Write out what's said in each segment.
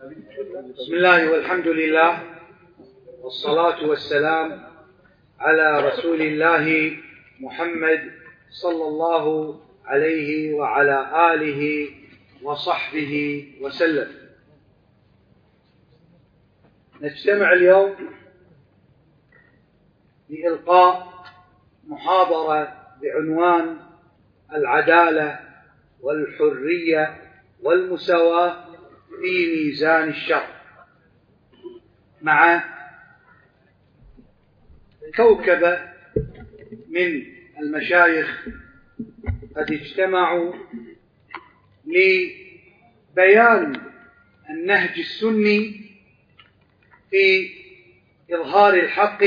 بسم الله والحمد لله والصلاة والسلام على رسول الله محمد صلى الله عليه وعلى آله وصحبه وسلم. نجتمع اليوم لإلقاء محاضرة بعنوان العدالة والحرية والمساواة في ميزان الشرع، مع كوكبة من المشايخ قد اجتمعوا لبيان النهج السني في إظهار الحق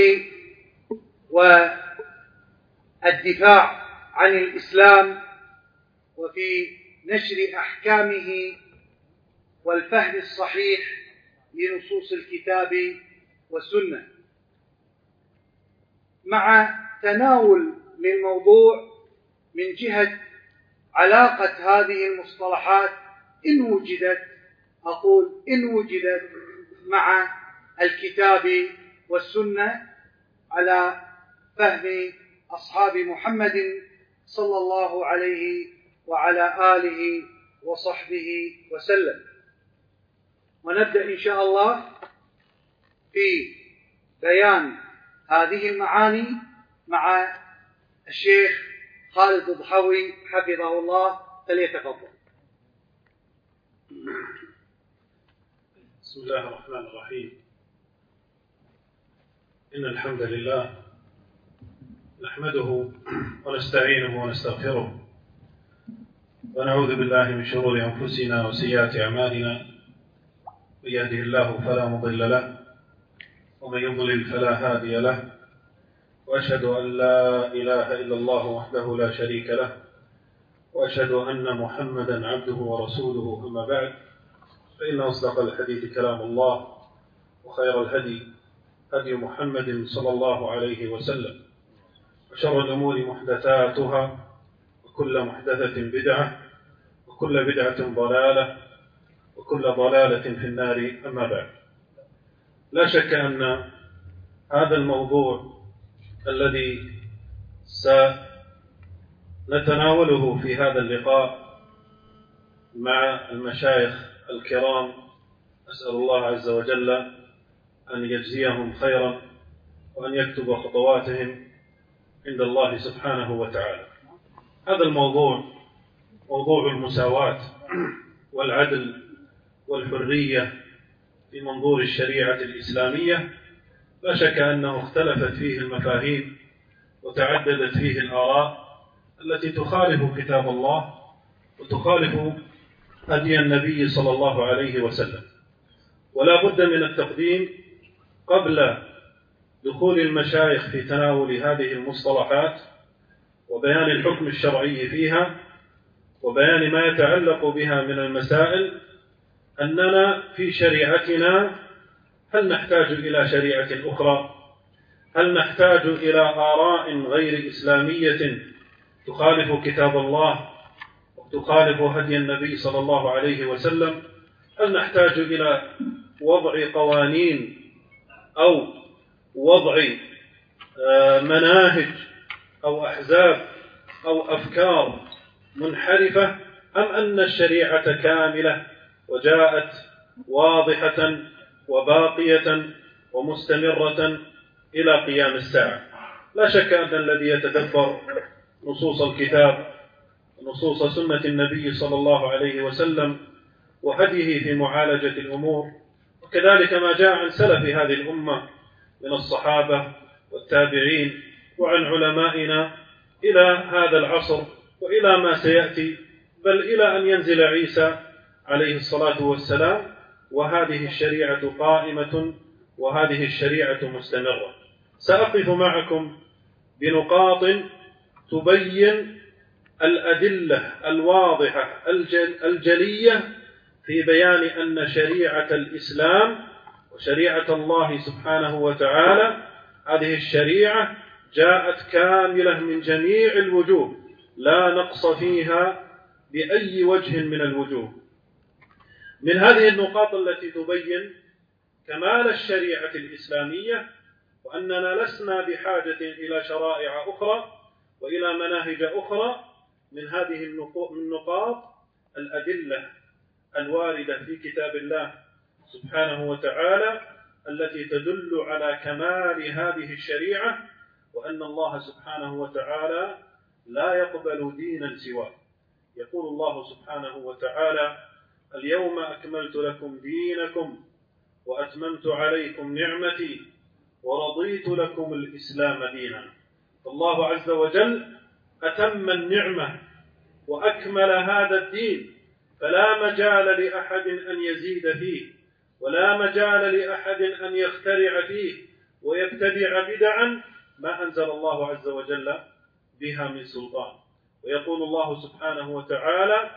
والدفاع عن الإسلام وفي نشر أحكامه والفهم الصحيح لنصوص الكتاب والسنة، مع تناول للموضوع من جهة علاقة هذه المصطلحات إن وجدت، أقول إن وجدت، مع الكتاب والسنة على فهم أصحاب محمد صلى الله عليه وعلى آله وصحبه وسلم. ونبدأ إن شاء الله في بيان هذه المعاني مع الشيخ خالد الضحوي حفظه الله، فليتفضل. بسم الله الرحمن الرحيم. إن الحمد لله نحمده ونستعينه ونستغفره ونعوذ بالله من شرور أنفسنا وسيئات أعمالنا، من يهده الله فلا مضل له ومن يضلل فلا هادي له، وأشهد أن لا إله إلا الله وحده لا شريك له، وأشهد أن محمدا عبده ورسوله. أما بعد، فإن أصدق الحديث كلام الله، وخير الهدي هدي محمد صلى الله عليه وسلم، وشر الأمور محدثاتها، وكل محدثة بدعة، وكل بدعة ضلالة، وكل ضلالة في النار. أما بعد، لا شك أن هذا الموضوع الذي سنتناوله في هذا اللقاء مع المشايخ الكرام، أسأل الله عز وجل أن يجزيهم خيرا وأن يكتب خطواتهم عند الله سبحانه وتعالى. هذا الموضوع موضوع المساواة والعدل والحرية في منظور الشريعة الإسلامية. لا شك أنه اختلفت فيه المفاهيم وتعددت فيه الآراء التي تخالف كتاب الله وتخالف هدي النبي صلى الله عليه وسلم. ولا بد من التقديم قبل دخول المشايخ في تناول هذه المصطلحات وبيان الحكم الشرعي فيها وبيان ما يتعلق بها من المسائل، أننا في شريعتنا هل نحتاج إلى شريعة أخرى؟ هل نحتاج إلى آراء غير إسلامية تخالف كتاب الله وتخالف هدي النبي صلى الله عليه وسلم؟ هل نحتاج إلى وضع قوانين أو وضع مناهج أو أحزاب أو أفكار منحرفة، أم أن الشريعة كاملة وجاءت واضحة وباقية ومستمرة إلى قيام الساعة؟ لا شك أن الذي يتدبر نصوص الكتاب ونصوص سنة النبي صلى الله عليه وسلم وهديه في معالجة الأمور، وكذلك ما جاء عن سلف هذه الأمة من الصحابة والتابعين وعن علمائنا إلى هذا العصر وإلى ما سيأتي، بل إلى أن ينزل عيسى عليه الصلاة والسلام، وهذه الشريعة قائمة وهذه الشريعة مستمرة. سأقف معكم بنقاط تبين الأدلة الواضحة الجلية في بيان أن شريعة الإسلام وشريعة الله سبحانه وتعالى هذه الشريعة جاءت كاملة من جميع الوجوه، لا نقص فيها بأي وجه من الوجوه. من هذه النقاط التي تبين كمال الشريعة الإسلامية، وأننا لسنا بحاجة إلى شرائع أخرى وإلى مناهج أخرى. من هذه النقاط الأدلة الواردة في كتاب الله سبحانه وتعالى التي تدل على كمال هذه الشريعة، وأن الله سبحانه وتعالى لا يقبل دينا سواه. يقول الله سبحانه وتعالى: اليوم أكملت لكم دينكم وأتممت عليكم نعمتي ورضيت لكم الإسلام دينا. الله عز وجل أتم النعمة وأكمل هذا الدين، فلا مجال لأحد أن يزيد فيه، ولا مجال لأحد أن يخترع فيه ويبتدع بدعا ما أنزل الله عز وجل بها من سلطان. ويقول الله سبحانه وتعالى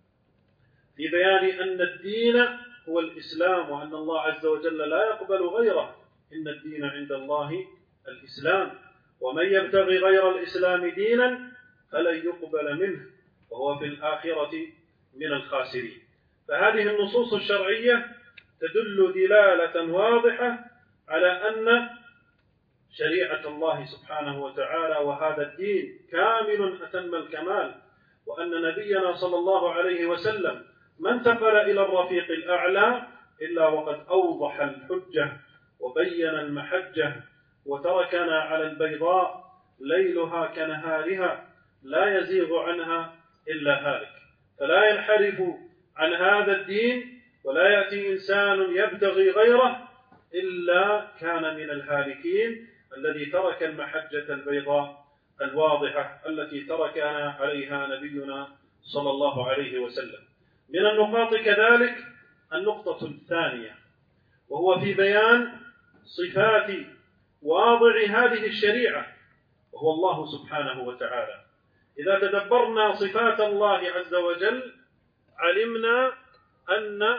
في بيان أن الدين هو الإسلام، وأن الله عز وجل لا يقبل غيره: إن الدين عند الله الإسلام، ومن يبتغي غير الإسلام دينا فلن يقبل منه وهو في الآخرة من الخاسرين. فهذه النصوص الشرعية تدل دلالة واضحة على أن شريعة الله سبحانه وتعالى وهذا الدين كامل أتم الكمال، وأن نبينا صلى الله عليه وسلم ما انتقل إلى الرفيق الأعلى إلا وقد أوضح الحجة وبين المحجة، وتركنا على البيضاء ليلها كنهارها لا يزيغ عنها إلا هالك. فلا ينحرف عن هذا الدين ولا يأتي إنسان يبتغي غيره إلا كان من الهالكين، الذي ترك المحجة البيضاء الواضحة التي تركنا عليها نبينا صلى الله عليه وسلم. من النقاط كذلك النقطة الثانية، وهو في بيان صفات واضع هذه الشريعة، وهو الله سبحانه وتعالى. إذا تدبرنا صفات الله عز وجل علمنا أن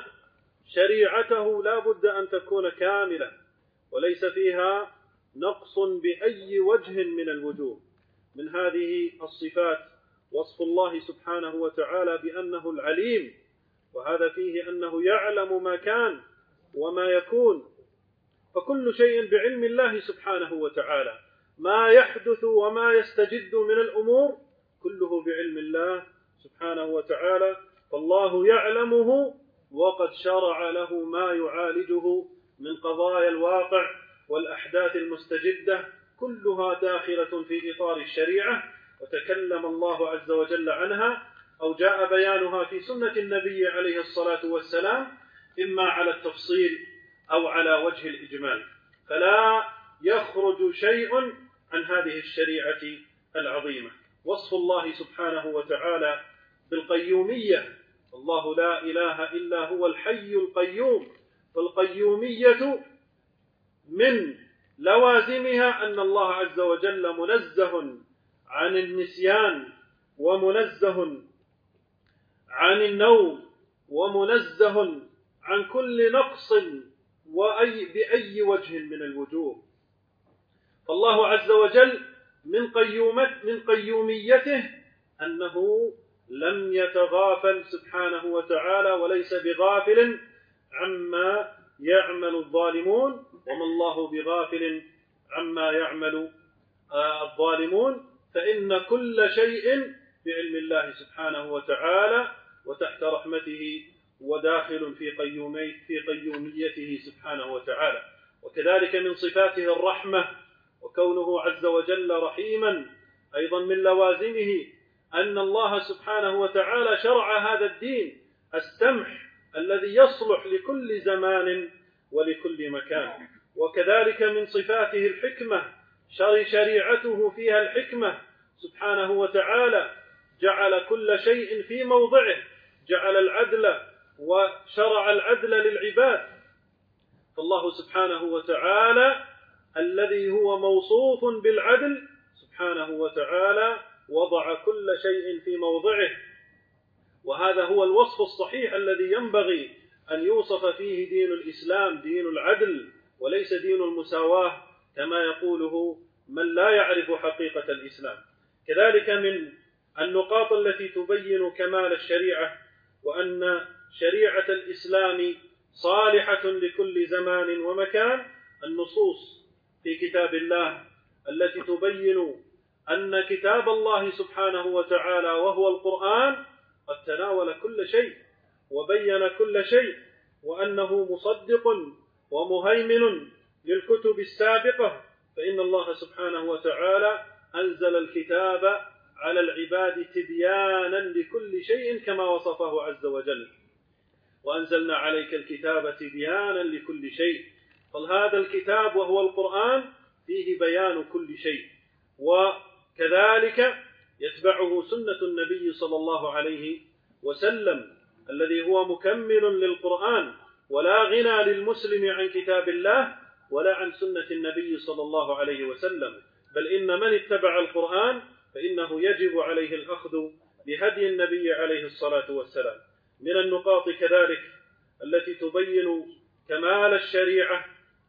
شريعته لا بد أن تكون كاملة وليس فيها نقص بأي وجه من الوجوه. من هذه الصفات وصف الله سبحانه وتعالى بأنه العليم، وهذا فيه أنه يعلم ما كان وما يكون، فكل شيء بعلم الله سبحانه وتعالى، ما يحدث وما يستجد من الأمور كله بعلم الله سبحانه وتعالى، فالله يعلمه وقد شرع له ما يعالجه من قضايا الواقع والأحداث المستجدة، كلها داخلة في إطار الشريعة، وتكلم الله عز وجل عنها أو جاء بيانها في سنة النبي عليه الصلاة والسلام، إما على التفصيل أو على وجه الإجمال، فلا يخرج شيء عن هذه الشريعة العظيمة. وصف الله سبحانه وتعالى بالقيومية، الله لا إله إلا هو الحي القيوم، فالقيومية من لوازمها أن الله عز وجل منزه عن النسيان ومنزه عن النوم ومنزه عن كل نقص بأي وجه من الوجوه. فالله عز وجل من قيوميته أنه لم يتغافل سبحانه وتعالى وليس بغافل عما يعمل الظالمون، وما الله بغافل عما يعمل الظالمون، فإن كل شيء بعلم الله سبحانه وتعالى وتحت رحمته وداخل في قيوميته سبحانه وتعالى. وكذلك من صفاته الرحمة، وكونه عز وجل رحيما أيضا من لوازمه أن الله سبحانه وتعالى شرع هذا الدين السمح الذي يصلح لكل زمان ولكل مكان. وكذلك من صفاته الحكمة، شريعته فيها الحكمة سبحانه وتعالى، جعل كل شيء في موضعه، جعل العدل وشرع العدل للعباد. فالله سبحانه وتعالى الذي هو موصوف بالعدل سبحانه وتعالى وضع كل شيء في موضعه، وهذا هو الوصف الصحيح الذي ينبغي أن يوصف فيه دين الإسلام، دين العدل وليس دين المساواة كما يقوله من لا يعرف حقيقة الإسلام. كذلك من النقاط التي تبين كمال الشريعة وأن شريعة الإسلام صالحة لكل زمان ومكان النصوص في كتاب الله التي تبين أن كتاب الله سبحانه وتعالى وهو القرآن قد تناول كل شيء وبين كل شيء، وأنه مصدق ومهيمن للكتب السابقة، فإن الله سبحانه وتعالى أنزل الكتاب على العباد تبيانا لكل شيء كما وصفه عز وجل، وأنزلنا عليك الكتاب تبيانا لكل شيء. فهذا الكتاب وهو القرآن فيه بيان كل شيء، وكذلك يتبعه سنة النبي صلى الله عليه وسلم الذي هو مكمل للقرآن، ولا غنى للمسلم عن كتاب الله ولا عن سنة النبي صلى الله عليه وسلم، بل إن من اتبع القرآن فإنه يجب عليه الأخذ بهدي النبي عليه الصلاة والسلام. من النقاط كذلك التي تبين كمال الشريعة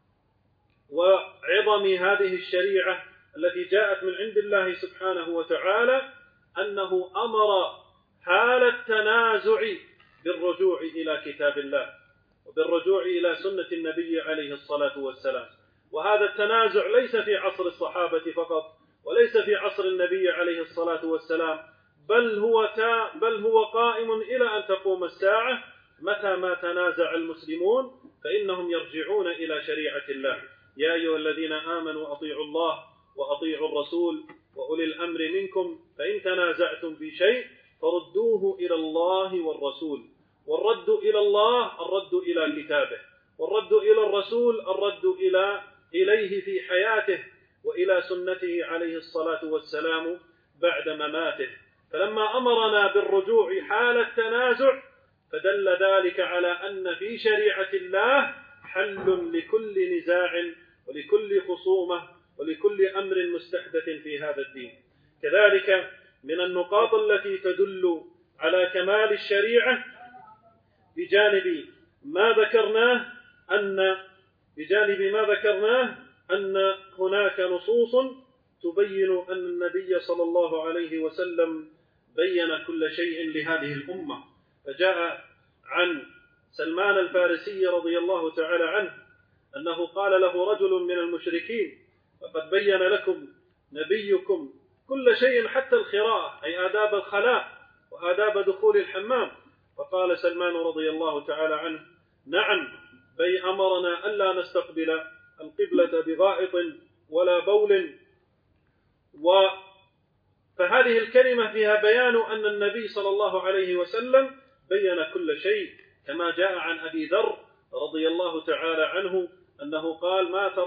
وعظم هذه الشريعة التي جاءت من عند الله سبحانه وتعالى أنه أمر حال التنازع بالرجوع إلى كتاب الله وبالرجوع إلى سنة النبي عليه الصلاة والسلام. وهذا التنازع ليس في عصر الصحابة فقط، وليس في عصر النبي عليه الصلاة والسلام، بل هو قائم إلى أن تقوم الساعة. متى ما تنازع المسلمون فإنهم يرجعون إلى شريعة الله. يا أيها الذين آمنوا أطيعوا الله وأطيعوا الرسول وأولي الأمر منكم، فإن تنازعتم في شيء فردوه إلى الله والرسول. والرد إلى الله الرد إلى كتابه، والرد إلى الرسول الرد إليه في حياته وإلى سنته عليه الصلاة والسلام بعد مماته. فلما أمرنا بالرجوع حال التنازع فدل ذلك على أن في شريعة الله حل لكل نزاع ولكل خصومة ولكل أمر مستحدث في هذا الدين. كذلك من النقاط التي تدل على كمال الشريعة بجانب ما ذكرناه أن هناك نصوص تبين أن النبي صلى الله عليه وسلم بين كل شيء لهذه الأمة. فجاء عن سلمان الفارسي رضي الله تعالى عنه أنه قال له رجل من المشركين: فقد بين لكم نبيكم كل شيء حتى الخراءة، أي آداب الخلاء وآداب دخول الحمام. فقال سلمان رضي الله تعالى عنه: نعم، بي أمرنا ألا نستقبل القبلة بغائط ولا بول. فهذه الكلمة فيها بيان أن النبي صلى الله عليه وسلم بين كل شيء، كما جاء عن أبي ذر رضي الله تعالى عنه أنه قال: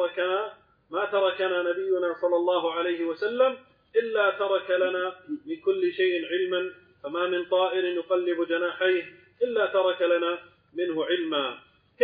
ما تركنا نبينا صلى الله عليه وسلم إلا ترك لنا من كل شيء علما، فما من طائر يقلب جناحيه إلا ترك لنا منه علما.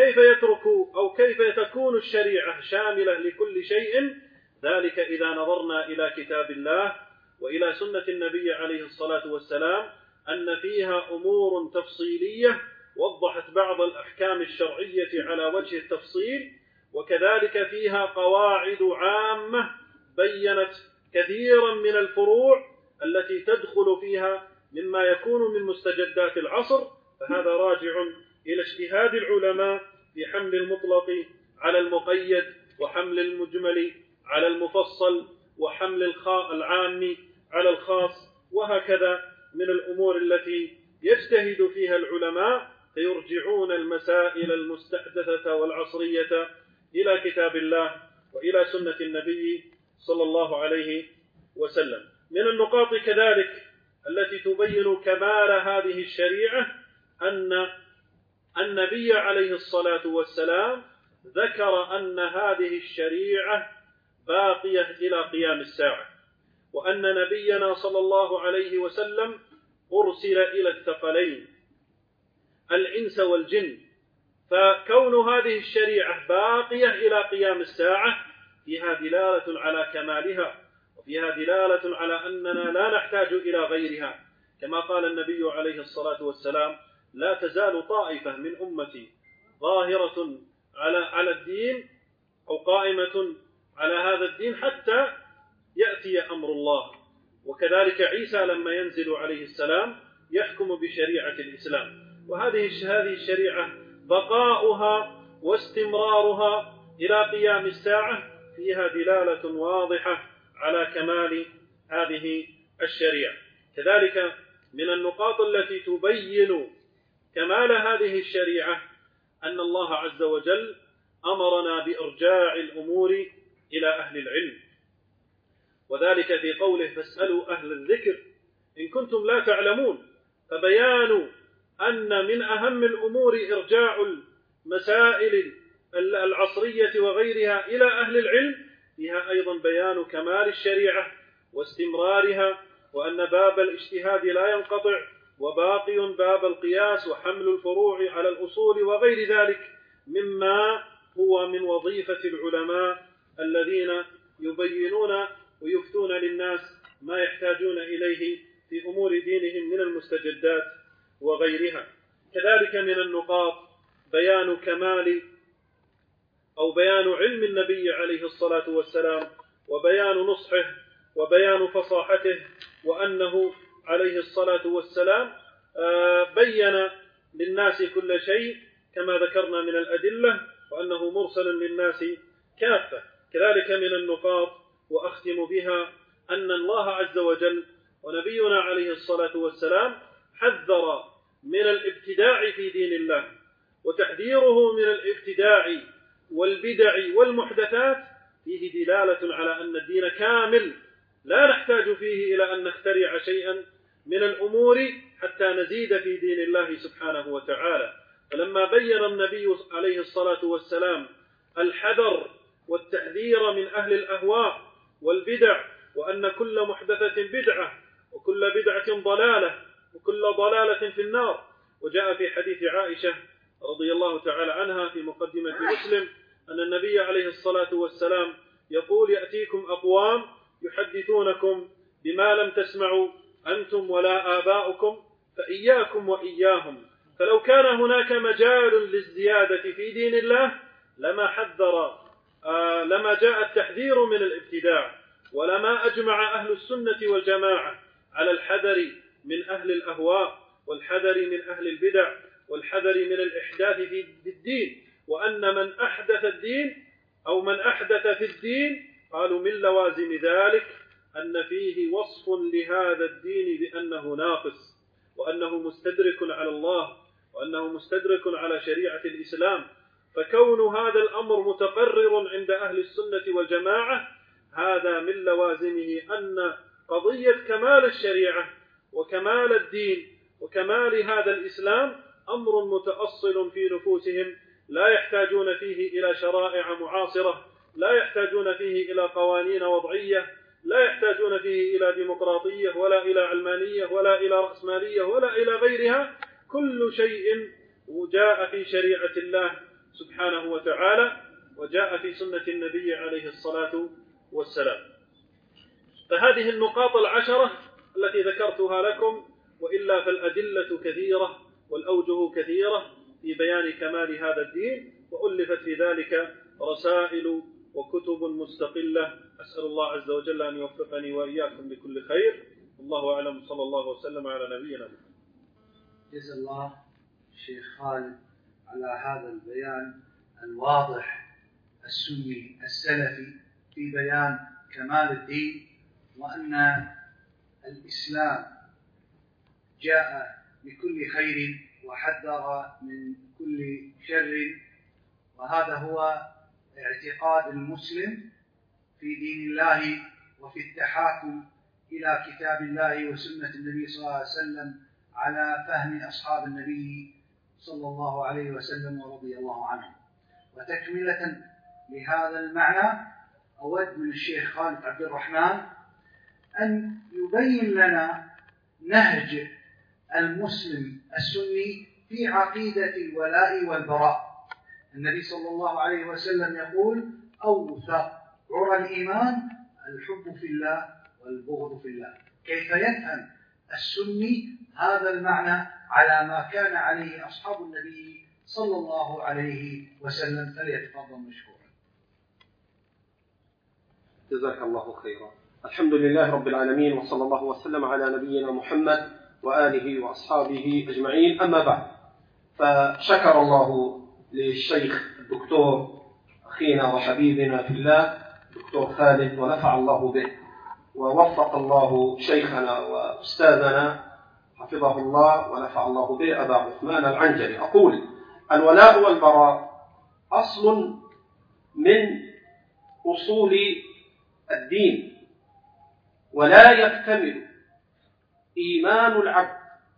كيف تكون الشريعة شاملة لكل شيء؟ ذلك إذا نظرنا إلى كتاب الله وإلى سنة النبي عليه الصلاة والسلام أن فيها أمور تفصيلية وضحت بعض الأحكام الشرعية على وجه التفصيل، وكذلك فيها قواعد عامة بيّنت كثيرا من الفروع التي تدخل فيها مما يكون من مستجدات العصر. فهذا راجع إلى اجتهاد العلماء في حمل المطلق على المقيد، وحمل المجمل على المفصل، وحمل العام على الخاص، وهكذا من الأمور التي يجتهد فيها العلماء فيرجعون المسائل المستحدثة والعصرية إلى كتاب الله وإلى سنة النبي صلى الله عليه وسلم. من النقاط كذلك التي تبين كمال هذه الشريعة أن النبي عليه الصلاة والسلام ذكر أن هذه الشريعة باقية إلى قيام الساعة، وأن نبينا صلى الله عليه وسلم أرسل إلى الثقلين الإنس والجن. فكون هذه الشريعة باقية إلى قيام الساعة فيها دلالة على كمالها، وفيها دلالة على أننا لا نحتاج إلى غيرها، كما قال النبي عليه الصلاة والسلام: لا تزال طائفة من أمتي ظاهرة على الدين أو قائمة على هذا الدين حتى يأتي أمر الله. وكذلك عيسى لما ينزل عليه السلام يحكم بشريعة الإسلام. وهذه الشريعة بقاؤها واستمرارها إلى قيام الساعة فيها دلالة واضحة على كمال هذه الشريعة. كذلك من النقاط التي تبين كمال هذه الشريعة أن الله عز وجل أمرنا بإرجاع الأمور إلى أهل العلم، وذلك في قوله فاسألوا أهل الذكر إن كنتم لا تعلمون، فبيان أن من أهم الأمور إرجاع المسائل العصرية وغيرها إلى أهل العلم، فيها أيضا بيان كمال الشريعة واستمرارها، وأن باب الاجتهاد لا ينقطع، وباقي باب القياس وحمل الفروع على الأصول وغير ذلك مما هو من وظيفة العلماء الذين يبينون ويفتون للناس ما يحتاجون إليه في أمور دينهم من المستجدات وغيرها. كذلك من النقاط بيان كمال أو بيان علم النبي عليه الصلاة والسلام، وبيان نصحه، وبيان فصاحته، وأنه عليه الصلاة والسلام بين للناس كل شيء كما ذكرنا من الأدلة، وأنه مرسل للناس كافة. كذلك من النقاط وأختم بها أن الله عز وجل ونبينا عليه الصلاة والسلام حذر من الابتداع في دين الله، وتحذيره من الابتداع والبدع والمحدثات فيه دلالة على أن الدين كامل لا نحتاج فيه إلى أن نخترع شيئا من الأمور حتى نزيد في دين الله سبحانه وتعالى. فلما بين النبي عليه الصلاة والسلام الحذر والتحذير من أهل الأهواء والبدع، وأن كل محدثة بدعة وكل بدعة ضلالة وكل ضلالة في النار، وجاء في حديث عائشة رضي الله تعالى عنها في مقدمة مسلم أن النبي عليه الصلاة والسلام يقول يأتيكم أقوام يحدثونكم بما لم تسمعوا أنتم ولا آباؤكم فإياكم وإياهم، فلو كان هناك مجال للزيادة في دين الله لما جاء التحذير من الابتداع، ولما أجمع أهل السنة والجماعة على الحذر من أهل الأهواء، والحذر من أهل البدع، والحذر من الإحداث في الدين، وأن من أحدث الدين أو من أحدث في الدين قالوا من لوازم ذلك أن فيه وصف لهذا الدين بأنه ناقص، وأنه مستدرك على الله، وأنه مستدرك على شريعة الإسلام. فكون هذا الأمر متقرر عند أهل السنة والجماعة هذا من لوازمه أن قضية كمال الشريعة وكمال الدين وكمال هذا الإسلام أمر متأصل في نفوسهم، لا يحتاجون فيه إلى شرائع معاصرة، لا يحتاجون فيه إلى قوانين وضعية، لا يحتاجون فيه إلى ديمقراطية ولا إلى علمانية ولا إلى رأسمالية ولا إلى غيرها. كل شيء جاء في شريعة الله سبحانه وتعالى وجاء في سنة النبي عليه الصلاة والسلام. فهذه النقاط 10 التي ذكرتها لكم، وإلا فالأدلة كثيرة والأوجه كثيرة في بيان كمال هذا الدين، وألفت في ذلك رسائل وكتب مستقلة. أسأل الله عز وجل أن يوفقني وإياكم لكل خير. الله أعلم، صلى الله وسلم على نبينا. جزا الله الشيخ خالد على هذا البيان الواضح السني السلفي في بيان كمال الدين، وأن الإسلام جاء بكل خير وحذر من كل شر، وهذا هو اعتقاد المسلم في دين الله وفي التحاكم إلى كتاب الله وسنة النبي صلى الله عليه وسلم على فهم أصحاب النبي صلى الله عليه وسلم ورضي الله عنهم. وتكملة لهذا المعنى أود من الشيخ خالد عبد الرحمن أن يبين لنا نهج المسلم السني في عقيدة الولاء والبراء. النبي صلى الله عليه وسلم يقول أوثق عرى الإيمان الحب في الله والبغض في الله. كيف يفهم السني هذا المعنى على ما كان عليه أصحاب النبي صلى الله عليه وسلم؟ فليتفضل مشكورا. جزاك الله خيرا. الحمد لله رب العالمين، وصلى الله وسلم على نبينا محمد وآله وأصحابه أجمعين. أما بعد، فشكر الله للشيخ الدكتور أخينا وحبيبنا في الله دكتور خالد ونفع الله به، ووفق الله شيخنا وأستاذنا حفظه الله ونفع الله به أبا عثمان العنجري. أقول: الولاء والبراء أصل من أصول الدين، ولا يكتمل إيمان العبد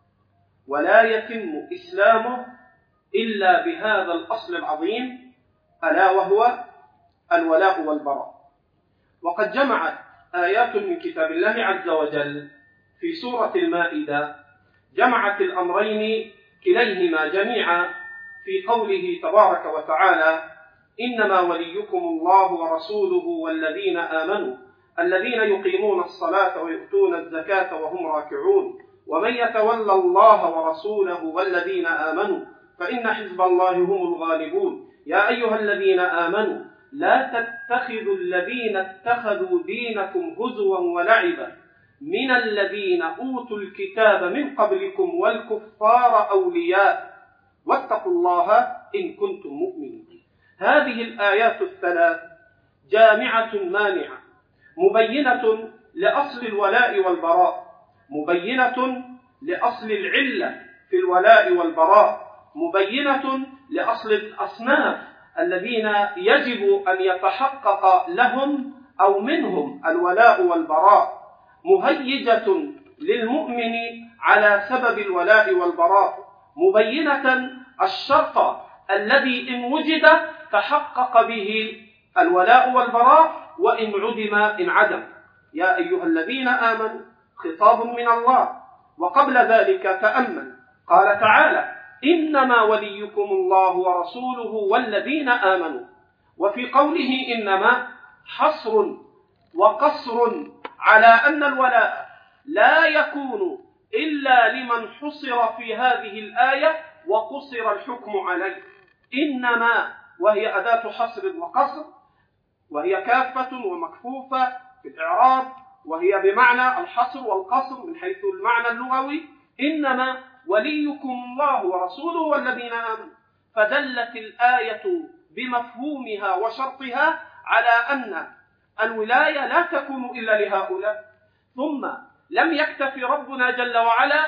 ولا يتم إسلامه إلا بهذا الأصل العظيم، ألا وهو الولاء والبراء. وقد جمعت آيات من كتاب الله عز وجل في سورة المائدة، جمعت الأمرين كليهما جميعا في قوله تبارك وتعالى: إنما وليكم الله ورسوله والذين آمنوا الذين يقيمون الصلاة ويؤتون الزكاة وهم راكعون ومن يتولى الله ورسوله والذين آمنوا فإن حزب الله هم الغالبون يا أيها الذين آمنوا لا تتخذوا الذين اتخذوا دينكم هزوا ولعبا من الذين أوتوا الكتاب من قبلكم والكفار أولياء واتقوا الله إن كنتم مؤمنين. هذه الآيات الثلاث جامعة مانعة مبينة لأصل الولاء والبراء، مبينة لأصل العلة في الولاء والبراء، مبينة لأصل الأصناف الذين يجب أن يتحقق لهم أو منهم الولاء والبراء، مهيجة للمؤمن على سبب الولاء والبراء، مبينة الشرط الذي إن وجد تحقق به الولاء والبراء وإن عدم انعدم. يا أيها الذين آمنوا خطاب من الله. وقبل ذلك تأمل قال تعالى: إنما وليكم الله ورسوله والذين آمنوا. وفي قوله إنما حصر وقصر على أن الولاء لا يكون إلا لمن حصر في هذه الآية وقصر الحكم عليه. إنما وهي أداة حصر وقصر، وهي كافة ومكفوفة في الإعراب، وهي بمعنى الحصر والقصر من حيث المعنى اللغوي. إنما وليكم الله ورسوله والذين آمنوا، فدلت الآية بمفهومها وشرطها على أن الولاية لا تكون إلا لهؤلاء. ثم لم يكتف ربنا جل وعلا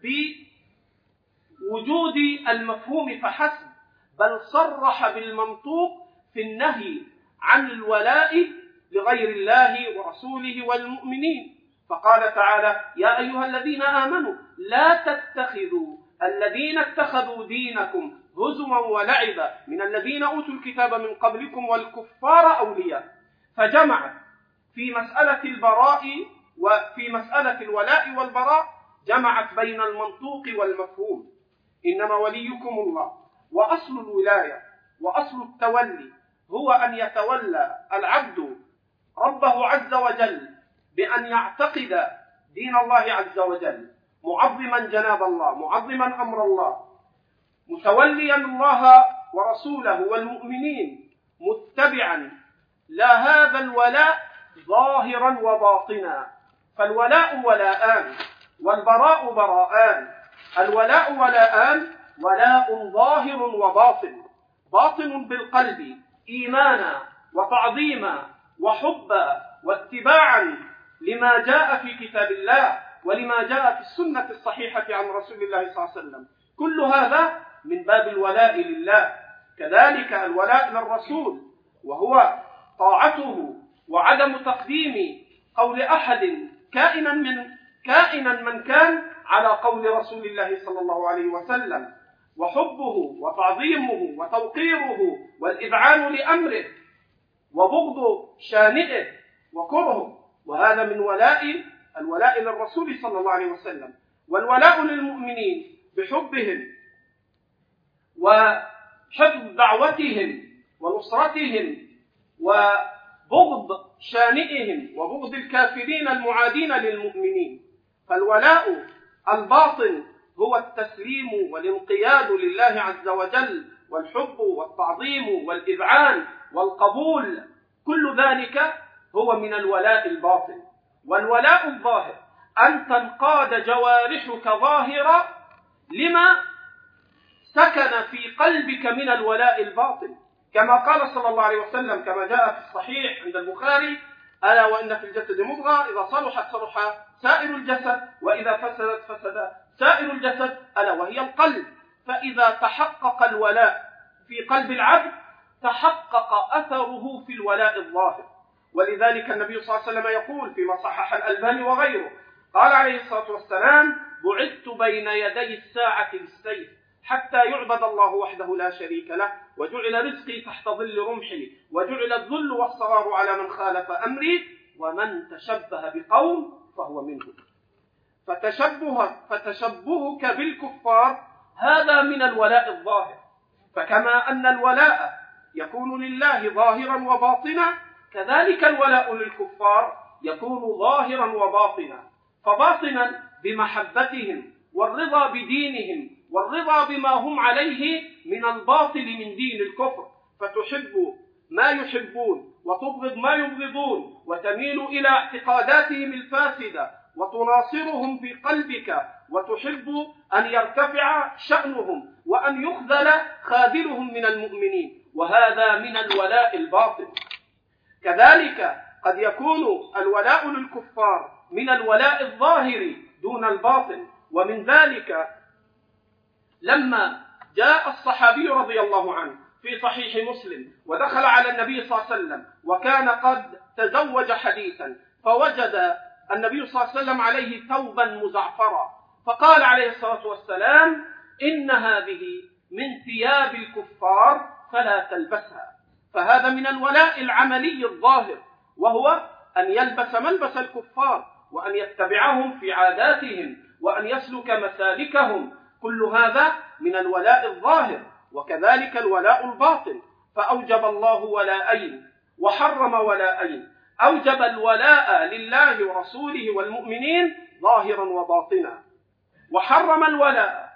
بوجود المفهوم فحسب، بل صرح بالمنطوق في النهي عن الولاء لغير الله ورسوله والمؤمنين، فقال تعالى: يا أيها الذين آمنوا لا تتخذوا الذين اتخذوا دينكم هزوا ولعبا من الذين أوتوا الكتاب من قبلكم والكفار أولياء. فجمع في مسألة البراء وفي مسألة الولاء والبراء، جمعت بين المنطوق والمفهوم. إنما وليكم الله، وأصل الولاية وأصل التولي هو أن يتولى العبد ربه عز وجل بأن يعتقد دين الله عز وجل، معظما جناب الله، معظما أمر الله، متوليا الله ورسوله والمؤمنين، متبعا لا هذا الولاء ظاهرا وباطنا. فالولاء ولاءان والبراء براءان. الولاء ولاءان: ولاء ظاهر وباطن، باطن بالقلب إيمانا وتعظيما وحبا واتباعا لما جاء في كتاب الله ولما جاء في السنة الصحيحة عن رسول الله صلى الله عليه وسلم، كل هذا من باب الولاء لله. كذلك الولاء للرسول، وهو طاعته وعدم تقديم قول أحد كائنا من كان على قول رسول الله صلى الله عليه وسلم، وحبه وتعظيمه وتوقيره والإذعان لأمره وبغض شانئه وكرهه، وهذا من الولاء للرسول صلى الله عليه وسلم. والولاء للمؤمنين بحبهم وحفظ دعوتهم ونصرتهم وبغض شانئهم وبغض الكافرين المعادين للمؤمنين. فالولاء الباطن هو التسليم والانقياد لله عز وجل، والحب والتعظيم والإذعان والقبول، كل ذلك هو من الولاء الباطن. والولاء الظاهر أن تنقاد جوارحك ظاهرة لما سكن في قلبك من الولاء الباطل، كما قال صلى الله عليه وسلم كما جاء في الصحيح عند البخاري: ألا وإن في الجسد مضغة إذا صلحت صلح سائر الجسد وإذا فسدت فسد سائر الجسد، ألا وهي القلب. فإذا تحقق الولاء في قلب العبد تحقق أثره في الولاء الظاهر. ولذلك النبي صلى الله عليه وسلم يقول فيما صحح الألباني وغيره، قال عليه الصلاة والسلام: بعثت بين يدي الساعة بالسيف حتى يعبد الله وحده لا شريك له، وجعل رزقي تحت ظل رمحي، وجعل الذل والصغار على من خالف أمري، ومن تشبه بقوم فهو منهم. فتشبهك بالكفار هذا من الولاء الظاهر. فكما أن الولاء يكون لله ظاهرا وباطنا، كذلك الولاء للكفار يكون ظاهرا وباطنا. فباطنا بمحبتهم والرضا بدينهم والرضا بما هم عليه من الباطل من دين الكفر، فتحب ما يحبون وتبغض ما يبغضون وتميل إلى اعتقاداتهم الفاسدة وتناصرهم في قلبك، وتحب أن يرتفع شأنهم وأن يخذل خاذلهم من المؤمنين، وهذا من الولاء الباطل. كذلك قد يكون الولاء للكفار من الولاء الظاهر دون الباطن. ومن ذلك لما جاء الصحابي رضي الله عنه في صحيح مسلم ودخل على النبي صلى الله عليه وسلم وكان قد تزوج حديثا، فوجد النبي صلى الله عليه وسلم عليه ثوبا مزعفرا، فقال عليه الصلاة والسلام: إن هذه من ثياب الكفار فلا تلبسها. فهذا من الولاء العملي الظاهر، وهو أن يلبس ملبس الكفار وأن يتبعهم في عاداتهم وأن يسلك مسالكهم، كل هذا من الولاء الظاهر. وكذلك الولاء الباطن، فأوجب الله ولاءين وحرم ولاءين، أوجب الولاء لله ورسوله والمؤمنين ظاهرا وباطنا، وحرم الولاء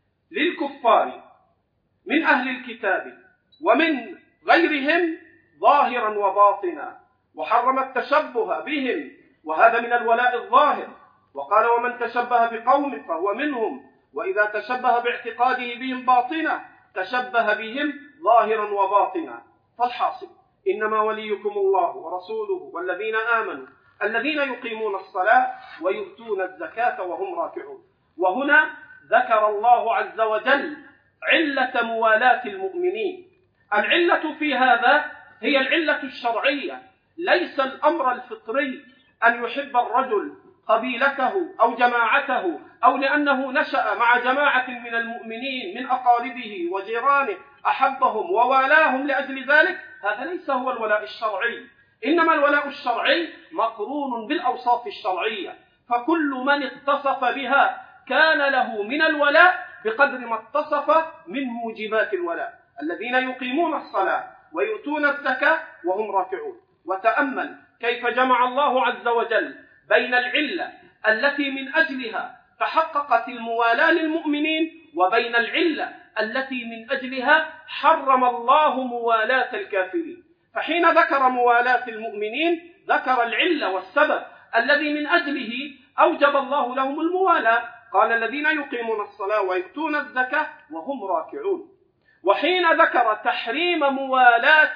للكفار من أهل الكتاب ومن غيرهم ظاهرا وباطنا، وحرم التشبه بهم، وهذا من الولاء الظاهر. وقال: ومن تشبه بقوم فهو منهم، وإذا تشبه باعتقاده بهم باطنا تشبه بهم ظاهرا وباطنا. فالحاصل: إنما وليكم الله ورسوله والذين آمنوا الذين يقيمون الصلاة ويؤتون الزكاة وهم راكعون. وهنا ذكر الله عز وجل علة موالاة المؤمنين. العلة في هذا هي العلة الشرعية، ليس الأمر الفطري أن يحب الرجل قبيلته أو جماعته، أو لأنه نشأ مع جماعة من المؤمنين من أقاربه وجيرانه أحبهم ووالاهم لأجل ذلك. هذا ليس هو الولاء الشرعي، إنما الولاء الشرعي مقرون بالأوصاف الشرعية، فكل من اتصف بها كان له من الولاء بقدر ما اتصف من موجبات الولاء: الذين يقيمون الصلاة ويؤتون الزكاة وهم راكعون. وتأمل كيف جمع الله عز وجل بين العلة التي من أجلها تحققت الموالاة للمؤمنين وبين العلة التي من أجلها حرم الله موالاة الكافرين. فحين ذكر موالاة المؤمنين ذكر العلة والسبب الذي من أجله أوجب الله لهم الموالاة، قال: الذين يقيمون الصلاة ويؤتون الزكاة وهم راكعون. وحين ذكر تحريم موالاة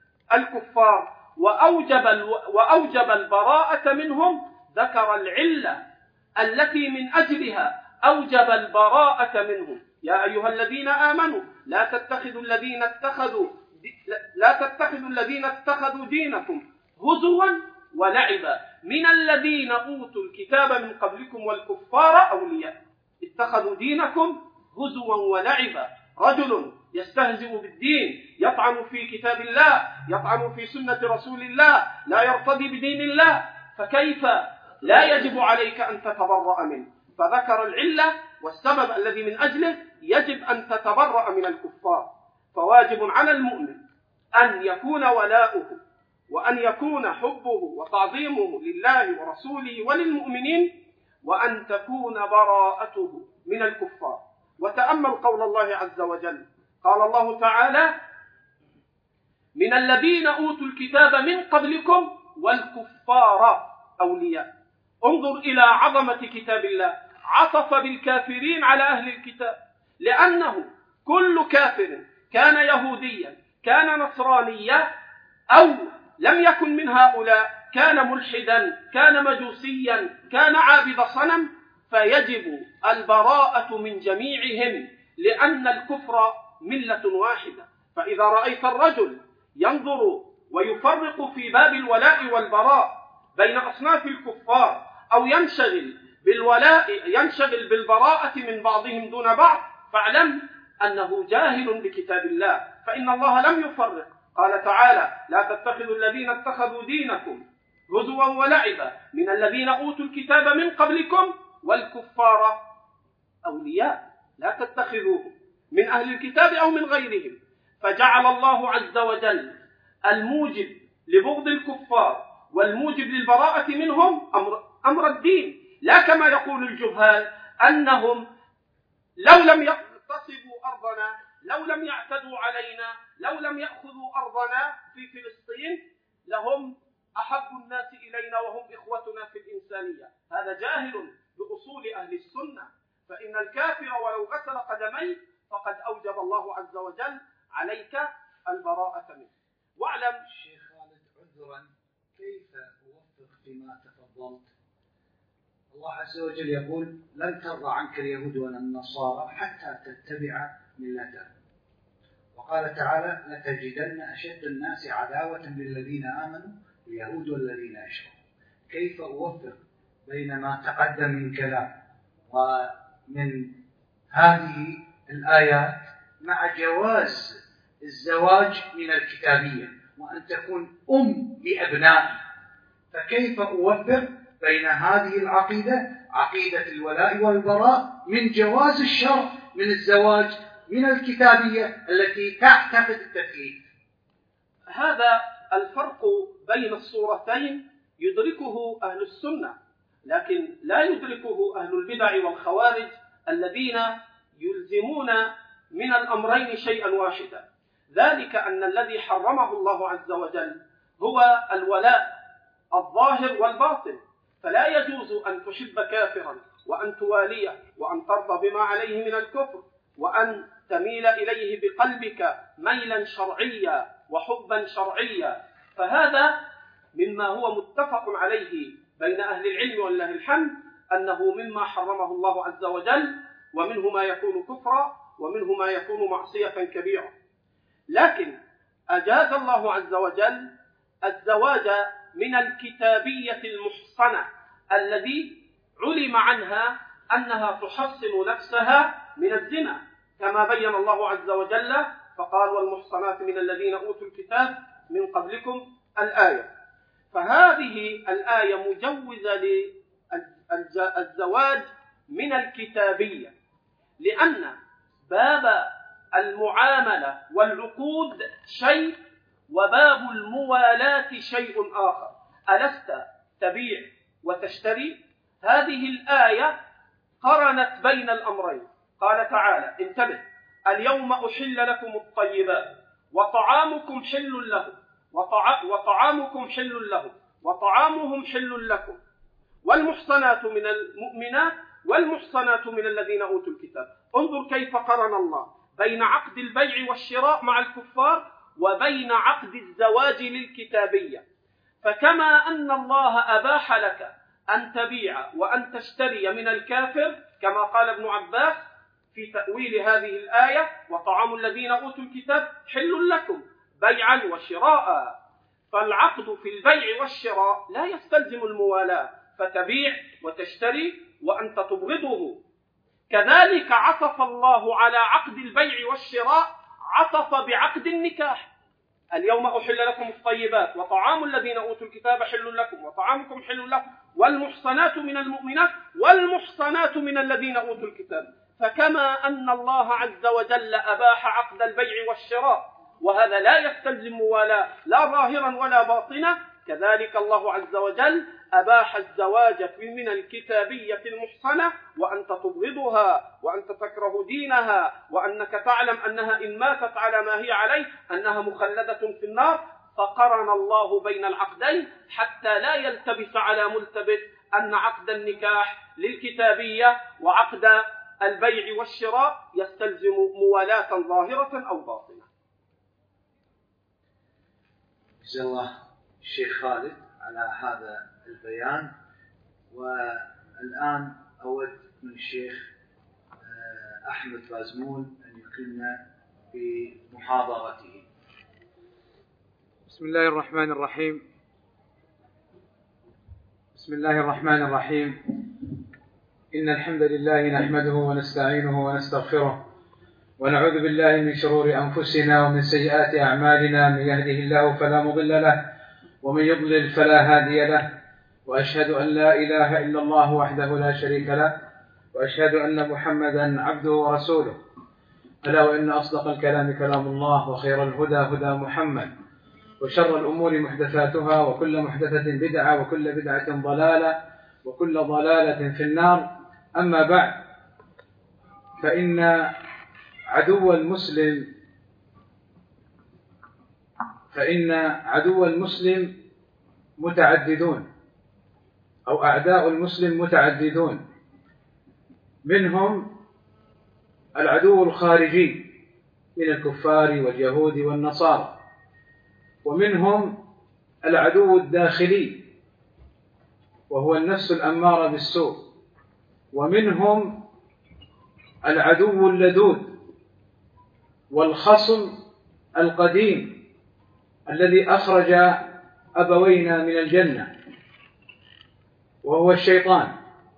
الكفار وأوجب البراءة منهم ذكر العلة التي من أجلها أوجب البراءة منهم: يا أيها الذين آمنوا لا تتخذوا الذين اتخذوا دينكم هزوا ولعبا من الذين أوتوا الكتاب من قبلكم والكفار أولياء. اتخذوا دينكم هزوا ولعبا، رجل يستهزئ بالدين، يطعن في كتاب الله، يطعن في سنة رسول الله، لا يرتضي بدين الله، فكيف لا يجب عليك أن تتبرأ منه؟ فذكر العلة والسبب الذي من أجله يجب أن تتبرأ من الكفار. فواجب على المؤمن أن يكون ولاؤه وأن يكون حبه وتعظيمه لله ورسوله وللمؤمنين، وأن تكون براءته من الكفار. وتأمل قول الله عز وجل، قال الله تعالى: من الذين أوتوا الكتاب من قبلكم والكفار أولياء. انظر إلى عظمة كتاب الله، عطف بالكافرين على أهل الكتاب، لأنه كل كافر كان يهوديا كان نصرانيا أو لم يكن من هؤلاء، كان ملحدا كان مجوسيا كان عابد صنم، فيجب البراءة من جميعهم، لأن الكفر ملة واحدة. فإذا رأيت الرجل ينظر ويفرق في باب الولاء والبراء بين أصناف الكفار أو ينشغل بالبراءة من بعضهم دون بعض، فاعلم أنه جاهل بكتاب الله، فإن الله لم يفرق. قال تعالى: لا تتخذوا الذين اتخذوا دينكم هزوا ولعبا من الذين أوتوا الكتاب من قبلكم والكفار أولياء، لا تتخذوهم من أهل الكتاب أو من غيرهم. فجعل الله عز وجل الموجب لبغض الكفار والموجب للبراءة منهم أمر الدين، لا كما يقول الجهال أنهم لو لم يغتصبوا أرضنا، لو لم يعتدوا علينا، لو لم يأخذوا أرضنا في فلسطين لهم أحب الناس إلينا وهم إخوتنا في الإنسانية. هذا جاهل بأصول أهل السنة. فإن الكافر ولو غسل قدميه فقد أوجب الله عز وجل عليك البراءة منه. واعلم شيخ خالد عذرا، كيف أوفق فيما تفضلت؟ الله عز وجل يقول: لن ترضى عنك اليهود ولا النصارى حتى تتبع ملتهم. وقال تعالى: لتجدن أشد الناس عداوة للذين آمنوا اليهود والذين أشركوا. كيف أوفق بين ما تقدم من كلام ومن هذه الآيات مع جواز الزواج من الكتابية وأن تكون لأبنائي؟ فكيف أوفق بين هذه العقيدة، عقيدة الولاء والبراء، من جواز الشرع من الزواج من الكتابية التي تعتقد التثليث؟ هذا الفرق بين الصورتين يدركه أهل السنة، لكن لا يدركه أهل البدع والخوارج الذين يلزمون من الأمرين شيئا واحدا، ذلك أن الذي حرمه الله عز وجل هو الولاء الظاهر والباطن، فلا يجوز أن تحب كافرا وأن تواليه وأن ترضى بما عليه من الكفر وأن تميل إليه بقلبك ميلا شرعيا وحبا شرعيا. فهذا مما هو متفق عليه بين أهل العلم والله الحمد، أنه مما حرمه الله عز وجل، ومنه ما يكون كفرا ومنه ما يكون معصية كبيرة. لكن أجاز الله عز وجل الزواج من الكتابية المحصنة الذي علم عنها أنها تحصن نفسها من الزنا، كما بين الله عز وجل فقال: والمحصنات من الذين أوتوا الكتاب من قبلكم الآية. فهذه الآية مجوزة للزواج من الكتابية، لأن باب المعاملة والعقود شيء وباب الموالاة شيء آخر. ألست تبيع وتشتري؟ هذه الآية قرنت بين الأمرين. قال تعالى: انتبه، اليوم أحل لكم الطيبات وطعامكم حل لهم وطعامكم حل لهم وطعامهم حل لكم، والمحصنات من المؤمنات والمحصنات من الذين أوتوا الكتاب. انظر كيف قرن الله بين عقد البيع والشراء مع الكفار وبين عقد الزواج للكتابية. فكما أن الله أباح لك أن تبيع وأن تشتري من الكافر، كما قال ابن عباس في تأويل هذه الآية: وطعام الذين أوتوا الكتاب حل لكم، بيعا وشراء. فالعقد في البيع والشراء لا يستلزم الموالاة، فتبيع وتشتري وأنت تبغضه. كذلك عطف الله على عقد البيع والشراء، عطف بعقد النكاح: اليوم أحل لكم الطيبات وطعام الذين أوتوا الكتاب حل لكم وطعامكم حل لكم والمحصنات من المؤمنات والمحصنات من الذين أوتوا الكتاب. فكما أن الله عز وجل أباح عقد البيع والشراء وهذا لا يستلزم موالاة لا ظاهرا ولا باطنا، كذلك الله عز وجل أباح الزواج من الكتابية المحصنة وأنت تبغضها وأنت تكره دينها وأنك تعلم أنها إن ماتت على ما هي عليه أنها مخلدة في النار. فقرن الله بين العقدين حتى لا يلتبس على ملتبس أن عقد النكاح للكتابية وعقد البيع والشراء يستلزم موالاة ظاهرة أو باطنة. جزا الله الشيخ خالد على هذا البيان. والآن أود من الشيخ أحمد بازمون أن يكرمنا بمحاضرته. بسم الله الرحمن الرحيم. بسم الله الرحمن الرحيم. إن الحمد لله نحمده ونستعينه ونستغفره ونعوذ بالله من شرور أنفسنا ومن سيئات أعمالنا. من يهده الله فلا مضل له ومن يضلل فلا هادي له، وأشهد أن لا إله إلا الله وحده لا شريك له، وأشهد أن محمدا عبده ورسوله. ألا وإن أصدق الكلام كلام الله، وخير الهدى هدى محمد، وشر الأمور محدثاتها، وكل محدثة بدعة، وكل بدعة ضلالة، وكل ضلالة في النار. أما بعد، فإن عدو المسلم متعددون، أو أعداء المسلم متعددون. منهم العدو الخارجي من الكفار واليهود والنصارى، ومنهم العدو الداخلي وهو النفس الأمارة بالسوء، ومنهم العدو اللدود والخصم القديم الذي أخرج أبوينا من الجنة، وهو الشيطان.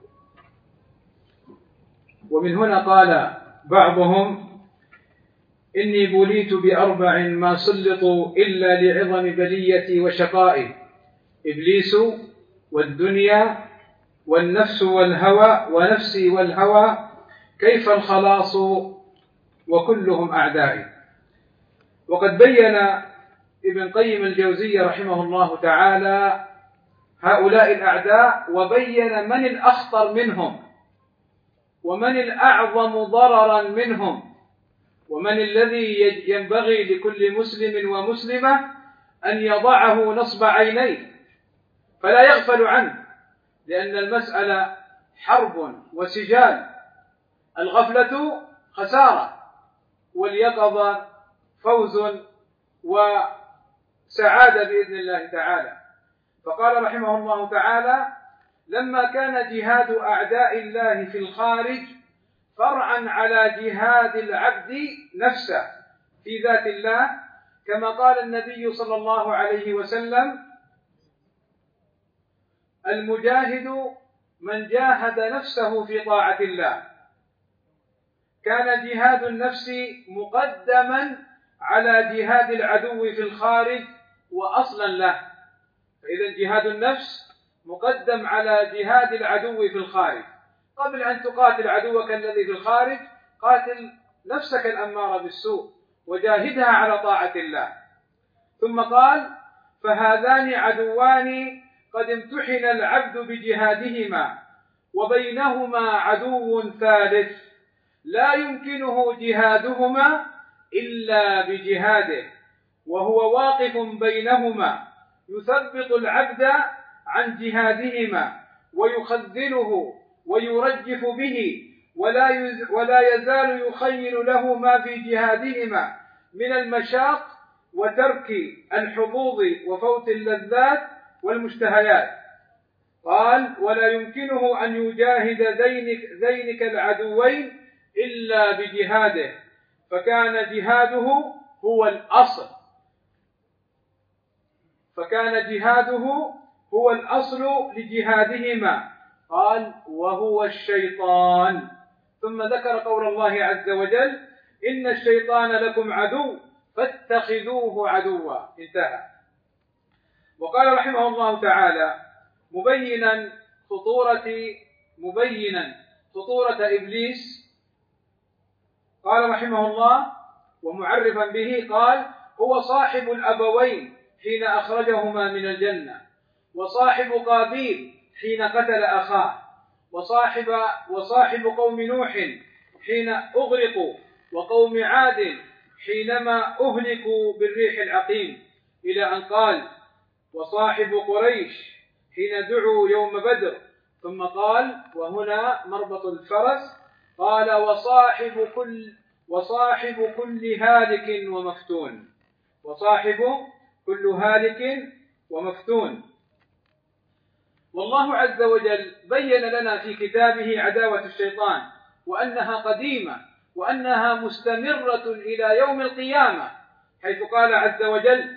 ومن هنا قال بعضهم: إني بليت بأربع ما سلطوا إلا لعظم بليتي وشقائي: إبليس والدنيا والنفس والهوى ونفسي والهوى، كيف الخلاص وكلهم أعدائي. وقد بين ابن قيم الجوزية رحمه الله تعالى هؤلاء الأعداء، وبين من الأخطر منهم، ومن الأعظم ضررا منهم، ومن الذي ينبغي لكل مسلم ومسلمة أن يضعه نصب عينيه فلا يغفل عنه، لأن المسألة حرب وسجال. الغفلة خسارة، واليقظة فوز وسعادة بإذن الله تعالى. فقال رحمه الله تعالى: لما كان جهاد أعداء الله في الخارج فرعا على جهاد العبد نفسه في ذات الله، كما قال النبي صلى الله عليه وسلم: المجاهد من جاهد نفسه في طاعة الله. كان جهاد النفس مقدما على جهاد العدو في الخارج وأصلا له. فإذا جهاد النفس مقدم على جهاد العدو في الخارج. قبل أن تقاتل عدوك الذي في الخارج، قاتل نفسك الأمارة بالسوء وجاهدها على طاعة الله. ثم قال: فهذان عدوان قد امتحن العبد بجهادهما، وبينهما عدو ثالث لا يمكنه جهادهما إلا بجهاده، وهو واقف بينهما يثبط العبد عن جهادهما ويخذله ويرجف به، ولا يزال يخيل له ما في جهادهما من المشاق وترك الحظوظ وفوت اللذات والمشتهيات. قال: ولا يمكنه أن يجاهد ذينك العدوين إلا بجهاده، فكان جهاده هو الأصل لجهادهما. قال: وهو الشيطان. ثم ذكر قول الله عز وجل: إن الشيطان لكم عدو فاتخذوه عدوا. انتهى. وقال رحمه الله تعالى مبينا خطورة إبليس، قال رحمه الله ومعرفا به، قال: هو صاحب الأبوين حين أخرجهما من الجنة، وصاحب قابيل حين قتل أخاه، وصاحب قوم نوح حين أغرقوا، وقوم عاد حينما أهلكوا بالريح العقيم، إلى أن قال: وصاحب قريش حين دعوا يوم بدر. ثم قال، وهنا مربط الفرس، قال وصاحب كل هالك ومفتون. وصاحب كل هالك ومفتون. والله عز وجل بين لنا في كتابه عداوة الشيطان وأنها قديمة وأنها مستمرة إلى يوم القيامة، حيث قال عز وجل: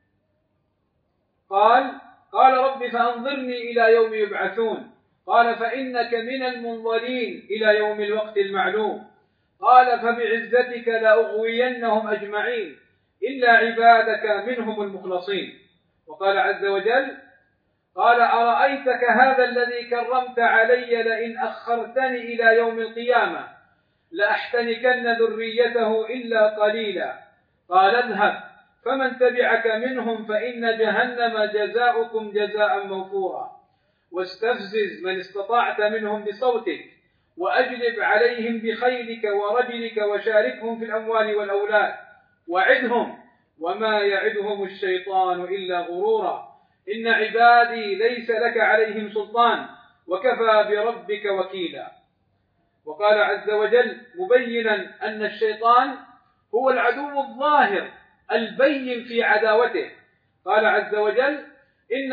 قال رب فأنظرني إلى يوم يبعثون، قال فإنك من المنظرين إلى يوم الوقت المعلوم، قال فبعزتك لأغوينهم أجمعين إلا عبادك منهم المخلصين. وقال عز وجل: قال أرأيتك هذا الذي كرمت علي لئن أخرتني إلى يوم القيامة لأحتنكن ذريته إلا قليلا، قال اذهب فمن تبعك منهم فإن جهنم جزاؤكم جزاء موفورا، واستفزز من استطعت منهم بصوتك وأجلب عليهم بخيلك ورجلك وشاركهم في الأموال والأولاد وعدهم وما يعدهم الشيطان إلا غرورا، إن عبادي ليس لك عليهم سلطان وكفى بربك وكيلا. وقال عز وجل مبينا أن الشيطان هو العدو الظاهر البين في عداوته، قال عز وجل: إن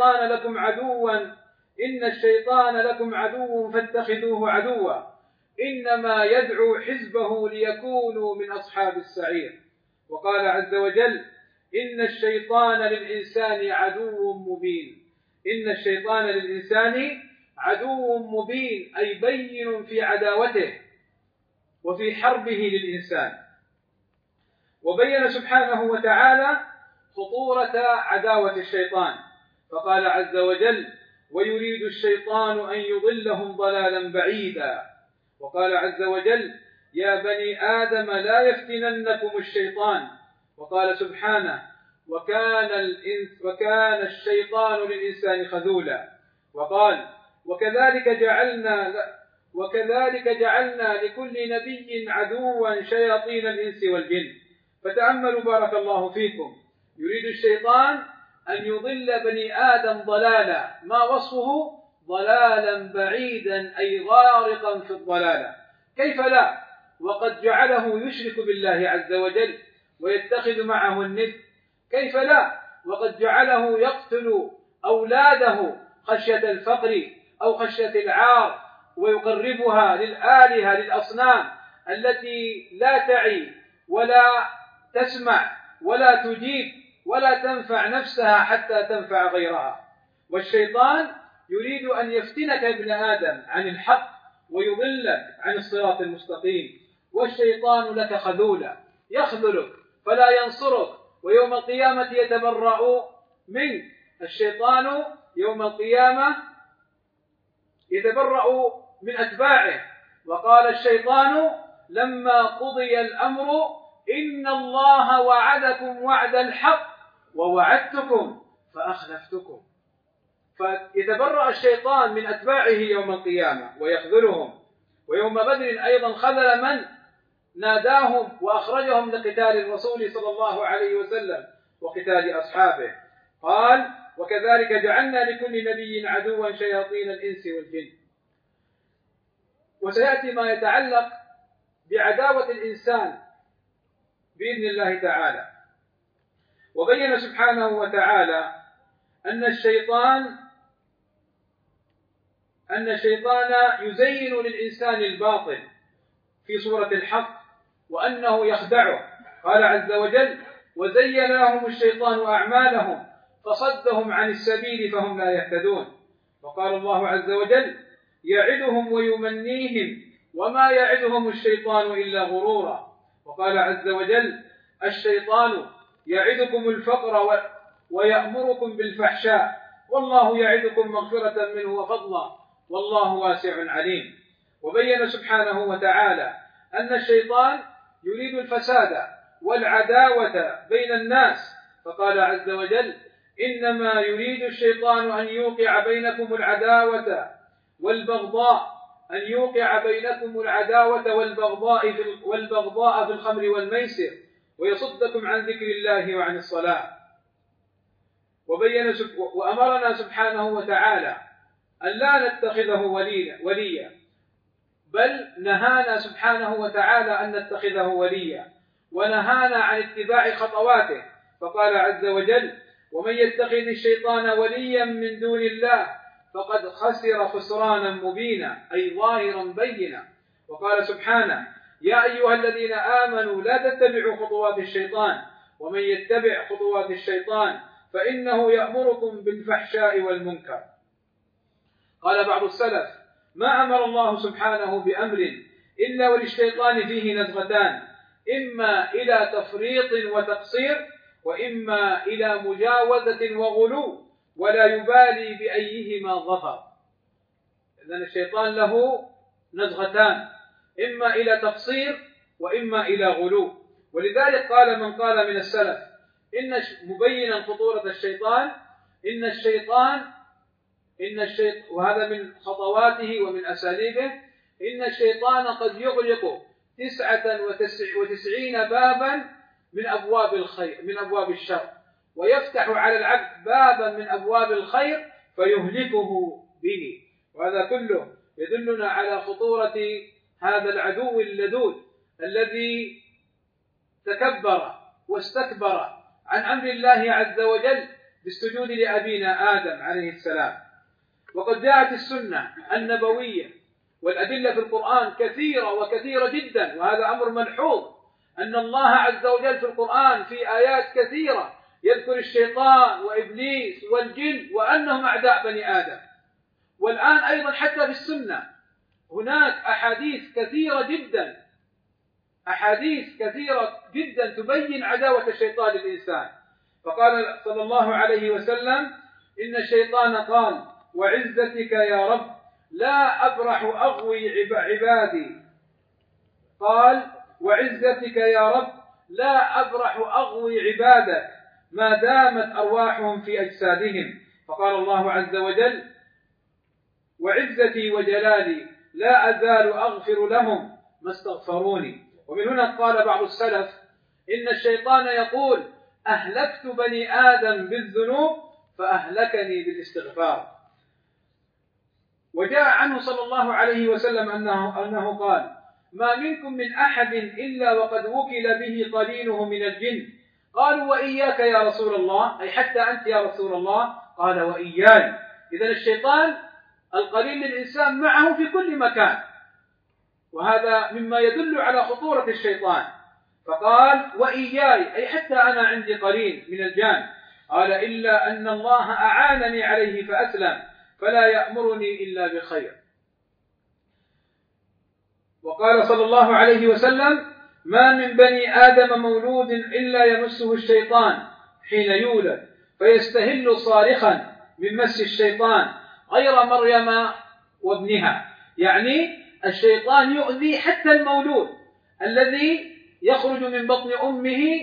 الشيطان لكم عدو فاتخذوه عدوا إنما يدعو حزبه ليكونوا من أصحاب السعير. وقال عز وجل: إن الشيطان للإنسان عدو مبين. إن الشيطان للإنسان عدو مبين أي بين في عداوته وفي حربه للإنسان. وبين سبحانه وتعالى خطورة عداوة الشيطان، فقال عز وجل: ويريد الشيطان أن يضلهم ضلالا بعيدا. وقال عز وجل: يا بني آدم لا يفتننكم الشيطان. وقال سبحانه: وكان الشيطان للإنسان خذولا. وقال: وكذلك جعلنا لكل نبي عدوا شياطين الإنس والجن. فتأملوا بارك الله فيكم، يريد الشيطان أن يضل بني آدم ضلالا، ما وصفه؟ ضلالا بعيدا أي غارقا في الضلالة. كيف لا؟ وقد جعله يشرك بالله عز وجل ويتخذ معه الند. كيف لا؟ وقد جعله يقتل أولاده خشية الفقر أو خشية العار ويقربها للآلهة للأصنام التي لا تعي ولا تسمع ولا تجيب ولا تنفع نفسها حتى تنفع غيرها. والشيطان يريد أن يفتنك ابن آدم عن الحق ويضلك عن الصراط المستقيم. والشيطان لك خذولا، يخذلك فلا ينصرك، ويوم القيامة يتبرأ منك. الشيطان يوم القيامة يتبرأ من أتباعه. وقال الشيطان لما قضي الأمر إن الله وعدكم وعد الحق ووعدتكم فأخلفتكم. فيتبرأ الشيطان من أتباعه يوم القيامة ويخذلهم. ويوم بدر أيضا خذل من ناداهم وأخرجهم لقتال الرسول صلى الله عليه وسلم وقتال أصحابه. قال: وكذلك جعلنا لكل نبي عدوا شياطين الإنس والجن. وسيأتي ما يتعلق بعداوة الإنسان بإذن الله تعالى. وبين سبحانه وتعالى أن الشيطان يزين للإنسان الباطل في سورة الحق وأنه يخدعه. قال عز وجل: وزين لهم الشيطان أعمالهم فصدهم عن السبيل فهم لا يهتدون. وقال الله عز وجل: يعدهم ويمنيهم وما يعدهم الشيطان إلا غرورا. وقال عز وجل: الشيطان يعدكم الفقر ويأمركم بالفحشاء والله يعدكم مغفرة منه وفضلا والله واسع عليم. وبين سبحانه وتعالى أن الشيطان يريد الفساد والعداوة بين الناس، فقال عز وجل: إنما يريد الشيطان أن يوقع بينكم العداوة والبغضاء في الخمر والميسر ويصدكم عن ذكر الله وعن الصلاة. وأمرنا سبحانه وتعالى أن لا نتخذه وليا، بل نهانا سبحانه وتعالى أن نتخذه وليا، ونهانا عن اتباع خطواته، فقال عز وجل: ومن يتخذ الشيطان وليا من دون الله فقد خسر خسرانا مبينا، أي ظاهرا بينا. وقال سبحانه: يا أيها الذين آمنوا لا تتبعوا خطوات الشيطان ومن يتبع خطوات الشيطان فإنه يأمركم بالفحشاء والمنكر. قال بعض السلف: ما أمر الله سبحانه بأمر إلا وللشيطان فيه نزغتان، إما إلى تفريط وتقصير، وإما إلى مجاوزة وغلو، ولا يبالي بأيهما ظفر. إذن الشيطان له نزغتان، إما إلى تقصير وإما إلى غلو. ولذلك قال من قال من السلف مبينا خطورة الشيطان: وهذا من خطواته ومن أساليبه، إن الشيطان قد يغلق 99 بابا من أبواب الخير من أبواب الشر، ويفتح على العبد بابا من أبواب الخير فيهلكه به. وهذا كله يدلنا على خطورة هذا العدو اللدود الذي تكبر واستكبر عن أمر الله عز وجل بالسجود لأبينا آدم عليه السلام. وقد جاءت السنة النبوية والأدلة في القرآن كثيرة وكثيرة جدا، وهذا أمر ملحوظ، أن الله عز وجل في القرآن في آيات كثيرة يذكر الشيطان وإبليس والجن وأنهم أعداء بني آدم. والآن أيضا حتى في السنة هناك أحاديث كثيرة جدا تبين عداوة الشيطان للإنسان. فقال صلى الله عليه وسلم: إن الشيطان قال: وعزتك يا رب لا أبرح أغوي عبادي. قال: وعزتك يا رب لا أبرح أغوي عبادك ما دامت أرواحهم في أجسادهم. فقال الله عز وجل: وعزتي وجلالي لا أزال أغفر لهم ما استغفروني. ومن هنا قال بعض السلف: إن الشيطان يقول: أهلكت بني آدم بالذنوب فأهلكني بالاستغفار. وجاء عنه صلى الله عليه وسلم أنه قال: ما منكم من أحد إلا وقد وكل به قرينه من الجن. قالوا: وإياك يا رسول الله، أي حتى أنت يا رسول الله؟ قال: وإياي. إذن الشيطان القرين للإنسان معه في كل مكان، وهذا مما يدل على خطورة الشيطان. فقال: وإياي، أي حتى أنا عندي قرين من الجان. قال: إلا أن الله أعانني عليه فأسلم، فلا يأمرني إلا بخير. وقال صلى الله عليه وسلم: ما من بني آدم مولود إلا يمسه الشيطان حين يولد فيستهل صارخا من مس الشيطان غير مريم وابنها. يعني الشيطان يؤذي حتى المولود الذي يخرج من بطن أمه،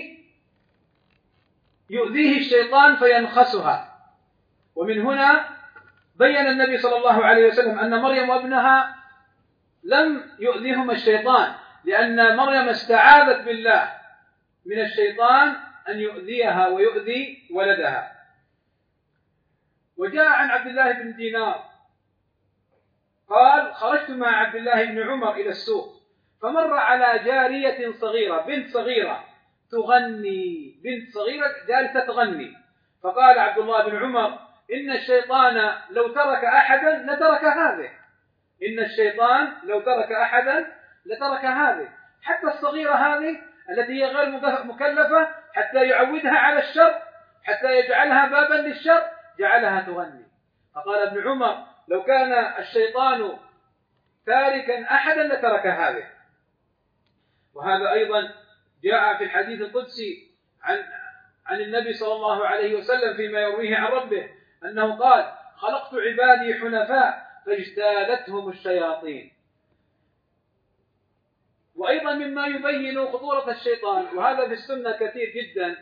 يؤذيه الشيطان فينخسها. ومن هنا بين النبي صلى الله عليه وسلم أن مريم وابنها لم يؤذيهما الشيطان، لأن مريم استعاذت بالله من الشيطان أن يؤذيها ويؤذي ولدها. وجاء عن عبد الله بن دينار قال: خرجت مع عبد الله بن عمر إلى السوق، فمر على جارية صغيرة، بنت صغيرة تغني، بنت صغيرة جالسة تغني. فقال عبد الله بن عمر: إن الشيطان لو ترك أحدا لترك هذه. إن الشيطان لو ترك أحدا لترك هذه، حتى الصغيرة هذه التي هي غير مكلفة، حتى يعودها على الشر، حتى يجعلها بابا للشر، جعلها تغني. فقال ابن عمر: لو كان الشيطان تاركا أحدا لترك هذه. وهذا أيضا جاء في الحديث القدسي عن النبي صلى الله عليه وسلم فيما يرويه عن ربه أنه قال: خلقت عبادي حنفاء فاجتالتهم الشياطين. وأيضا مما يبين خطورة الشيطان، وهذا في السنة كثير جدا،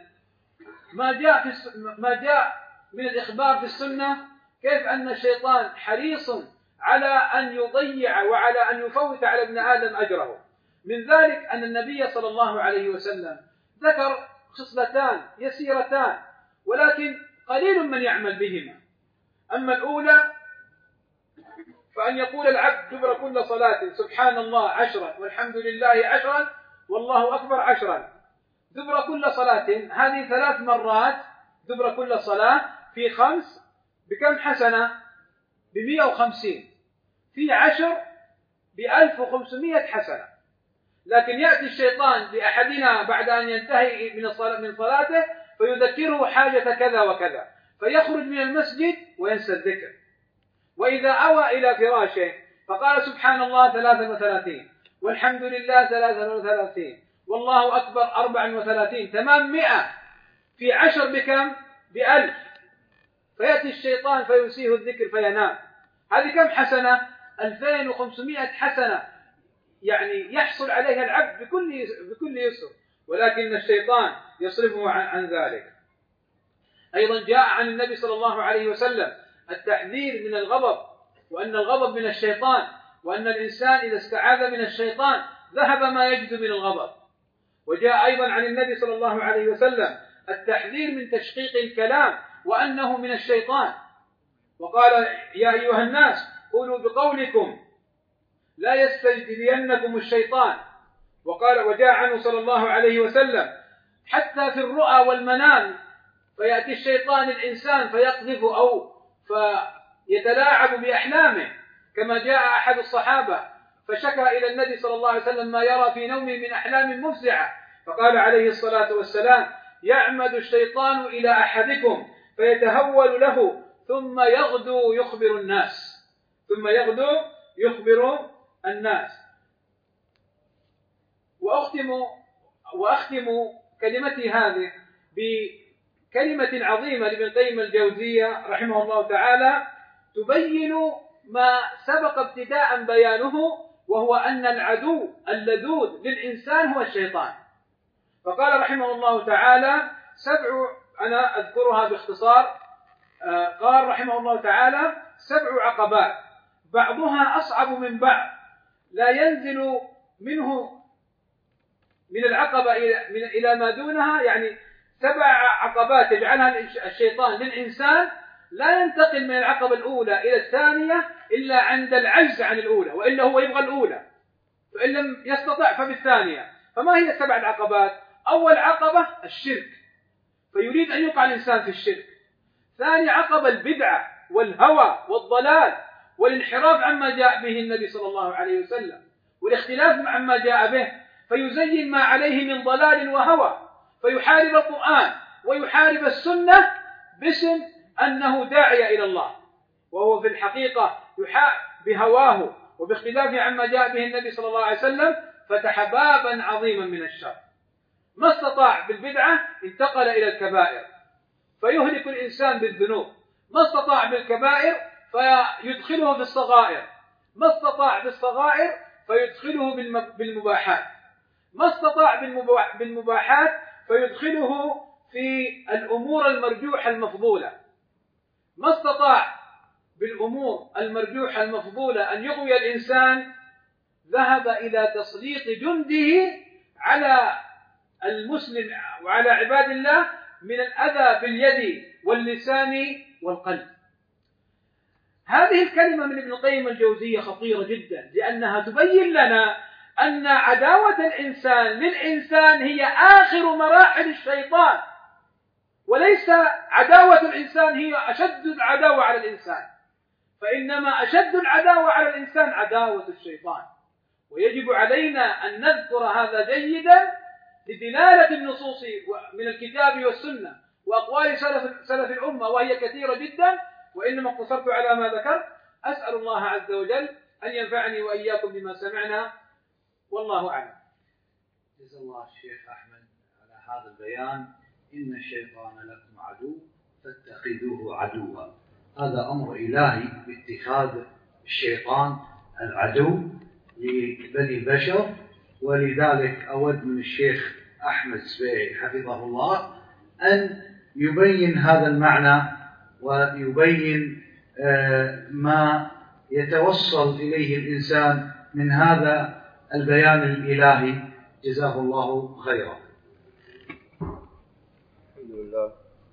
ما جاء من الإخبار في السنة كيف أن الشيطان حريص على أن يضيع وعلى أن يفوت على ابن آدم أجره. من ذلك أن النبي صلى الله عليه وسلم ذكر خصلتان يسيرتان ولكن قليل من يعمل بهما. أما الأولى فأن يقول العبد دبر كل صلاة سبحان الله 10 والحمد لله 10 والله أكبر 10 دبر كل صلاة، هذه 3 مرات دبر كل صلاة في 5 بكم حسنة؟ ب150، في 10 ب1500 حسنة. لكن يأتي الشيطان لأحدنا بعد أن ينتهي من صلاته فيذكره حاجة كذا وكذا، فيخرج من المسجد وينسى الذكر. وإذا أوى إلى فراشه فقال سبحان الله 33 والحمد لله 33 والله أكبر 34 تمام 100 في 10 بكم؟ ب1000. فيأتي الشيطان فينسيه الذكر فينام. هذه كم حسنة؟ 2500 حسنة، يعني يحصل عليها العبد بكل يسر، ولكن الشيطان يصرفه عن ذلك. أيضا جاء عن النبي صلى الله عليه وسلم التحذير من الغضب، وأن الغضب من الشيطان، وأن الإنسان إذا استعاذ من الشيطان ذهب ما يجد من الغضب. وجاء أيضا عن النبي صلى الله عليه وسلم التحذير من تشقيق الكلام وأنه من الشيطان، وقال يا أيها الناس قولوا بقولكم لا يستجلينكم الشيطان. وجاء عنه صلى الله عليه وسلم حتى في الرؤى والمنام فيأتي الشيطان الإنسان فيقذف أو فيتلاعب بأحلامه، كما جاء أحد الصحابة فشكى إلى النبي صلى الله عليه وسلم ما يرى في نومه من أحلام مفزعة، فقال عليه الصلاة والسلام يعمد الشيطان إلى أحدكم فيتهول له ثم يغدو يخبر الناس. وأختم كلمتي هذه بكلمة عظيمة لابن القيم الجوزية رحمه الله تعالى تبين ما سبق ابتداء بيانه، وهو أن العدو اللدود للإنسان هو الشيطان. فقال رحمه الله تعالى 7، أنا أذكرها باختصار. قال رحمه الله تعالى 7 عقبات بعضها أصعب من بعض لا ينزل من العقبة إلى ما دونها، يعني 7 عقبات يجعلها الشيطان للإنسان لا ينتقل من العقبة الأولى إلى الثانية إلا عند العجز عن الأولى، وإلا هو يبغى الأولى، فإن لم يستطع فبالثانية. فما هي 7 العقبات؟ أول عقبة الشرك، فيريد أن يقع الإنسان في الشرك. ثاني عقبة البدعة والهوى والضلال والانحراف عما جاء به النبي صلى الله عليه وسلم والاختلاف عما جاء به، فيزين ما عليه من ضلال وهوى، فيحارب القرآن ويحارب السنة باسم أنه داعي إلى الله، وهو في الحقيقة بهواه وباختلاف عما جاء به النبي صلى الله عليه وسلم فتح بابا عظيما من الشر. ما استطاع بالبدعة انتقل إلى الكبائر فيهلك الإنسان بالذنوب، ما استطاع بالكبائر فيدخله في الصغائر، ما استطاع بالصغائر فيدخله بالمباحات، ما استطاع بالمباحات فيدخله في الأمور المرجوحة المفضولة، ما استطاع بالأمور المرجوحة المفضولة أن يغوي الإنسان ذهب إلى تسليط جنده على المسلم وعلى عباد الله من الأذى باليد واللسان والقلب. هذه الكلمة من ابن القيم الجوزية خطيرة جدا، لأنها تبين لنا أن عداوة الإنسان للإنسان هي آخر مراحل الشيطان، وليس عداوة الإنسان هي أشد العداوة على الإنسان، فإنما أشد العداوة على الإنسان عداوة الشيطان. ويجب علينا أن نذكر هذا جيدا لدلالة النصوص من الكتاب والسنة وأقوال سلف الأمة، وهي كثيرة جدا، وإنما اقتصرت على ما ذكرت. أسأل الله عز وجل أن ينفعني وإياكم بما سمعنا، والله أعلم. جزا الله الشيخ أحمد على هذا البيان. إن الشيطان لكم عدو فاتخذوه عدوا. هذا أمر إلهي باتخاذ الشيطان العدو لبني البشر، ولذلك أود من الشيخ أحمد السبيعي حفظه الله أن يبين هذا المعنى ويبين ما يتوصل إليه الإنسان من هذا البيان الإلهي. جزاه الله خيرا.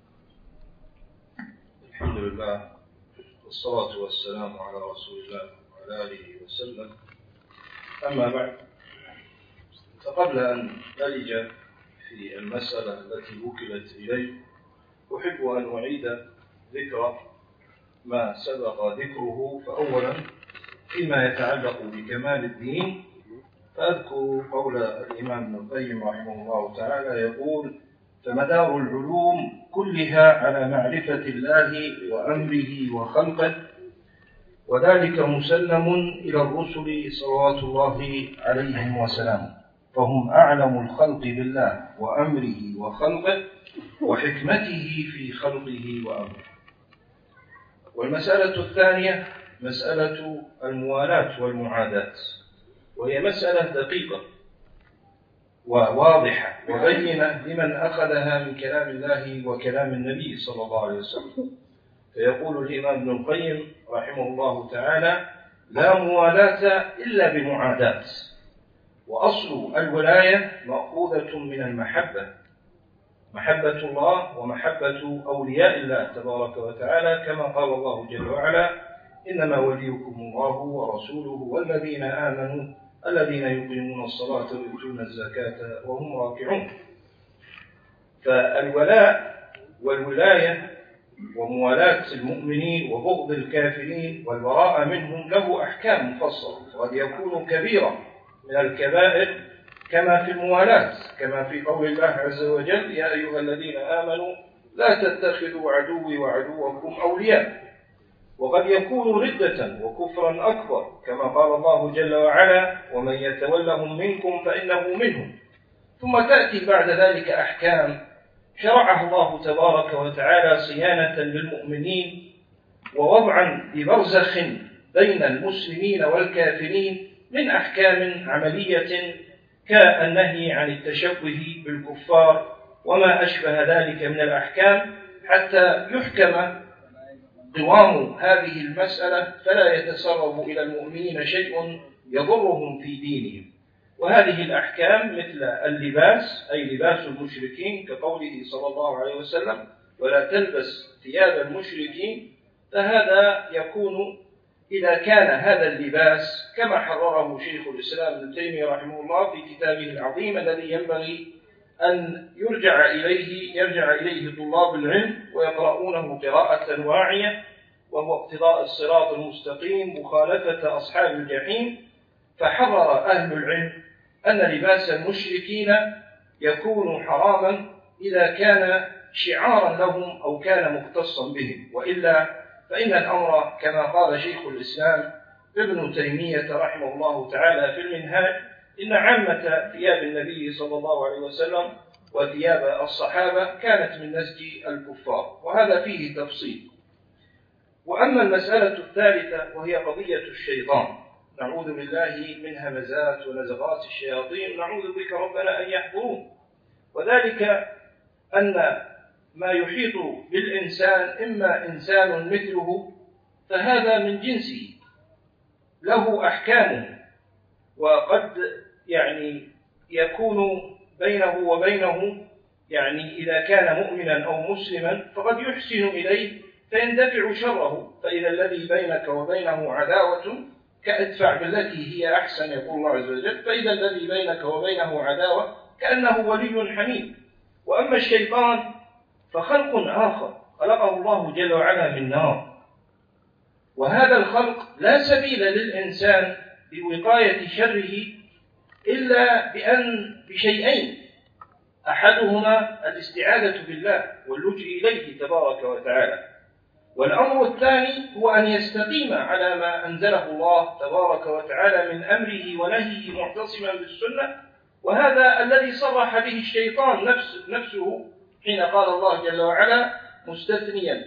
الحمد لله والصلاة والسلام على رسول الله وعلى آله وسلم. أما بعد، فقبل أن ألج في المسألة التي وكلت إلي أحب أن أعيد ذكر ما سبق ذكره. فأولا فيما يتعلق بكمال الدين فأذكر قول الإمام ابن القيم رحمه الله تعالى يقول: فمدار العلوم كلها على معرفة الله وأمره وخلقه، وذلك مسلم إلى الرسل صلوات الله عليهم وسلامه، فهم أعلم الخلق بالله وأمره وخلقه وحكمته في خلقه وأمره. والمسألة الثانية مسألة الموالاة والمعاداة، وهي مسألة دقيقة وواضحة وبينة لمن أخذها من كلام الله وكلام النبي صلى الله عليه وسلم. فيقول الإمام ابن القيم رحمه الله تعالى: لا موالاة إلا بمعاداة، وأصل الولاية مأخوذة من المحبة، محبة الله ومحبة أولياء الله تبارك وتعالى، كما قال الله جل وعلا: إنما وليكم الله ورسوله والذين آمنوا الذين يقيمون الصلاة ويؤتون الزكاة وهم راكعون. فالولاء والولاية وموالاة المؤمنين وبغض الكافرين والبراءة منهم له أحكام مفصلة، وقد يكون كبيرا من الكبائر كما في الموالاة، كما في قول الله عز وجل: يا أيها الذين آمنوا لا تتخذوا عدوي وعدوكم أولياء. وقد يكون ردة وكفرا أكبر، كما قال الله جل وعلا: ومن يتولهم منكم فإنه منهم. ثم تأتي بعد ذلك أحكام شرعها الله تبارك وتعالى صيانة للمؤمنين ووضعا لبرزخ بين المسلمين والكافرين من أحكام عملية كالنهي عن التشبه بالكفار وما أشبه ذلك من الأحكام، حتى يحكم قوام هذه المسألة فلا يتسرب إلى المؤمنين شيء يضرهم في دينهم. وهذه الأحكام مثل اللباس، أي لباس المشركين، كقوله صلى الله عليه وسلم: ولا تلبس ثياب المشركين. فهذا يكون إذا كان هذا اللباس كما حرره شيخ الإسلام ابن تيمية رحمه الله في كتابه العظيم الذي ينبغي أن يرجع إليه طلاب العلم ويقرؤونه قراءة واعية، وهو اقتضاء الصراط المستقيم مخالفة أصحاب الجحيم. فحرر أهل العلم أن لباس المشركين يكون حراما إذا كان شعارا لهم أو كان مختصا بهم، وإلا فإن الأمر كما قال شيخ الإسلام ابن تيمية رحمه الله تعالى في المنهاج: إن عامة ثياب النبي صلى الله عليه وسلم وثياب الصحابة كانت من نسج الكفار، وهذا فيه تفصيل. وأما المسألة الثالثة وهي قضية الشيطان، نعوذ بالله من همزات ونزغات الشياطين، نعوذ بك ربنا أن يحضرون. وذلك أن ما يحيط بالإنسان إما إنسان مثله فهذا من جنسه له أحكامه، وقد يكون بينه وبينه إذا كان مؤمنا أو مسلما فقد يحسن إليه فيندفع شره. فإذا الذي بينك وبينه عداوة كأدفع بالتي هي أحسن، يقول الله عز وجل: فإذا الذي بينك وبينه عداوة كأنه ولي حميم. وأما الشيطان فخلق آخر خلقه الله جل وعلا من نار، وهذا الخلق لا سبيل للإنسان بوقاية شره إلا بشيئين: أحدهما الاستعاذة بالله واللجوء إليه تبارك وتعالى، والأمر الثاني هو أن يستقيم على ما أنزله الله تبارك وتعالى من أمره ونهيه معتصما بالسنة. وهذا الذي صرح به الشيطان نفسه حين قال الله جل وعلا مستثنيا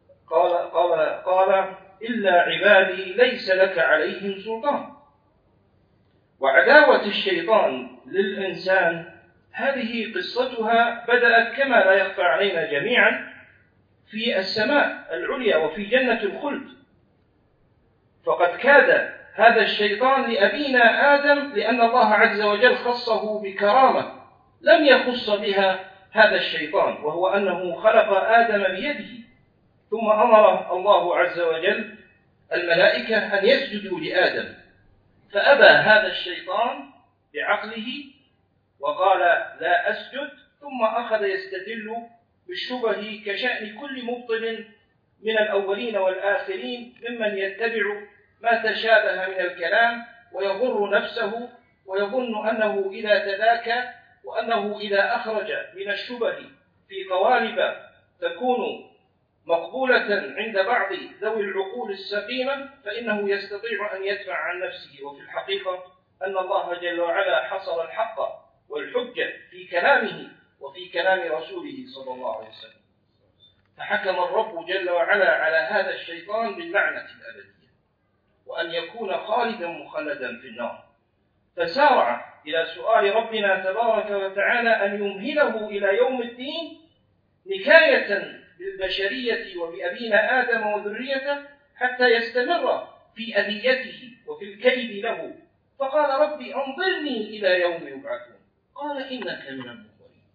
قال إلا عبادي ليس لك عليهم سلطان. وعداوة الشيطان للإنسان هذه قصتها بدأت كما لا يخفى علينا جميعا في السماء العليا وفي جنة الخلد. فقد كاد هذا الشيطان لأبينا آدم، لأن الله عز وجل خصه بكرامة لم يخص بها هذا الشيطان، وهو أنه خلق آدم بيده، ثم أمر الله عز وجل الملائكة أن يسجدوا لآدم، فأبى هذا الشيطان بعقله وقال لا أسجد، ثم أخذ يستدل بالشبه كشأن كل مبطل من الأولين والآخرين ممن يتبع ما تشابه من الكلام ويغر نفسه ويظن أنه إذا تذاكى وأنه إذا أخرج من الشبه في قوالب تكون مقبولة عند بعض ذوي العقول السقيمة فإنه يستطيع أن يدفع عن نفسه. وفي الحقيقة أن الله جل وعلا حصر الحق والحجة في كلامه وفي كلام رسوله صلى الله عليه وسلم، فحكم الرب جل وعلا على هذا الشيطان باللعنة الأبدية وأن يكون خالدا مخلدا في النار، فسارع إلى سؤال ربنا تبارك وتعالى أن يمهله إلى يوم الدين نكاية بالبشرية وبأبينا آدم وذريته حتى يستمر في أذيته وفي الكيد له، فقال ربي أنظرني إلى يوم يبعثون، قال إنك من المنظرين.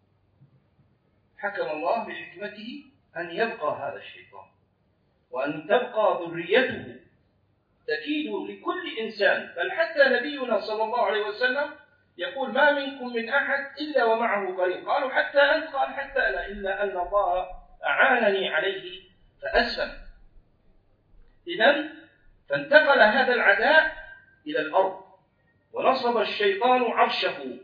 حكم الله بحكمته أن يبقى هذا الشيطان وأن تبقى ذريته تكيد لكل إنسان، بل حتى نبينا صلى الله عليه وسلم يقول ما منكم من أحد إلا ومعه قرين، قالوا حتى أنت؟ قال حتى أنا، إلا أن الله أعانني عليه فأسلم. إذن فانتقل هذا العداء إلى الأرض ونصب الشيطان عرشه،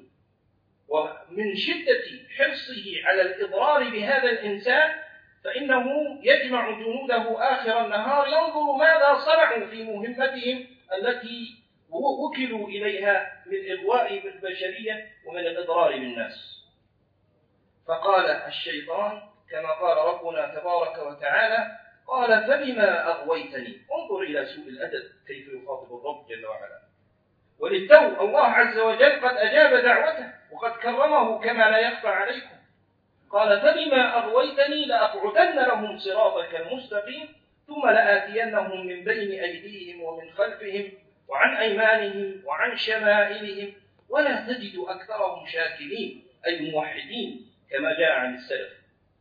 ومن شدة حرصه على الإضرار بهذا الإنسان فإنه يجمع جنوده آخر النهار ينظر ماذا صنعوا في مهمتهم التي وكلوا إليها من إغواء البشرية ومن الإضرار بالناس. فقال الشيطان كما قال ربنا تبارك وتعالى قال فبما أغويتني، انظر إلى سوء الأدب كيف يخاطب الرب جل وعلا، وللتو الله عز وجل قد أجاب دعوته وقد كرمه كما لا يخفى عليكم، قال فبما أغويتني لأقعدن لهم صراطك المستقيم ثم لآتينهم من بين أيديهم ومن خلفهم وعن أيمانهم وعن شمائلهم ولا تجد أكثرهم شاكرين أي موحدين كما جاء عن السلف.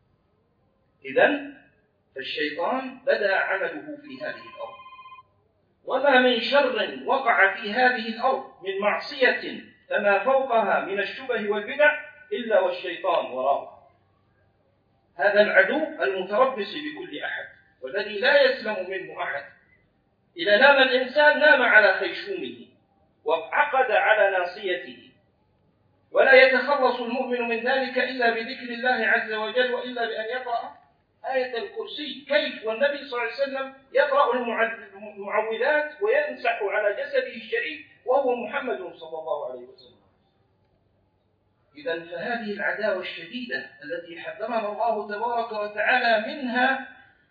إذن فالشيطان بدأ عمله في هذه الأرض، وما من شر وقع في هذه الأرض من معصية فما فوقها من الشبه والبدع إلا والشيطان وراءه، هذا العدو المتربص بكل أحد والذي لا يسلم منه أحد. إذا نام الإنسان نام على خيشومه وعقد على ناصيته، ولا يتخلص المؤمن من ذلك إلا بذكر الله عز وجل وإلا بأن يقرأ آية الكرسي. كيف والنبي صلى الله عليه وسلم يقرأ المعوذات ويمسح على جسده الشريف وهو محمد صلى الله عليه وسلم. إذن فهذه العداوة الشديدة التي حذرنا الله تبارك وتعالى منها،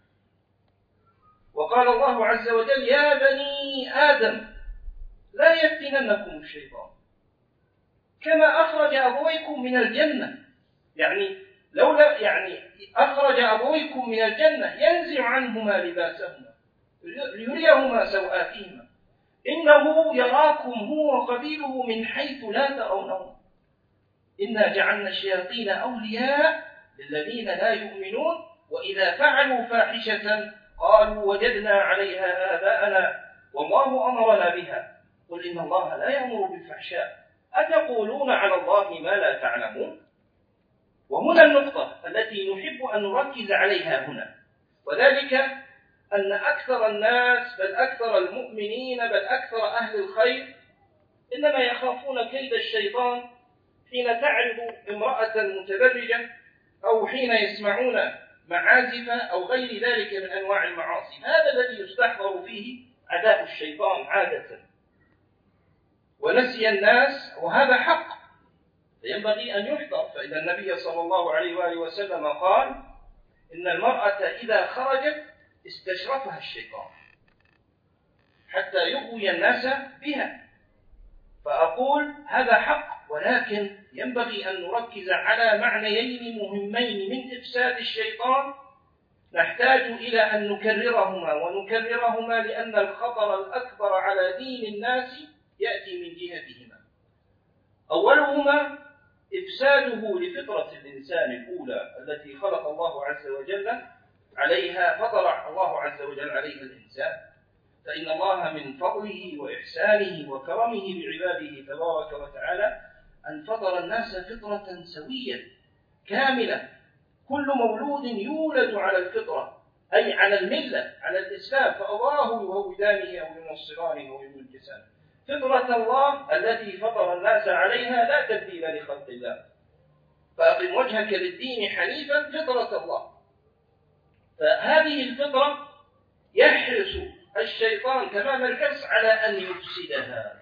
وقال الله عز وجل يا بني آدم لا يفتننكم الشيطان كما أخرج أبويكم من الجنة، يعني لولا أخرج أبويكم من الجنة ينزع عنهما لباسهما ليريهما سوآتهما إنه يراكم هو وقبيله من حيث لا ترونهم إنا جعلنا الشياطين أولياء للذين لا يؤمنون وإذا فعلوا فاحشة قالوا وجدنا عليها آباءنا والله أمرنا بها قل إن الله لا يأمر بالفحشاء أتقولون على الله ما لا تعلمون. وهنا النقطة التي نحب أن نركز عليها هنا، وذلك أن أكثر الناس بل أكثر المؤمنين بل أكثر أهل الخير إنما يخافون كيد الشيطان حين تعرض امرأة متبرجة أو حين يسمعون معازف أو غير ذلك من أنواع المعاصي. هذا الذي يستحضر فيه عداء الشيطان عادة، ونسي الناس وهذا حق فينبغي أن يحضر. فإن النبي صلى الله عليه وآله وسلم قال إن المرأة إذا خرجت استشرفها الشيطان حتى يغوي الناس بها. فأقول هذا حق، ولكن ينبغي أن نركز على معنيين مهمين من إفساد الشيطان نحتاج إلى أن نكررهما لأن الخطر الأكبر على دين الناس يأتي من جهتهما. أولهما إفساده لفطرة الإنسان الأولى التي خلق الله عز وجل عليها، فطر الله عز وجل عليها الإنسان، فإن الله من فضله وإحسانه وكرمه بعباده تبارك وتعالى أن فطر الناس فطرة سوية كاملة. كل مولود يولد على الفطرة، أي على الملة، على الإسلام، فأباه يهودانه أو ينصرانه أو يمجسانه. فطرة الله التي فطر الناس عليها لا تبديل لخلق الله، فأقم وجهك للدين حنيفا فطرة الله. فهذه الفطرة يحرص الشيطان تمام الحرص على أن يفسدها.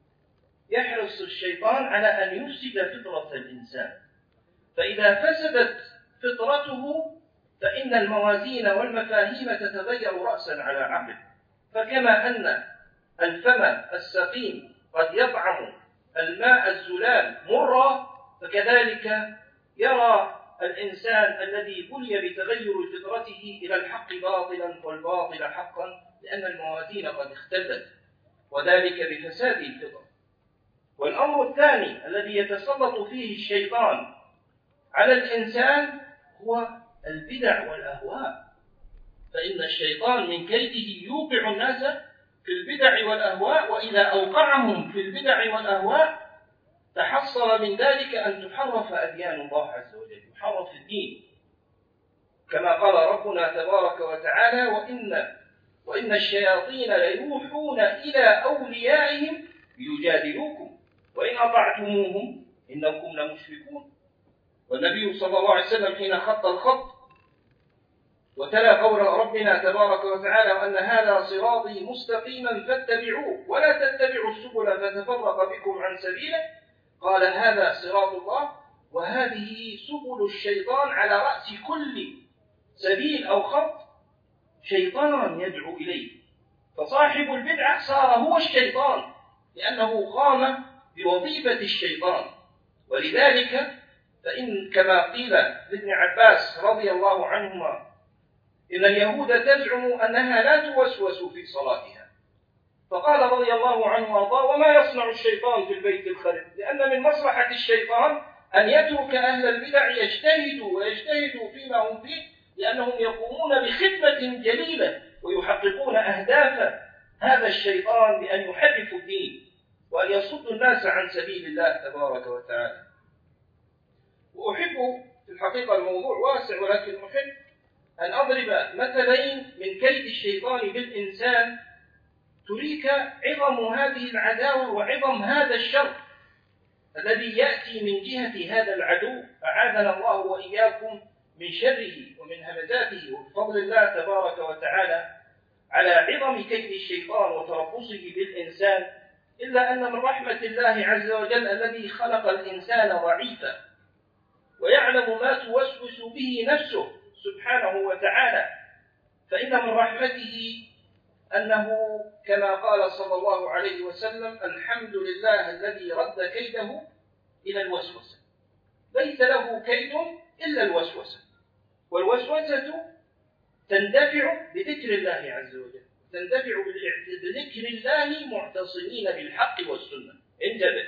يحرص الشيطان على أن يفسد فطرة الإنسان، فإذا فسدت فطرته فإن الموازين والمفاهيم تتغير رأسا على عقل. فكما أن الفم السقيم قد يطعم الماء الزلال مرا، فكذلك يرى الإنسان الذي بلي بتغير فطرته إلى الحق باطلا والباطل حقا، لأن الموازين قد اختلت، وذلك بفساد الفطر. والأمر الثاني الذي يتسلط فيه الشيطان على الإنسان هو البدع والأهواء. فإن الشيطان من كيده يوقع الناس في البدع والأهواء، وإذا أوقعهم في البدع والأهواء تحصل من ذلك أن تحرف أديان الله عز وجل، يحرف الدين، كما قال ربنا تبارك وتعالى: وإن الشياطين ليوحون إلى أوليائهم ليجادلوكم وإن أطعتموهم إنكم لمشركون. والنبي صلى الله عليه وسلم حين خط الخط وتلا قول ربنا تبارك وتعالى: وأن هذا صراطي مستقيما فاتبعوه ولا تتبعوا السبل فتفرق بكم عن سبيله، قال: هذا صراط الله وهذه سبل الشيطان. على رأس كل سبيل أو خط شيطان يدعو إليه، فصاحب البدعة صار هو الشيطان لأنه قام بوظيفة الشيطان. ولذلك فإن كما قيل لابن عباس رضي الله عنهما: إن اليهود تزعم أنها لا توسوس في صلاتها. فقال رضي الله عنه وارضاه: وما يصنع الشيطان في البيت الخرب؟ لأن من مصلحة الشيطان أن يترك أهل البدع يجتهدوا فيما هم فيه، لأنهم يقومون بخدمة جليلة ويحققون أهداف هذا الشيطان بأن يحرفوا الدين وأن يصدوا الناس عن سبيل الله تبارك وتعالى. وأحب في الحقيقة الموضوع واسع، ولكن أحب أن أضرب مثلين من كيد الشيطان بالإنسان تريك عظم هذه العداوة وعظم هذا الشر الذي يأتي من جهة هذا العدو، أعاذنا الله وإياكم من شره ومن همزاته. وبفضل الله تبارك وتعالى على عظم كيد الشيطان وتربصه بالإنسان، إلا أن من رحمة الله عز وجل الذي خلق الإنسان ضعيفا ويعلم ما توسوس به نفسه سبحانه وتعالى، فإن من رحمته أنه كما قال صلى الله عليه وسلم: الحمد لله الذي رد كيده إلى الوسوسة. ليس له كيد إلا الوسوسة، والوسوسة تندفع بذكر الله عز وجل، تندفع بذكر الله معتصمين بالحق والسنة. انتبه.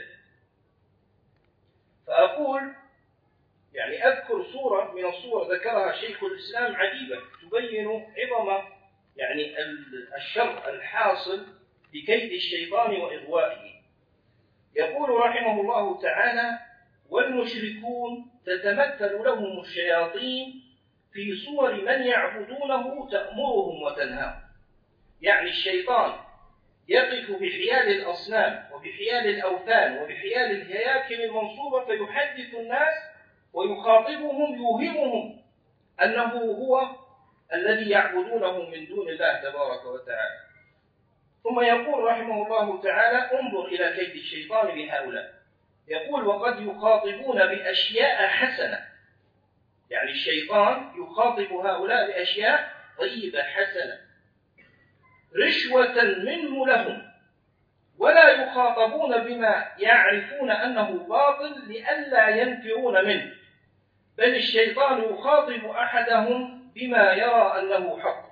فأقول يعني أذكر صورة من الصور ذكرها شيخ الإسلام عجيبة تبين عظم يعني الشر الحاصل بكيد الشيطان وإغوائه. يقول رحمه الله تعالى: والمشركون تتمثل لهم الشياطين في صور من يعبدونه تأمرهم وتنهاهم. يعني الشيطان يقف بحيال الأصنام وبحيال الأوثان وبحيال الهياكل المنصوبة فيحدث الناس ويخاطبهم يوهمهم أنه هو الذي يعبدونه من دون الله تبارك وتعالى. ثم يقول رحمه الله تعالى: انظر إلى كيد الشيطان بهؤلاء. يقول: وقد يخاطبون بأشياء حسنة. يعني الشيطان يخاطب هؤلاء بأشياء طيبة حسنة رشوة منه لهم، ولا يخاطبون بما يعرفون أنه باطل لئلا ينفرون منه، بل الشيطان يخاطب أحدهم بما يرى أنه حق.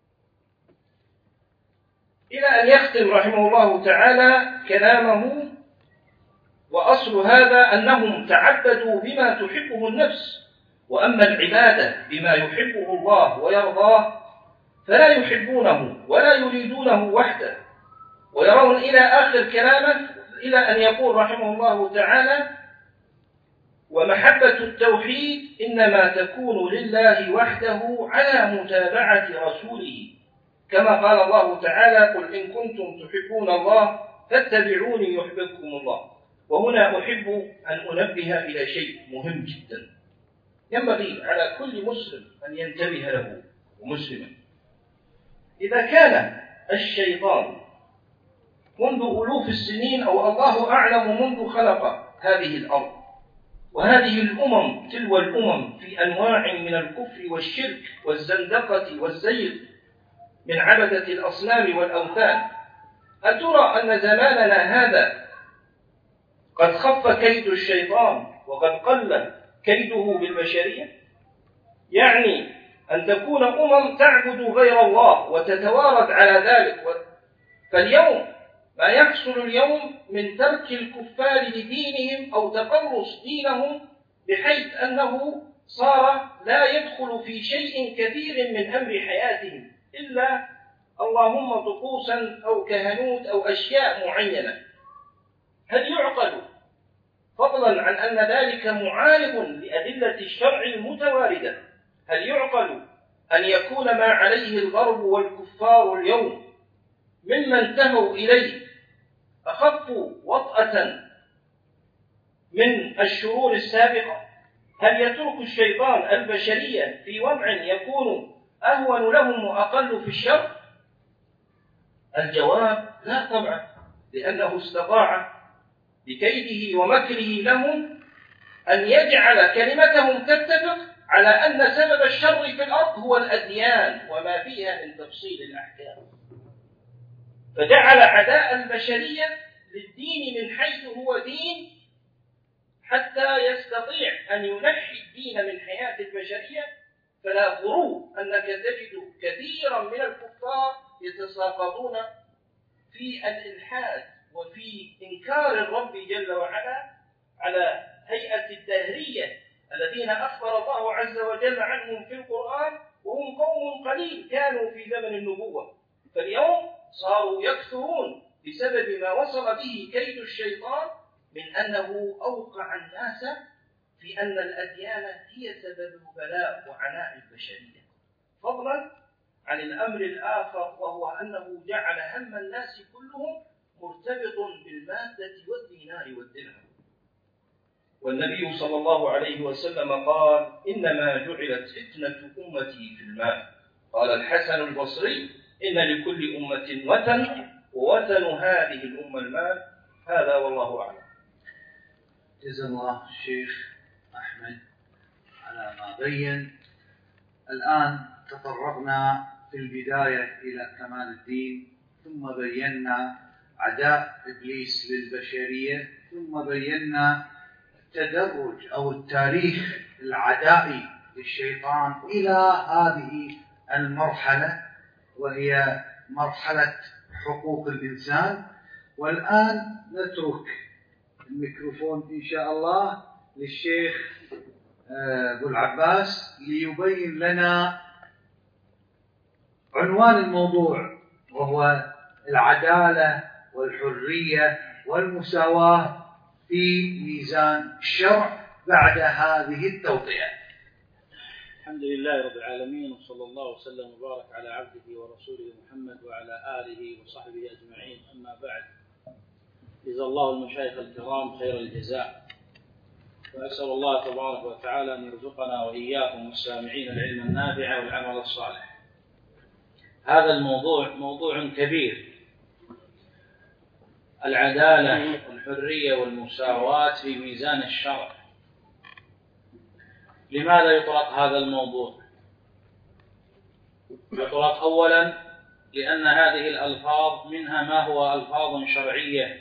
إلى أن يختم رحمه الله تعالى كلامه: وأصل هذا أنهم تعبدوا بما تحبه النفس، وأما العبادة بما يحبه الله ويرضاه فلا يحبونه ولا يريدونه وحده، ويرون إلى آخر كلامه إلى أن يقول رحمه الله تعالى: ومحبة التوحيد إنما تكون لله وحده على متابعة رسوله، كما قال الله تعالى: قل إن كنتم تحبون الله فاتبعوني يحببكم الله. وهنا أحب أن أنبه إلى شيء مهم جدا ينبغي على كل مسلم أن ينتبه له ومسلما. إذا كان الشيطان منذ ألوف السنين أو الله أعلم منذ خلق هذه الأرض وهذه الأمم تلو الأمم في أنواع من الكفر والشرك والزندقة والزيغ من عبدة الأصنام والأوثان، أترى أن زماننا هذا قد خف كيد الشيطان وقد قل كيده بالبشرية؟ يعني أن تكون أمم تعبد غير الله وتتوارد على ذلك. فاليوم ما يحصل اليوم من ترك الكفار لدينهم أو تقرص دينهم بحيث أنه صار لا يدخل في شيء كثير من أمر حياتهم إلا اللهم طقوسا أو كهنوت أو أشياء معينة. هل يعقل فضلا عن أن ذلك معارض لأدلة الشرع المتواردة؟ هل يعقل أن يكون ما عليه الغرب والكفار اليوم مما انتهوا إليه أخف وطأة من الشرور السابقة؟ هل يترك الشيطان البشرية في وضع يكون أهون لهم وأقل في الشر؟ الجواب لا طبعا، لأنه استطاع بكيده ومكره لهم أن يجعل كلمتهم تتفق على أن سبب الشر في الأرض هو الأديان وما فيها من تفصيل الأحكام، فجعل عداء البشرية للدين من حيث هو دين حتى يستطيع أن ينحي الدين من حياة البشرية. فلا غرو أنك تجد كثيرا من الكفار يتساقطون في الإلحاد وفي إنكار الرب جل وعلا على هيئة الدهرية الذين أخبر الله عز وجل عنهم في القرآن، وهم قوم قليل كانوا في زمن النبوة، فاليوم صاروا يكثرون بسبب ما وصل به كيد الشيطان من أنه أوقع الناس في أن الأديان هي سبب البلاء وعناء البشرية، فضلا عن الأمر الآخر وهو أنه جعل هم الناس كلهم مرتبط بالمادة والدينار والدرهم. والنبي صلى الله عليه وسلم قال: إنما جعلت فتنة أمتي في المال. قال الحسن البصري: إن لكل أمة وثن ووثن هذه الأمة المال. هذا والله أعلم. جزا الله الشيخ أحمد على ما بين. الآن تطرقنا في البداية إلى كمال الدين، ثم بينا عداء إبليس للبشرية، ثم بينا التدرج أو التاريخ العدائي للشيطان إلى هذه المرحلة وهي مرحلة حقوق الإنسان. والآن نترك الميكروفون إن شاء الله للشيخ أبو العباس ليبين لنا عنوان الموضوع، وهو العدالة والحرية والمساواة في ميزان الشرع بعد هذه التوطئة. الحمد لله رب العالمين، وصلى الله وسلم وبارك على عبده ورسوله محمد وعلى آله وصحبه أجمعين. أما بعد، جزا الله المشايخ الكرام خير الجزاء، وأسأل الله تبارك وتعالى أن يرزقنا وإياكم والسامعين العلم النافع والعمل الصالح. هذا الموضوع موضوع كبير، العدالة والحرية والمساواة في ميزان الشرع. لماذا يطرق هذا الموضوع؟ يطرق أولا لأن هذه الألفاظ منها ما هو ألفاظ شرعية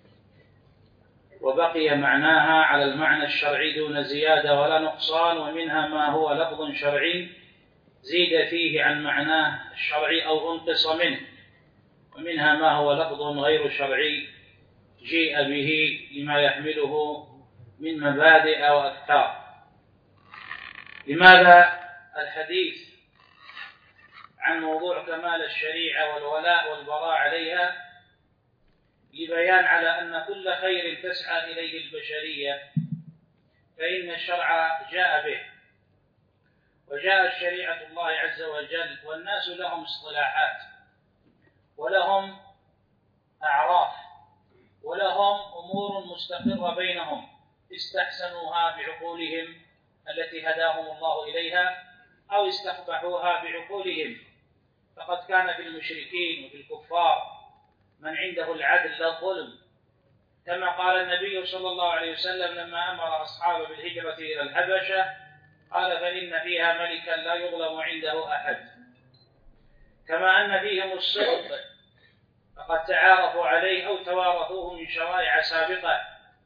وبقي معناها على المعنى الشرعي دون زيادة ولا نقصان، ومنها ما هو لفظ شرعي زيد فيه عن معناه الشرعي أو انقص منه، ومنها ما هو لفظ غير شرعي جيء به لما يحمله من مبادئ أو أفكار. لماذا الحديث عن موضوع كمال الشريعة والولاء والبراء عليها لبيان على أن كل خير تسعى إليه البشرية فإن الشرع جاء به، وجاءت شريعة الله عز وجل، والناس لهم اصطلاحات ولهم أعراف ولهم أمور مستقرة بينهم استحسنوها بعقولهم التي هداهم الله إليها أو استقبحوها بعقولهم. فقد كان في المشركين وفي الكفار من عنده العدل لا الظلم، كما قال النبي صلى الله عليه وسلم لما أمر أصحابه بالهجرة إلى الحبشة قال فإن فيها ملكا لا يظلم عنده أحد. كما أن فيهم الصدق فقد تعارفوا عليه أو توارثوه من شرائع سابقة.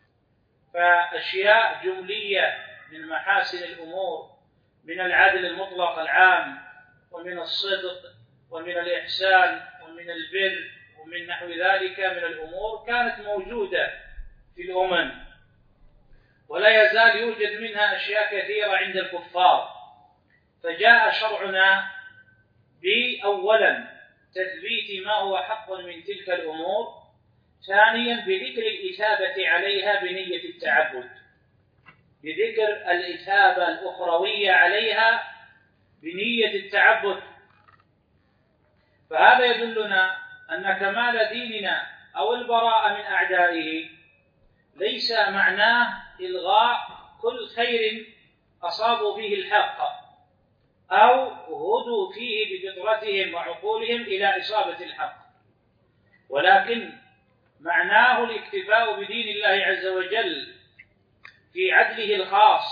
فأشياء جملية من محاسن الأمور من العدل المطلق العام ومن الصدق ومن الإحسان ومن البر ومن نحو ذلك من الأمور كانت موجودة في الأمم، ولا يزال يوجد منها أشياء كثيرة عند الكفار. فجاء شرعنا بأولا تثبيت ما هو حق من تلك الأمور، ثانيا بذكر الإثابة عليها بنية التعبد، بذكر الإثابة الأخروية عليها بنية التعبد. فهذا يدلنا أن كمال ديننا أو البراءة من أعدائه ليس معناه إلغاء كل خير أصابوا فيه الحق أو هدوا فيه بفطرتهم وعقولهم إلى إصابة الحق، ولكن معناه الاكتفاء بدين الله عز وجل في عدله الخاص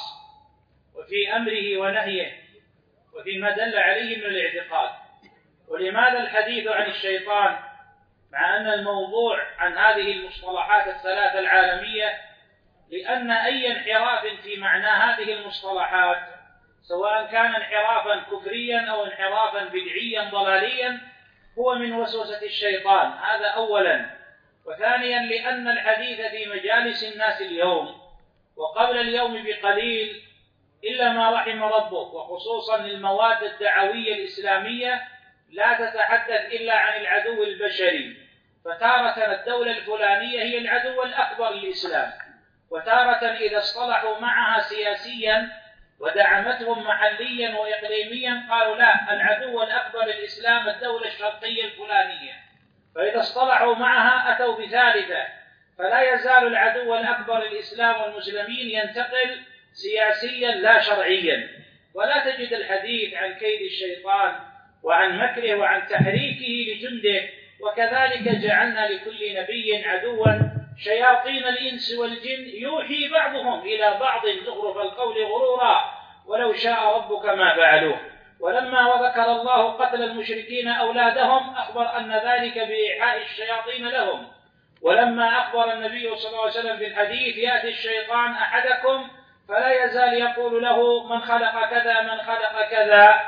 وفي أمره ونهيه وفيما دل عليه من الاعتقاد. ولماذا الحديث عن الشيطان مع أن الموضوع عن هذه المصطلحات الثلاثة العالمية؟ لأن أي انحراف في معنى هذه المصطلحات سواء كان انحرافا كفريا أو انحرافا بدعيا ضلاليا هو من وسوسة الشيطان، هذا أولا. وثانيا لأن الحديث في مجالس الناس اليوم وقبل اليوم بقليل إلا ما رحم ربك، وخصوصا المواد الدعوية الإسلامية لا تتحدث إلا عن العدو البشري، فتارة الدولة الفلانية هي العدو الأكبر للإسلام، وتارة إذا اصطلحوا معها سياسيا ودعمتهم محليا وإقليميا قالوا لا، العدو الأكبر للإسلام الدولة الشرقية الفلانية، فإذا اصطلحوا معها أتوا بثالثة. فلا يزال العدو الأكبر للإسلام والمسلمين ينتقل سياسيا لا شرعيا، ولا تجد الحديث عن كيد الشيطان وعن مكره وعن تحريكه لجنده. وكذلك جعلنا لكل نبي عدوا شياطين الإنس والجن يوحي بعضهم إلى بعض زخرف القول غرورا ولو شاء ربك ما فعلوه. ولما وذكر الله قتل المشركين أولادهم أخبر أن ذلك بإيحاء الشياطين لهم. ولما أخبر النبي صلى الله عليه وسلم في الحديث يأتي الشيطان أحدكم فلا يزال يقول له من خلق كذا من خلق كذا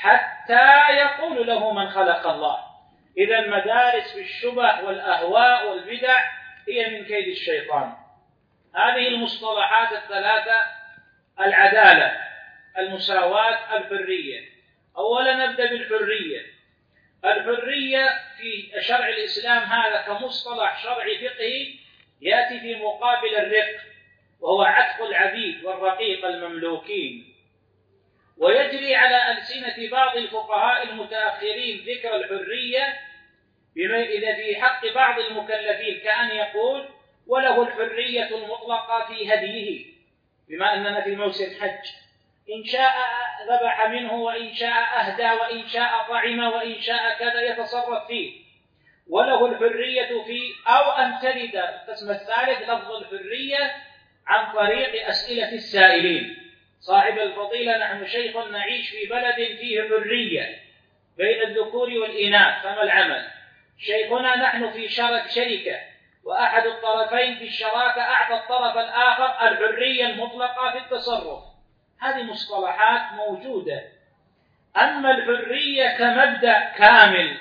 حتى يقول له من خلق الله. إذا المدارس في الشبه والأهواء والبدع هي من كيد الشيطان. هذه المصطلحات الثلاثة: العدالة، المساواة، الحرية. أولا نبدأ بالحرية. الحرية في شرع الإسلام هذا كمصطلح شرعي فقهي يأتي في مقابل الرق، وهو عتق العبيد والرقيق المملوكين. ويجري على ألسنة بعض الفقهاء المتأخرين ذكر الحرية إذا في حق بعض المكلفين، كأن يقول وله الحرية المطلقة في هديه، بما أننا في موسم حج، إن شاء ذبح منه وإن شاء أهدى وإن شاء طعم وإن شاء كذا يتصرف فيه. وله الحرية في أو أن ترد القسم الثالث لفظ الحرية عن طريق أسئلة السائلين. صاحب الفضيلة: نحن شيخ نعيش في بلد فيه حرية بين الذكور والإناث، فما العمل؟ شيخنا: نحن في شركة وأحد الطرفين في الشراكة أعطى الطرف الآخر الحرية المطلقة في التصرف. هذه مصطلحات موجودة. أما الحرية كمبدأ كامل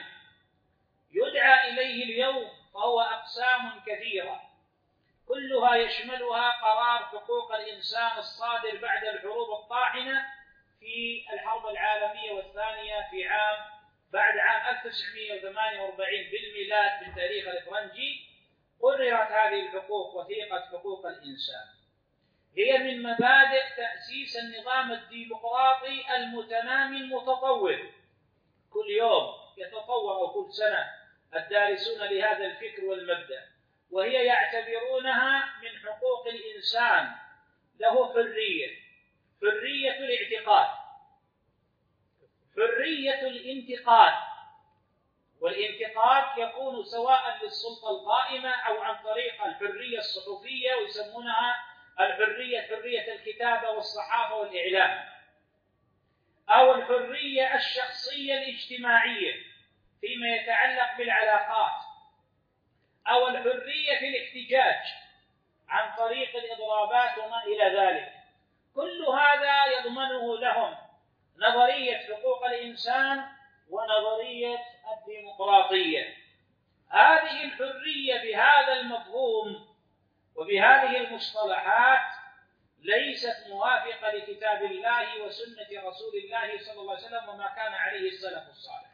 يدعى إليه اليوم فهو أقسام كثيرة كلها يشملها قرار حقوق الإنسان الصادر بعد الحروب الطاحنة في الحرب العالمية والثانية في عام 1948 بالميلاد بالتاريخ الإفرنجي قررت هذه الحقوق وثيقة حقوق الإنسان. هي من مبادئ تأسيس النظام الديمقراطي المتنامي المتطور، كل يوم يتطور أو كل سنة الدارسون لهذا الفكر والمبدأ، وهي يعتبرونها من حقوق الإنسان. له حرية الاعتقاد، حرية الانتقاد، والانتقاد يكون سواء للسلطة القائمة أو عن طريق الحرية الصحفية، ويسمونها حرية الكتابة والصحافة والإعلام، أو الحرية الشخصية الاجتماعية فيما يتعلق بالعلاقات، أو الحرية في الاحتجاج عن طريق الإضرابات وما إلى ذلك. كل هذا يضمنه لهم نظرية حقوق الإنسان ونظرية الديمقراطية. هذه الحرية بهذا المفهوم وبهذه المصطلحات ليست موافقة لكتاب الله وسنة رسول الله صلى الله عليه وسلم وما كان عليه السلف الصالح.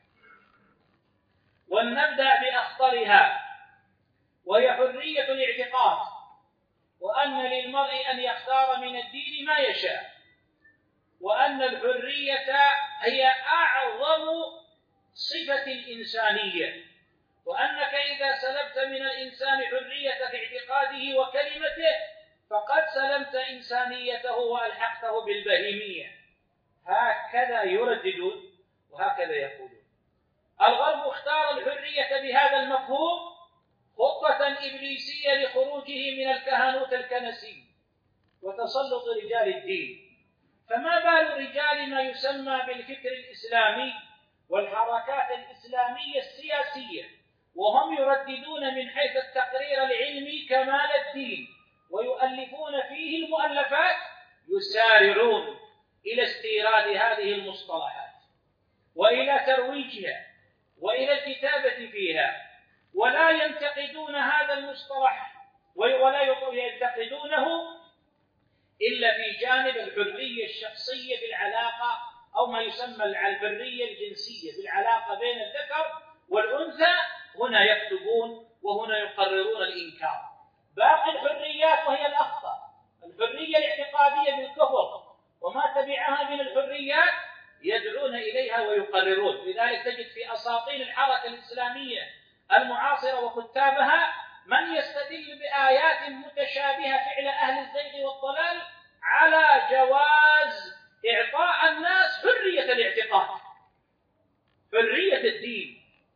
ولنبدأ بأخطرها، وهي حرية الاعتقاد، وأن للمرء أن يختار من الدين ما يشاء، وأن الحرية هي أعظم صفة الإنسانية، وأنك إذا سلبت من الإنسان حرية في اعتقاده وكلمته فقد سلمت إنسانيته وألحقته بالبهيمية. هكذا يرددون وهكذا يقولون. الغرب اختار الحرية بهذا المفهوم خطة إبليسية لخروجه من الكهنوت الكنسي وتسلط رجال الدين. فما بال رجال ما يسمى بالفكر الإسلامي والحركات الإسلامية السياسية وهم يرددون من حيث التقرير العلمي كمال الدين ويؤلفون فيه المؤلفات، يسارعون إلى استيراد هذه المصطلحات وإلى ترويجها وإلى الكتابة فيها، ولا ينتقدون هذا المصطلح ولا ينتقدونه إلا في جانب الحرية الشخصية بالعلاقة أو ما يسمى الحرية الجنسية بالعلاقة بين الذكر والأنثى. هنا يكتبون وهنا يقررون الإنكار. باقي الحريات وهي الأخطر، الحرية الاعتقادية بالكفر وما تبعها من الحريات يدعون إليها ويقررون. لذلك تجد في أساطين الحركة الإسلامية المعاصرة وكتابها من يستدل بآيات متشابهة فعل أهل الزيغ والضلال على جواز إعطاء الناس حرية الاعتقاد، حرية الدين.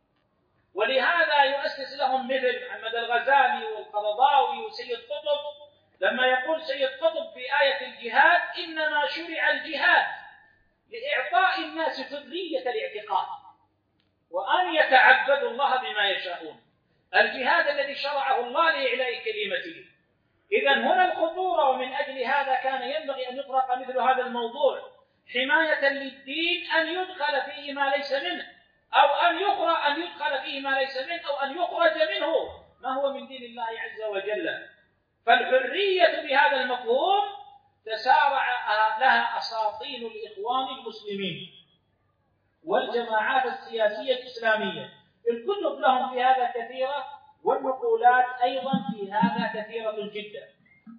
ولهذا يؤسس لهم مثل محمد الغزالي والقرضاوي وسيد قطب لما يقول سيد قطب في آية الجهاد: إنما شرع الجهاد لإعطاء الناس حرية الاعتقاد وأن يتعبدوا الله بما يشاءون. الجهاد الذي شرعه الله لإعلاء كلمته. إذن هنا الخطورة، ومن أجل هذا كان ينبغي أن يطرق مثل هذا الموضوع حماية للدين، أن يدخل فيه ما ليس منه أو أن يدخل فيه ما ليس منه أو أن يخرج منه ما هو من دين الله عز وجل. فالحرية بهذا المفهوم تسارع لها أساطين الإخوان المسلمين والجماعات السياسية الإسلامية. الكتب لهم في هذا كثيرة والمقولات أيضا في هذا كثيرة جدا،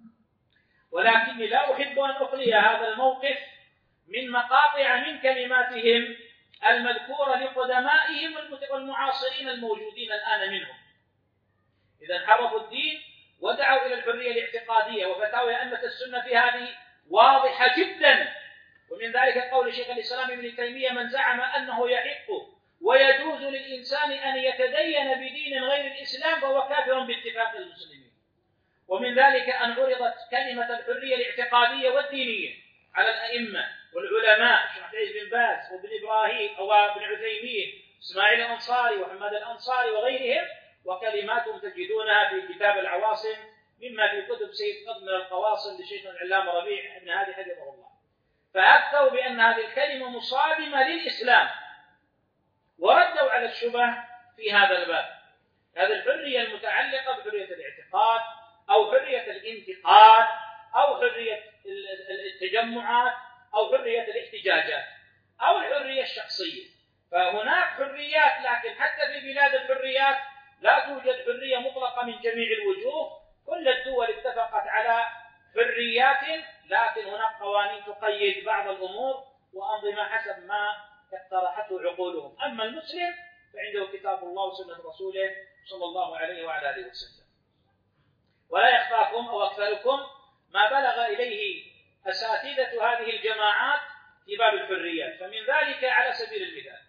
ولكني لا أحب أن أخلي هذا الموقف من مقاطع من كلماتهم المذكورة لقدمائهم والمعاصرين الموجودين الآن منهم. إذا حرفوا الدين ودعوا إلى الحرية الاعتقادية، وفتاوى أئمة السنة في هذه واضحة جدا. ومن ذلك قول شيخ الإسلام ابن تيمية: من زعم أنه يحق ويجوز للإنسان أن يتدين بدين غير الإسلام فهو كافر باتفاق المسلمين. ومن ذلك أن عرضت كلمة الحرية الاعتقادية والدينية على الأئمة والعلماء شيخ بن باز وابن إبراهيم وابن عثيمين إسماعيل الأنصاري وحماد الأنصاري وغيرهم، وكلماتهم تجدونها في كتاب العواصم مما في كتب سيد قطب من القواصم لشيخنا العلامة ربيع بن هادي حفظه الله. فأفتوا بأن هذه الكلمة مصادمة للإسلام وردوا على الشبه في هذا الباب. هذه الحرية المتعلقة بحرية الاعتقاد أو حرية الانتقاد أو حرية التجمعات أو حرية الاحتجاجات أو الحرية الشخصية. فهناك حريات، لكن حتى في بلاد الحريات لا توجد حرية مطلقة من جميع الوجوه. كل الدول اتفقت على حريات، لكن هناك قوانين تقيد بعض الأمور وأنظمة حسب ما اقترحته عقولهم. أما المسلم فعنده كتاب الله وسنة رسوله صلى الله عليه وعلى آله وسلم. ولا يخفاكم أو أكثركم ما بلغ إليه أساتذة هذه الجماعات في باب الحريات. فمن ذلك على سبيل المثال،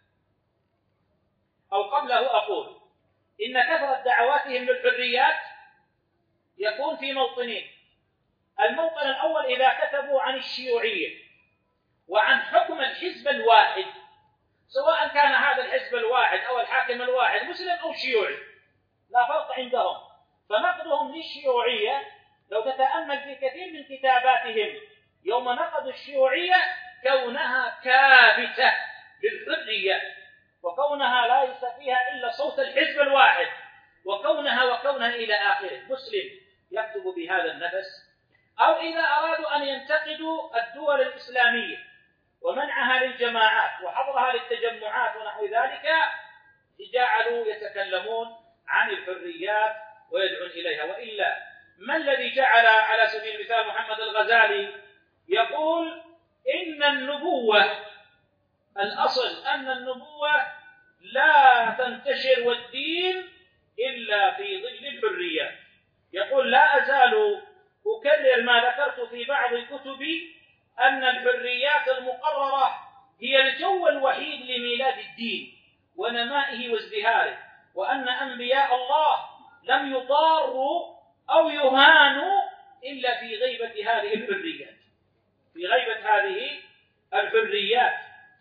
أو قبله أقول إن كثرة دعواتهم للحريات يكون في موطنين. الموطن الأول إذا كتبوا عن الشيوعية وعن حكم الحزب الواحد، سواء كان هذا الحزب الواحد أو الحاكم الواحد مسلم أو شيوعي، لا فرق عندهم. فنقدهم للشيوعية لو تتأمل في كثير من كتاباتهم يوم نقدوا الشيوعية كونها كابتة بالحرية، وكونها ليس فيها إلا صوت الحزب الواحد، وكونها إلى آخره. مسلم يكتب بهذا النفس. أو إذا أرادوا أن ينتقدوا الدول الإسلامية ومنعها للجماعات وحظرها للتجمعات ونحو ذلك، جعلوا يتكلمون عن الحريات ويدعون إليها. وإلا ما الذي جعل على سبيل المثال محمد الغزالي يقول إن النبوة، الأصل أن النبوة لا تنتشر والدين إلا في ظل الحريات. يقول لا أزال أكرر ما ذكرت في بعض كتبي أن الحريات المقررة هي الجو الوحيد لميلاد الدين ونمائه وازدهاره، وأن أنبياء الله لم يضاروا أو يهانوا إلا في غيبة هذه الحريات، في غيبة هذه الحريات.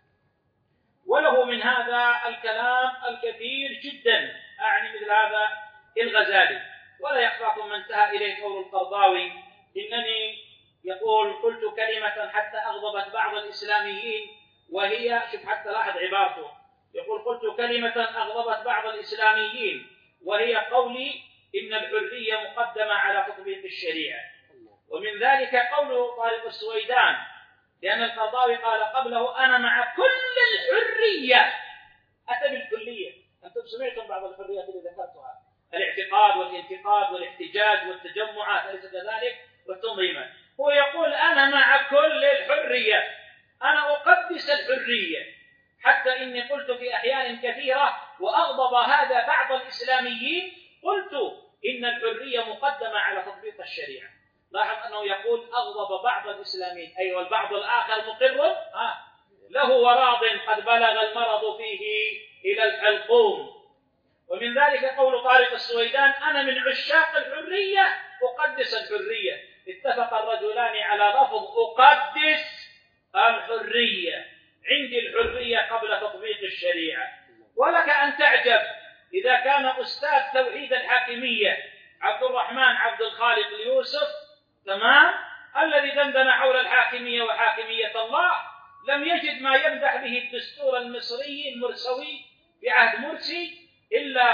وله من هذا الكلام الكثير جدا، أعني مثل هذا الغزالي. ولا يخفاكم ما انتهى إليه قول القرضاوي إنني يقول قلت كلمة حتى أغضبت بعض الإسلاميين، وهي شوف حتى لاحظ عبارته، يقول قلت كلمة أغضبت بعض الإسلاميين وهي قولي إن الحرية مقدمة على تطبيق الشريعة. ومن ذلك قول طارق السويدان، لأن القرضاوي قال قبله أنا مع كل الحرية، أتى بالكلية. أنتم سمعتم بعض الحريات اللي ذكرتها، الاعتقاد والانتقاد والاحتجاج والتجمعات، أليس كذلك؟ والتنظيمات. هو يقول أنا مع كل الحرية، أنا أقدس الحرية، حتى إني قلت في أحيان كثيرة وأغضب هذا بعض الإسلاميين، قلت إن الحرية مقدمة على تطبيق الشريعة. لاحظ أنه يقول أغضب بعض الإسلاميين، أي والبعض الآخر مقر له وراض قد بلغ المرض فيه إلى الحلقوم. ومن ذلك قول طارق السويدان أنا من عشاق الحرية أقدس الحرية. اتفق الرجلان على لفظ أقدس الحرية، عندي الحرية قبل تطبيق الشريعة. ولك أن تعجب إذا كان أستاذ توحيد الحاكمية عبد الرحمن عبد الخالق اليوسف، تمام، الذي دندن حول الحاكمية وحاكمية الله، لم يجد ما يمدح به الدستور المصري المرسوي في عهد مرسي إلا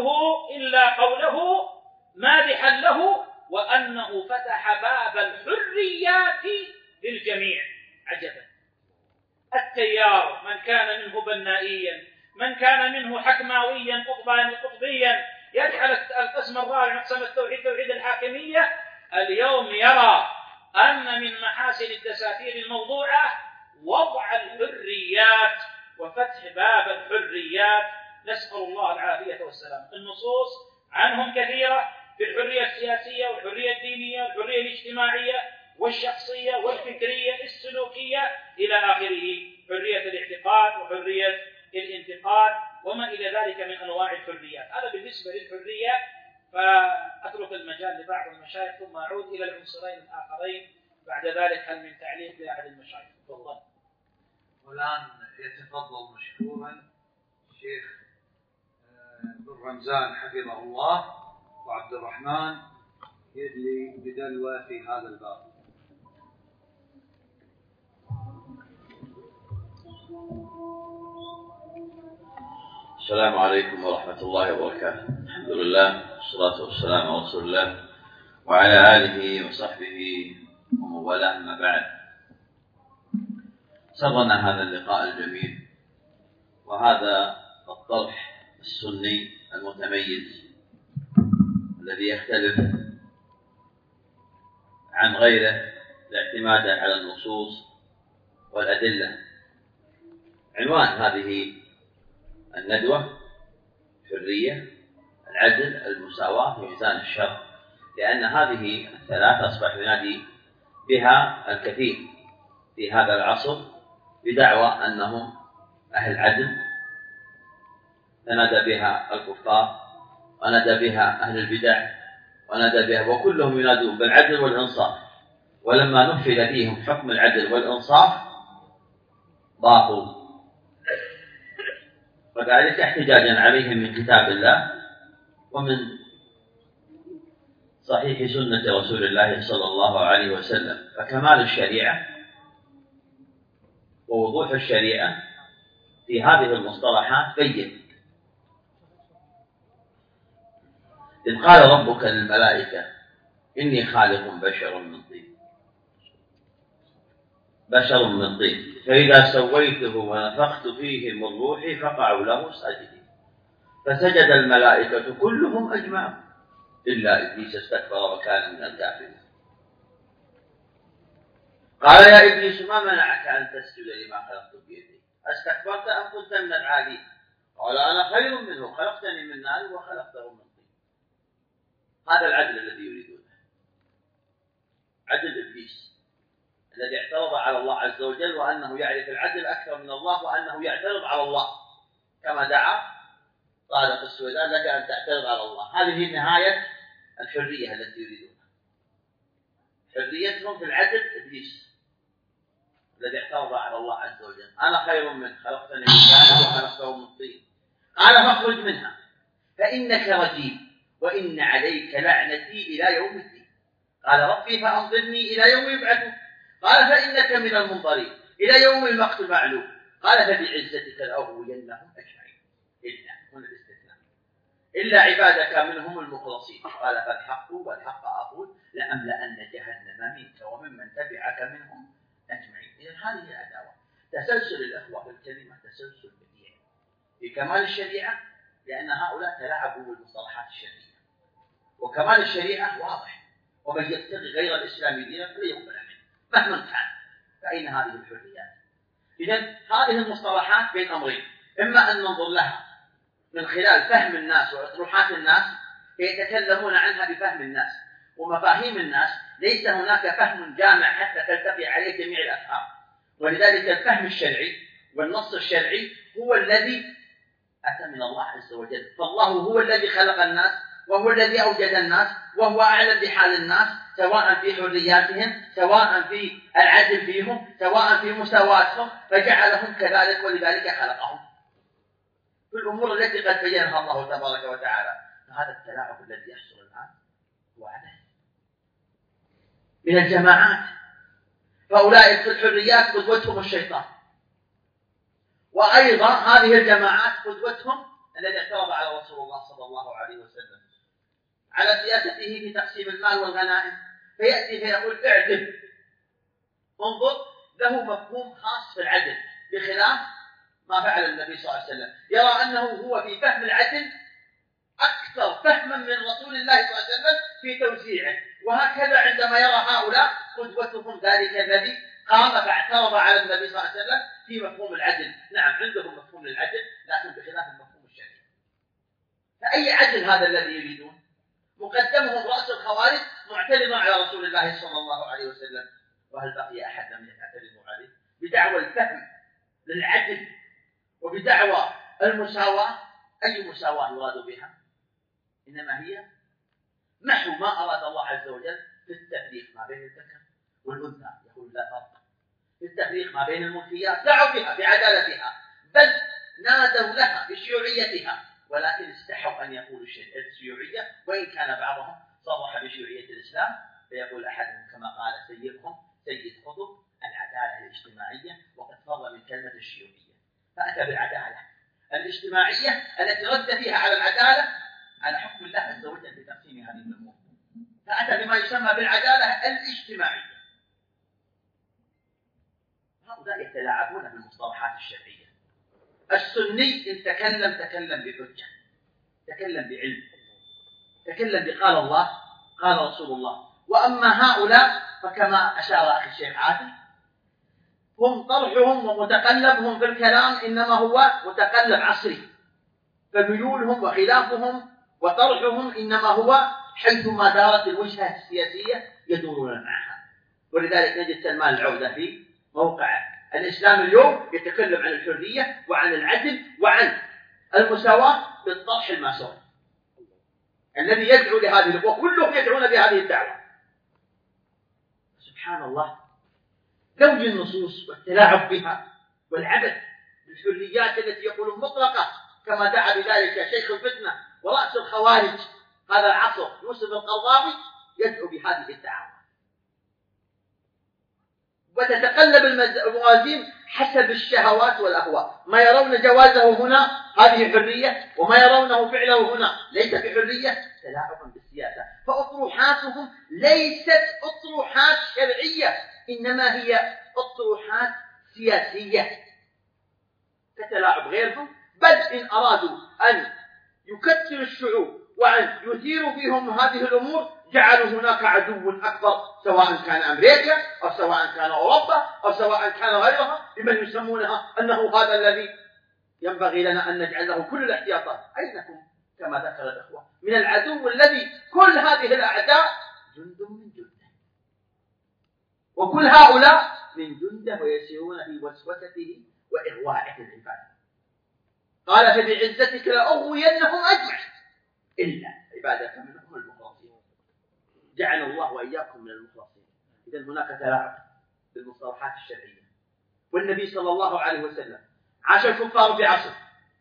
قوله مادحا له وأنه فتح باب الحريات للجميع. عجبا. التيار من كان منه بنائيا، من كان منه حكماويا قطبيا يجعل القسم الرابع مقسم التوحيد توحيد الحاكمية، اليوم يرى أن من محاسن الدساتير الموضوعة وضع الحريات وفتح باب الحريات. نسأل الله العافية والسلام. النصوص عنهم كثيرة في الحرية السياسية والحرية الدينية والحرية الاجتماعية والشخصية والفكرية السلوكية إلى آخره، حرية الاعتقاد وحرية الانتقاد وما إلى ذلك من أنواع الحريات. هذا بالنسبة للحرية. فأترك المجال لبعض المشايخ ثم أعود إلى العنصرين الآخرين بعد ذلك. هل من تعليق لأحد المشايخ؟ تفضل. والآن يتفضل مشكورا الشيخ بن رمزان حفظه الله وعبد الرحمن يدلي بدلوة في هذا الباب. السلام عليكم ورحمة الله وبركاته. الحمد لله والصلاة والسلام على رسول الله وعلى آله وصحبه ومن والاه، أما بعد. سرنا هذا اللقاء الجميل، وهذا الطرح السني المتميز الذي يختلف عن غيره لاعتماده على النصوص والأدلة. عنوان هذه الندوة حرية، العدل، المساواة في ميزان الشرع، لأن هذه الثلاث أصبح ينادي بها الكثير في هذا العصر بدعوى أنهم أهل عدل، فنادى بها الكفار ونادى بها أهل البدع ونادى بها، وكلهم ينادون بالعدل والإنصاف، ولما نفذ فيهم حكم العدل والإنصاف ضاقوا، وذلك احتجاجا عليهم من كتاب الله ومن صحيح سنة رسول الله صلى الله عليه وسلم. فكمال الشريعة ووضوح الشريعة في هذه المصطلحات بين. إذ قال ربك للملائكة إني خالق بشر من طين فإذا سويته ونفخت فيه من روحي فقعوا له ساجدين فسجد الملائكة كلهم أجمعون إلا إبليس استكبر وكان من الكافرين. قال يا إبليس ما منعك أن تسجد لما خلقت بيدي أستكبرت أم كنت من العالين؟ قال أنا خير منه خلقتني من نار وخلقته من طين. هذا العدل الذي يريدونه، عدل إبليس الذي اعترض على الله عز وجل، وأنه يعرف العدل أكثر من الله، وأنه يعترض على الله كما دعا طارق السويدان لك أن تعترض على الله. هذه نهاية الحرية التي يريدونها، حريتهم في العدل. إبليس الذي اعترض على الله عز وجل أنا خير منه خلقتني من نار وخلقته من طين قال فاخرج منها فإنك رجيم وإن عليك لعنتي إلى يوم الدين. قال ربي فأنظرني إلى يوم يبعثون قال فإنك من المنظرين إلى يوم الوقت المعلوم. قال فبعزتك لأغوينهم أجمعين إلا عبادك منهم المخلصين. قال فالحق والحق أقول لأملأن جهنم منك وممن تبعك منهم أجمعين. إذن هذه العداوة تسلسل الأخوة في الكلمة تسلسل بديع في كمال الشريعة، لأن هؤلاء تلاعبوا بالمصطلحات الشرعية، وكمال الشريعة واضح، ومن يبتغي غير الإسلام دينا فليقبل منه مهما كان. فأين هذه الحريات؟ إذن هذه المصطلحات بين أمرين، إما أن ننظر لها من خلال فهم الناس وأطروحات الناس فيتكلمون عنها بفهم الناس ومفاهيم الناس، ليس هناك فهم جامع حتى تلتقي عليه جميع الأفهام. ولذلك الفهم الشرعي والنص الشرعي هو الذي أتى من الله عز وجل، فالله هو الذي خلق الناس وهو الذي أوجد الناس وهو أعلم بحال الناس، سواء في حرياتهم، سواء في العدل فيهم، سواء في مساواتهم، فجعلهم كذلك ولذلك خلقهم في الأمور التي قد بينها الله تبارك وتعالى. فهذا التلاعب الذي يحصل الآن هو عدل من الجماعات، فأولئك في الحريات قدوتهم الشيطان، وأيضا هذه الجماعات قدوتهم الذي اعترض على رسول الله صلى الله عليه وسلم على سياسته في تقسيم المال والغنائم، فيأتي فيقول اعدل، انظر، له مفهوم خاص في العدل بخلاف ما فعل النبي صلى الله عليه وسلم. يرى أنه هو في فهم العدل أكثر فهما من رسول الله صلى الله عليه وسلم في توزيعه، وهكذا عندما يرى هؤلاء قدوتهم ذلك الذي قام فاعترض على النبي صلى الله عليه وسلم في مفهوم العدل. نعم عندهم مفهوم للعدل لكن بخلاف المفهوم الشرعي. فأي عدل هذا الذي يريدون؟ مقدمهم رأس الخوارج معترض على رسول الله صلى الله عليه وسلم، وهل بقي أحد لم يعترضوا عليه بدعوى الفهم للعدل وبدعوى المساواة؟ أي مساواة يراد بها؟ إنما هي محو ما أراد الله عز وجل في التفريق ما بين الذكر والأنثى. يقول لا فرق في التفريق ما بين المنفيات، دعوا بها بعدالتها، بل نادوا لها بشيوعيتها، ولكن استحوا أن يقولوا الشيوعية، وإن كان بعضهم صرح بشيوعية الإسلام، فيقول أحدهم كما قال سيدهم سيد قطب العدالة الاجتماعية، وقد فر من كلمة الشيوعية فأتى بالعدالة الاجتماعية التي رد فيها على العدالة على حكم الله عز وجل في تقسيم هذه الأمور، فأتى بما يسمى بالعدالة الاجتماعية. هؤلاء يتلاعبون بالمصطلحات الشرعية السني إن تكلم بحجة، تكلم بعلم، تكلم بقال الله قال رسول الله. وأما هؤلاء فكما أشار أخي الشيخ عادل هم طرحهم ومتقلبهم في الكلام إنما هو متقلب عصري، فميولهم وخلافهم وطرحهم إنما هو حيثما دارت الوجهة السياسية يدورون معها. ولذلك نجد سلمان العودة في موقعه. الإسلام اليوم يتكلم عن الحرية وعن العدل وعن المساواة بالطرح الماسوني الذي يدعو لهذه، وكلهم يدعون بهذه الدعوة. سبحان الله، زوج النصوص والتلاعب بها والعبث بالحريات التي يقولون مطلقة كما دعا بذلك شيخ الفتنة ورأس الخوارج هذا العصر يوسف القرضاوي، يدعو بهذه الدعوة. وتتقلب الموازين حسب الشهوات والأهواء، ما يرون جوازه هنا هذه حرية، وما يرونه فعله هنا ليس بحرية، تلاعبا بالسياسة. فأطروحاتهم ليست أطروحات شرعية، إنما هي أطروحات سياسية تتلاعب غيرهم. بل إن أرادوا أن يكثروا الشعوب وأن يثيروا فيهم هذه الأمور جعلوا هناك عدو أكبر، سواء كان أمريكا أو سواء كان أوروبا أو سواء كان غيرها، بمن يسمونها أنه هذا الذي ينبغي لنا أن نجعل له كل الاحتياطات. أينكم كما ذكر الأخوة من العدو الذي كل هذه الأعداء جند من جنده، وكل هؤلاء من جنده ويسيرون في وسوسته وإغوائه العباد. قال فبعزتك لأغوينهم أجمعين إلا عبادك منهم المخلصين. جعل الله وإياكم من المخلصين. إذن هناك تلاعب بالمصطلحات الشرعية. والنبي صلى الله عليه وسلم عاش الكفار في عصر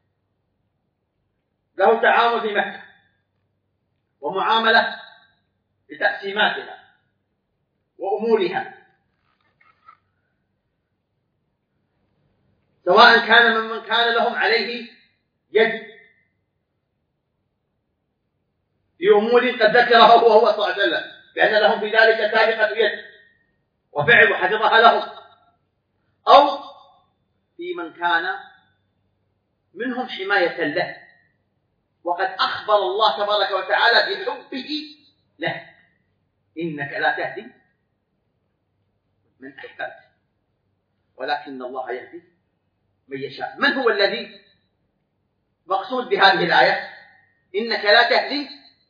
له تعامل في مكة ومعاملة لتقسيماتها وأمورها، سواء كان ممن كان لهم عليه يد في أمور قد ذكرها هو صلى الله عليه وسلم بأن لهم في ذلك سابقة يد وفعل وحفظها لهم، أو في من كان منهم حماية له وقد أخبر الله تبارك وتعالى بحبه له. إنك لا تهدي من أحببت ولكن الله يهدي من يشاء. من هو الذي مقصود بهذه الآية؟ إنك لا تهدي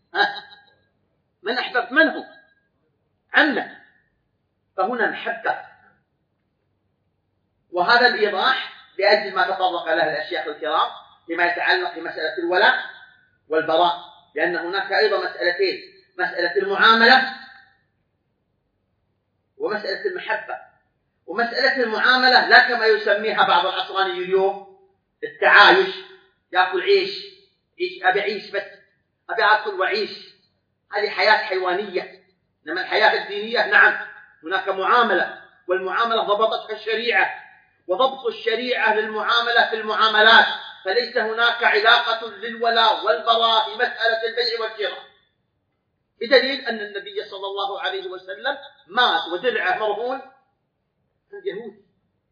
من أحببت، من هو؟ عمك. فهنا محبة، وهذا الإيضاح لأجل ما تطرق له الأشياخ الكرام لما يتعلق بمسألة الولاء والبراء، لأن هناك أيضا مسألتين، مسألة المعاملة ومسألة المحبة. ومسألة المعاملة لا كما يسميها بعض العصرانيين اليوم التعايش، يأكل عيش أبي عيش بس، أبي أكل وعيش، هذه حياة حيوانية. إنما الحياة الدينية نعم هناك معاملة، والمعاملة ضبطتها الشريعة، وضبط الشريعة للمعاملة في المعاملات، فليس هناك علاقة للولاء والبراء في مسألة البيع والشراء، بدليل أن النبي صلى الله عليه وسلم مات ودرعه مرهون عند يهودي.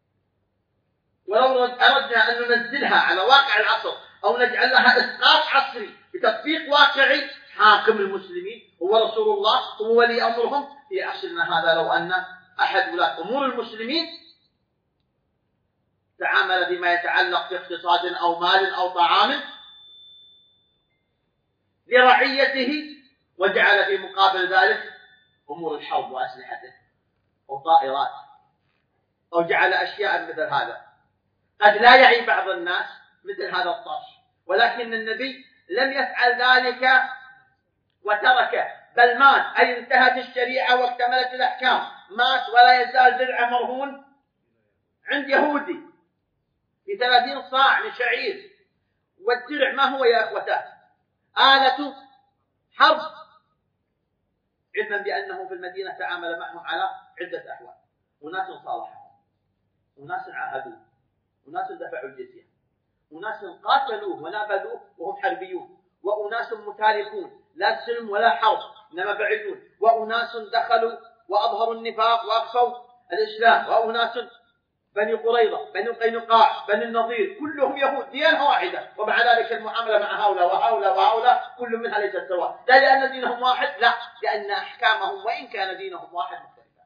ولو أردنا أن ننزلها على واقع العصر أو نجعل لها إسقاط عصري بتطبيق واقعي، حاكم المسلمين هو رسول الله هو ولي أمرهم في عصرنا هذا. لو أن أحد ولاة أمور المسلمين تعامل بما يتعلق باقتصاد أو مال أو طعام لرعيته وجعل في مقابل ذلك أمور الحرب وأسلحته أو طائرات أو جعل أشياء مثل هذا، قد لا يعي بعض الناس مثل هذا الطرح، ولكن النبي لم يفعل ذلك وتركه، بل مات، أي انتهت الشريعة واكتملت الأحكام، مات ولا يزال درعه مرهون عند يهودي في 30 صاع من شعير. والدرع ما هو يا أخوته؟ آلة حرب، علما بأنه في المدينة تعامل معهم على عدة أحوال. أناس صالحهم، أناس عاهدوه، أناس دفعوا الجزية، أناس قاتلوه ونابذوه وهم حربيون، وأناس متالفون لا سلم ولا حرب إنما بعيدون، وأناس دخلوا وأظهروا النفاق وأخفوا الإسلام، وأناس بني قريظة، بني قينقاع، بني النضير، كلهم يهود ديانة واحدة، ومع ذلك المعاملة مع هؤلاء وهؤلاء وهؤلاء كل منها ليست سواء. لا لأن دينهم واحد، لا، لأن أحكامهم وإن كان دينهم واحد مختلفة.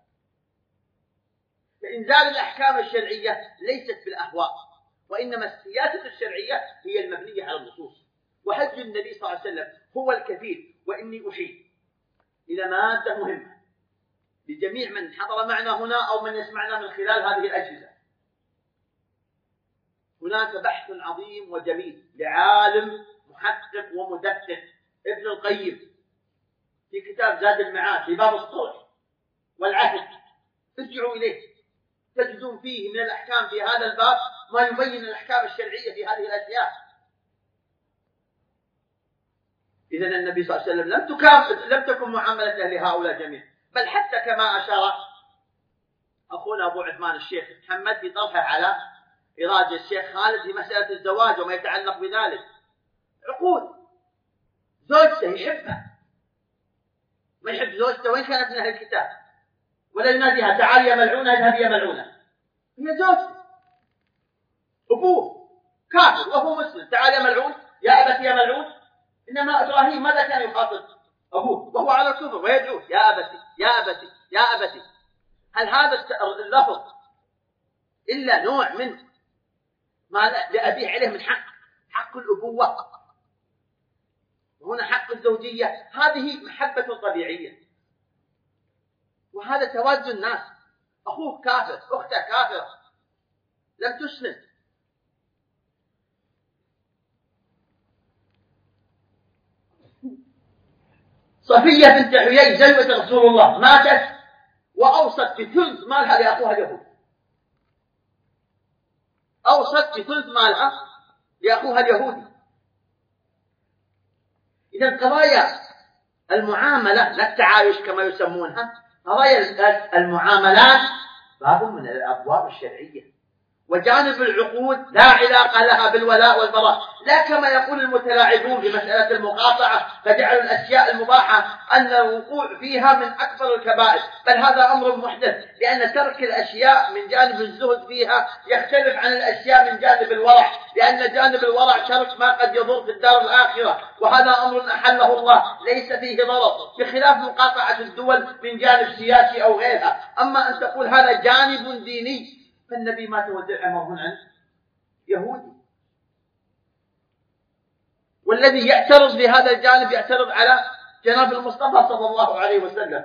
فإنزال الأحكام الشرعية ليست بالأهواء، وإنما السياسة الشرعية هي المبنية على النصوص. وهدي النبي صلى الله عليه وسلم هو الكفيل. وإني أحيل إلى مادة مهمة لجميع من حضر معنا هنا أو من يسمعنا من خلال هذه الأجهزة. هناك بحث عظيم وجميل لعالم محقق ومدقق ابن القيم في كتاب زاد المعاد في باب الصلح والعهد، ارجعوا إليه تجدون فيه من الأحكام في هذا الباب ما يبين الأحكام الشرعية في هذه الأشياء. إذن النبي صلى الله عليه وسلم لم تكن معاملته لهؤلاء جميعا، بل حتى كما أشار أخونا أبو عثمان الشيخ محمد في طرحه على إراجة الشيخ خالد في مسألة الزواج وما يتعلق بذلك. عقول زوجته يحبها، ما يحب زوجته وإن كانت من أهل الكتاب، ولا يناديها تعالي يا ملعونة اذهبي يا ملعونة، هي زوجته. أبوه كافر وهو مسلم، تعالي يا ملعون يا أبتي يا ملعون. إنما إبراهيم ماذا كان يخاطب أبوه وهو على الكفر ويدعوه يا أبتي يا أبتي يا أبتي؟ هل هذا اللفظ إلا نوع من ما لأبيه عليه من حق الأبوة، وهنا حق الزوجية؟ هذه محبة طبيعية، وهذا توازن الناس. أخوه كافر، أخته كافرة لم تسلم، صفية بنت حيي زوجة رسول الله ماتت وأوصت بثلث مالها لأخوها اليهودي، أوصت بثلث مالها لأخوها اليهودي. إذن قضايا المعاملة لا التعايش كما يسمونها، قضايا المعاملات باب من الأبواب الشرعية، وجانب العقود لا علاقة لها بالولاء والبراء، لا كما يقول المتلاعبون في مسألة المقاطعة فجعلوا الأشياء المباحة أن الوقوع فيها من أكبر الكبائر، بل هذا أمر محدث، لأن ترك الأشياء من جانب الزهد فيها يختلف عن الأشياء من جانب الورع، لأن جانب الورع ترك ما قد يضر في الدار الآخرة، وهذا أمر أحله الله ليس فيه ضرر، بخلاف مقاطعة الدول من جانب سياسي أو غيرها. أما أن تقول هذا جانب ديني، فالنبي مات ودع مرهون عن يهودي، والذي يعترض بهذا الجانب يعترض على جناب المصطفى صلى الله عليه وسلم.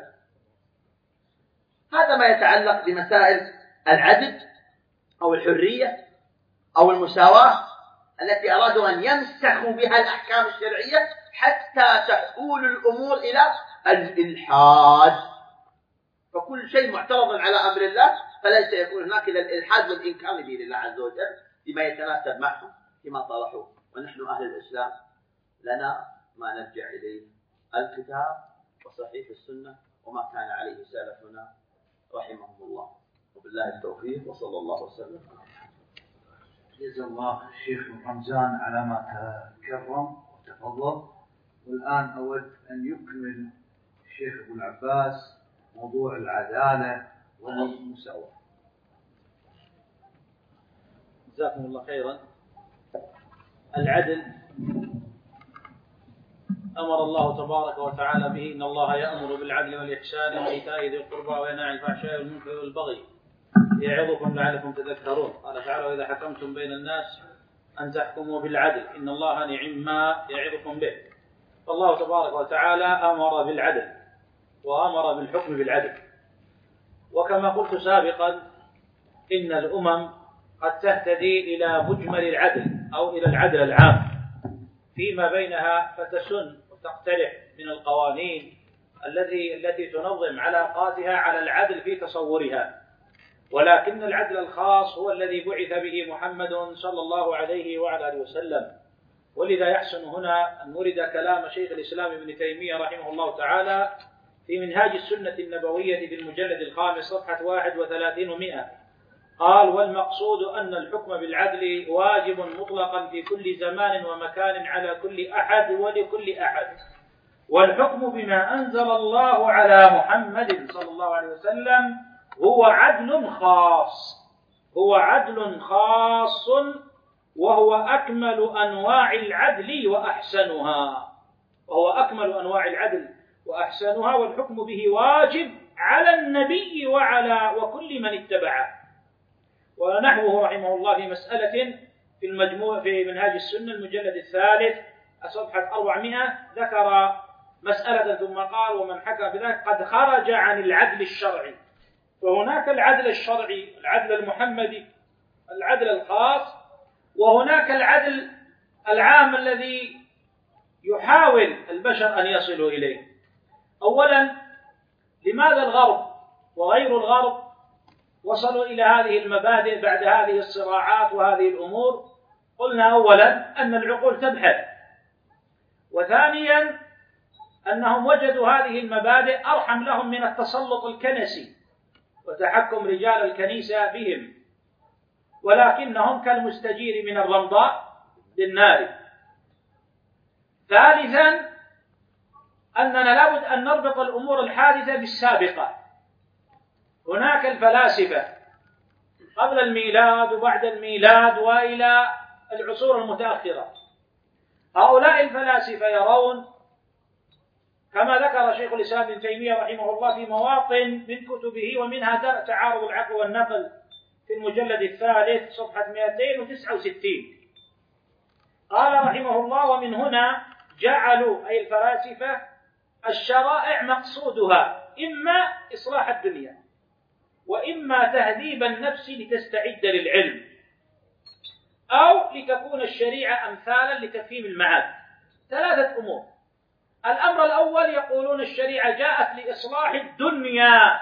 هذا ما يتعلق بمسائل العدل أو الحرية أو المساواة التي أرادوا أن يمسخوا بها الأحكام الشرعية حتى تؤول الأمور إلى الإلحاد، فكل شيء معترض على أمر الله فليس يكون هناك إلا الإلحاد والإنكار بدين الله عز وجل بما يتناسب معهم فيما طرحوه. ونحن أهل الإسلام لنا ما نرجع إليه الكتاب وصحيح السنة وما كان عليه سلفنا رحمهم الله، وبالله التوفيق، وصلى الله وسلم. جزا الله الشيخ رمزان على ما تكرم وتفضل. والآن أود أن يكمل الشيخ أبو العباس موضوع العدالة والمساواة. جزاكم الله خيرا. العدل أمر الله تبارك وتعالى به: إن الله يأمر بالعدل والإحسان وإيتاء ذي القربى وينهى عن الفحشاء والمنكر والبغي يعظكم لعلكم تذكرون. قال تعالى: وإذا حكمتم بين الناس أن تحكموا بالعدل إن الله نعم ما يعظكم به. فالله تبارك وتعالى أمر بالعدل وأمر بالحكم بالعدل. وكما قلت سابقا إن الأمم قد تهتدي إلى مجمل العدل أو إلى العدل العام فيما بينها، فتسن وتقترح من القوانين التي تنظم علاقاتها على العدل في تصورها. ولكن العدل الخاص هو الذي بعث به محمد صلى الله عليه وعلى آله وسلم. ولذا يحسن هنا أن نورد كلام شيخ الإسلام ابن تيمية رحمه الله تعالى في منهاج السنة النبوية في المجلد 5 صفحة 31 و100. قال: والمقصود أن الحكم بالعدل واجب مطلقا في كل زمان ومكان على كل أحد ولكل أحد، والحكم بما أنزل الله على محمد صلى الله عليه وسلم هو عدل خاص. هو عدل خاص وهو أكمل أنواع العدل وأحسنها، والحكم به واجب على النبي وعلى وكل من اتبعه. ونحوه رحمه الله في مسألة في المجموع في منهاج السنة المجلد الثالث صفحة 400 ذكر مسألة ثم قال: ومن حكم بذلك قد خرج عن العدل الشرعي. فهناك العدل الشرعي، العدل المحمدي، العدل الخاص، وهناك العدل العام الذي يحاول البشر أن يصلوا إليه. أولا، لماذا الغرب وغير الغرب وصلوا إلى هذه المبادئ بعد هذه الصراعات وهذه الأمور؟ قلنا أولا أن العقول تبحث، وثانيا أنهم وجدوا هذه المبادئ أرحم لهم من التسلط الكنسي وتحكم رجال الكنيسة بهم، ولكنهم كالمستجير من الرمضاء للنار. ثالثا أننا لابد أن نربط الأمور الحادثة بالسابقة. هناك الفلاسفة قبل الميلاد وبعد الميلاد وإلى العصور المتأخرة. هؤلاء الفلاسفة يرون كما ذكر شيخ الإسلام ابن تيمية رحمه الله في مواطن من كتبه، ومنها تعارض العقل والنقل في المجلد الثالث صفحة 269، قال رحمه الله: ومن هنا جعلوا أي الفلاسفة الشرائع مقصودها إما إصلاح الدنيا وإما تهذيب النفس لتستعد للعلم، أو لتكون الشريعة أمثالا لتفهيم المعاد. ثلاثة أمور. الأمر الأول يقولون الشريعة جاءت لإصلاح الدنيا،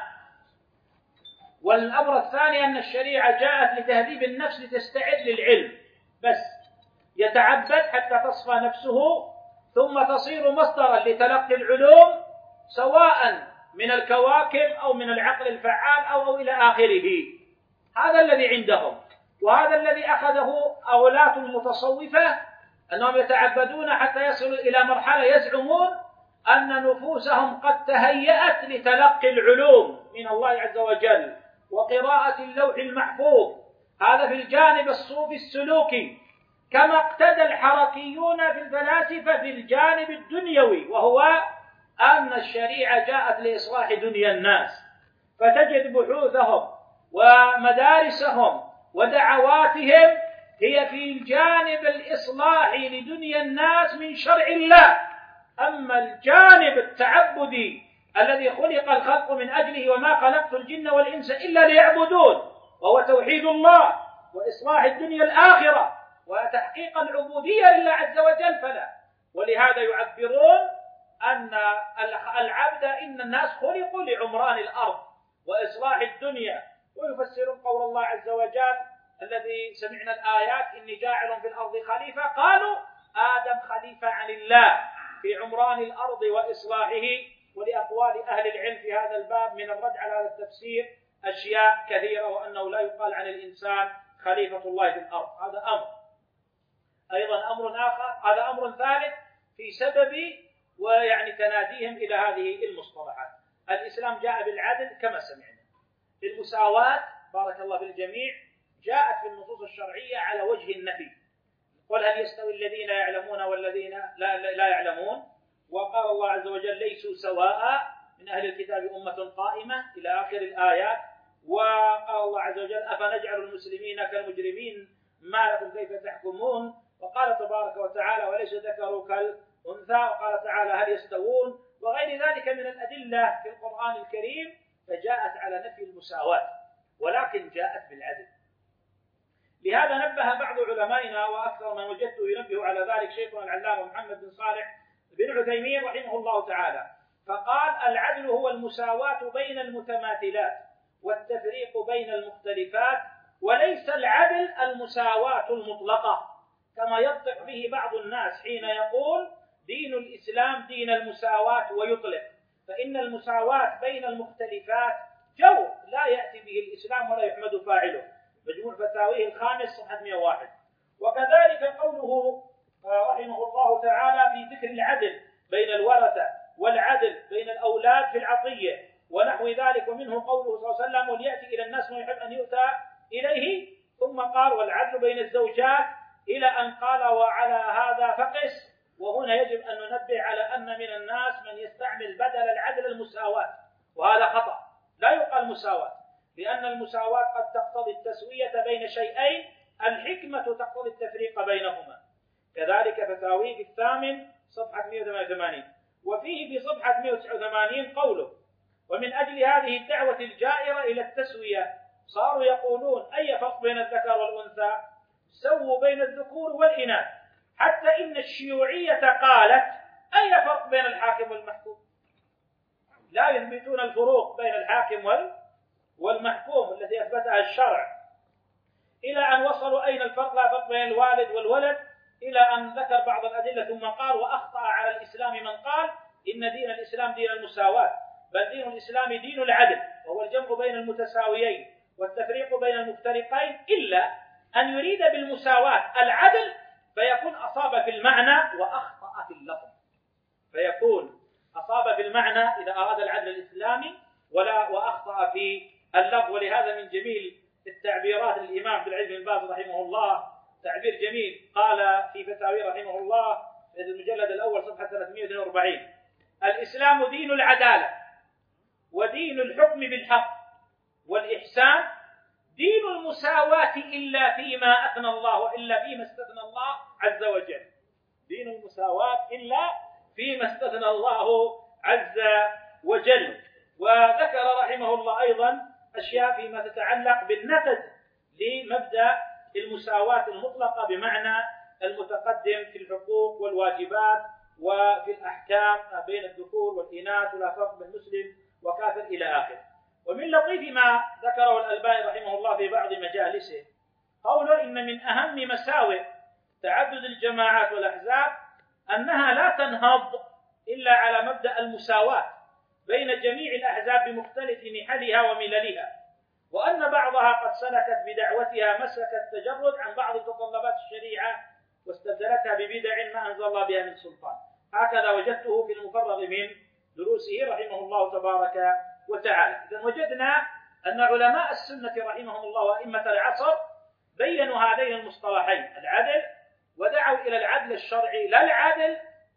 والأمر الثاني أن الشريعة جاءت لتهذيب النفس لتستعد للعلم، بس يتعبد حتى تصفى نفسه ثم تصير مصدرا لتلقي العلوم سواء من الكواكب أو من العقل الفعال أو إلى آخره. هذا الذي عندهم، وهذا الذي أخذه أولاة المتصوفة، أنهم يتعبدون حتى يصلوا إلى مرحلة يزعمون أن نفوسهم قد تهيأت لتلقي العلوم من الله عز وجل وقراءة اللوح المحفوظ. هذا في الجانب الصوفي السلوكي، كما اقتدى الحركيون في الفلاسفة في الجانب الدنيوي، وهو أن الشريعة جاءت لإصلاح دنيا الناس. فتجد بحوثهم ومدارسهم ودعواتهم هي في الجانب الإصلاح لدنيا الناس من شرع الله. أما الجانب التعبدي الذي خلق الخلق من أجله، وما خلقت الجن والإنس إلا ليعبدون، وهو توحيد الله وإصلاح الدنيا الآخرة وتحقيق العبودية لله عز وجل، فلا. ولهذا يعبرون أن العبد إن الناس خلقوا لعمران الأرض وإصلاح الدنيا، ويفسرون قول الله عز وجل الذي سمعنا الآيات: إني جاعل في الأرض خليفة. قالوا آدم خليفة عن الله في عمران الأرض وإصلاحه. ولأقوال أهل العلم في هذا الباب من الرد على هذا التفسير أشياء كثيرة، وأنه لا يقال عن الإنسان خليفة الله في الأرض. هذا أمر. أيضا أمر آخر، هذا أمر ثالث في سبب تناديهم إلى هذه المصطلحات. الإسلام جاء بالعدل كما سمعنا. المساواة بارك الله في الجميع جاءت في النصوص الشرعية على وجه النفي. قل هل يستوي الذين يعلمون والذين لا يعلمون؟ وقال الله عز وجل: ليسوا سواء من أهل الكتاب أمة قائمة إلى آخر الآيات. وقال الله عز وجل: أفنجعل المسلمين كالمجرمين ما لكم كيف تحكمون؟ وقال تبارك وتعالى: وليس ذكر كالأنثى. وقال تعالى: هل يستوون؟ وغير ذلك من الأدلة في القرآن الكريم. فجاءت على نفي المساواة، ولكن جاءت بالعدل. لهذا نبه بعض علمائنا، وأكثر من وجدته ينبه على ذلك شيخنا العلامة محمد بن صالح بن عثيمين رحمه الله تعالى، فقال: العدل هو المساواة بين المتماثلات والتفريق بين المختلفات، وليس العدل المساواة المطلقة كما ينطق به بعض الناس حين يقول دين الإسلام دين المساواة ويطلق. فإن المساواة بين المختلفات جو لا يأتي به الإسلام ولا يحمد فاعله. مجموع فتاويه الخامس صفحة 101. وكذلك قوله رحمه الله تعالى في ذكر العدل بين الورثة والعدل بين الأولاد في العطية ونحو ذلك، ومنه قوله صلى الله عليه وسلم: وليأتي إلى الناس ما يحب أن يؤتى إليه بين الزوجات إلى أن قال وعلى هذا فقس. وهنا يجب أن ننبه على أن من الناس من يستعمل بدل العدل المساواة، وهذا خطأ. لا يقال مساواة، لأن المساواة قد تقتضي التسوية بين شيئين، الحكمة تقتضي التفريق بينهما. كذلك فتاوي في الثامن صفحة 188. وفيه في صفحة 189 قوله: ومن أجل هذه الدعوة الجائرة إلى التسوية صاروا يقولون أي فرق بين الذكر والأنثى، سووا بين الذكور والإناث، حتى إن الشيوعية قالت أي فرق بين الحاكم والمحكوم. لا يثبتون الفروق بين الحاكم والمحكوم التي أثبتها الشرع، إلى أن وصلوا أين الفرق، لا فرق بين الوالد والولد، إلى أن ذكر بعض الأدلة ثم قال: وأخطأ على الإسلام من قال إن دين الإسلام دين المساواة، بل دين الإسلام دين العدل، وهو الجمع بين المتساويين والتفريق بين المفترقين، إلا أن يريد بالمساواة العدل فيكون أصاب في المعنى وأخطأ في اللفظ، فيكون أصاب في المعنى إذا أراد العدل الإسلامي وأخطأ في اللفظ. ولهذا من جميل التعبيرات للإمام عبد العزيز بن باز رحمه الله تعبير جميل، قال في فتاوي رحمه الله في المجلد الأول صفحة 342: الإسلام دين العدالة ودين الحكم بالحق والإحسان، دين المساواة إلا فيما أثنى الله وإلا فيما استثنى الله عز وجل. دين المساواة إلا فيما استثنى الله عز وجل. وذكر رحمه الله أيضا أشياء فيما تتعلق بالنقد لمبدأ المساواة المطلقة بمعنى المتقدم في الحقوق والواجبات وفي الأحكام بين الذكور والإناث، ولا فرق بين مسلم وكافر إلى آخره. ومن لطيف ما ذكره الألباني رحمه الله في بعض مجالسه قوله: إن من أهم مساوئ تعدد الجماعات والأحزاب أنها لا تنهض إلا على مبدأ المساواة بين جميع الأحزاب بمختلف نحلها ومللها، وأن بعضها قد سلكت بدعوتها مسلك التجرد عن بعض متطلبات الشريعة واستبدلتها ببدع ما أنزل الله بها من سلطان. هكذا وجدته في المفرغ من دروسه رحمه الله تبارك وتعالى. إذن وجدنا أن علماء السنة رحمهم الله وأئمة العصر بينوا هذين المصطلحين العدل، ودعوا إلى العدل الشرعي، لا العدل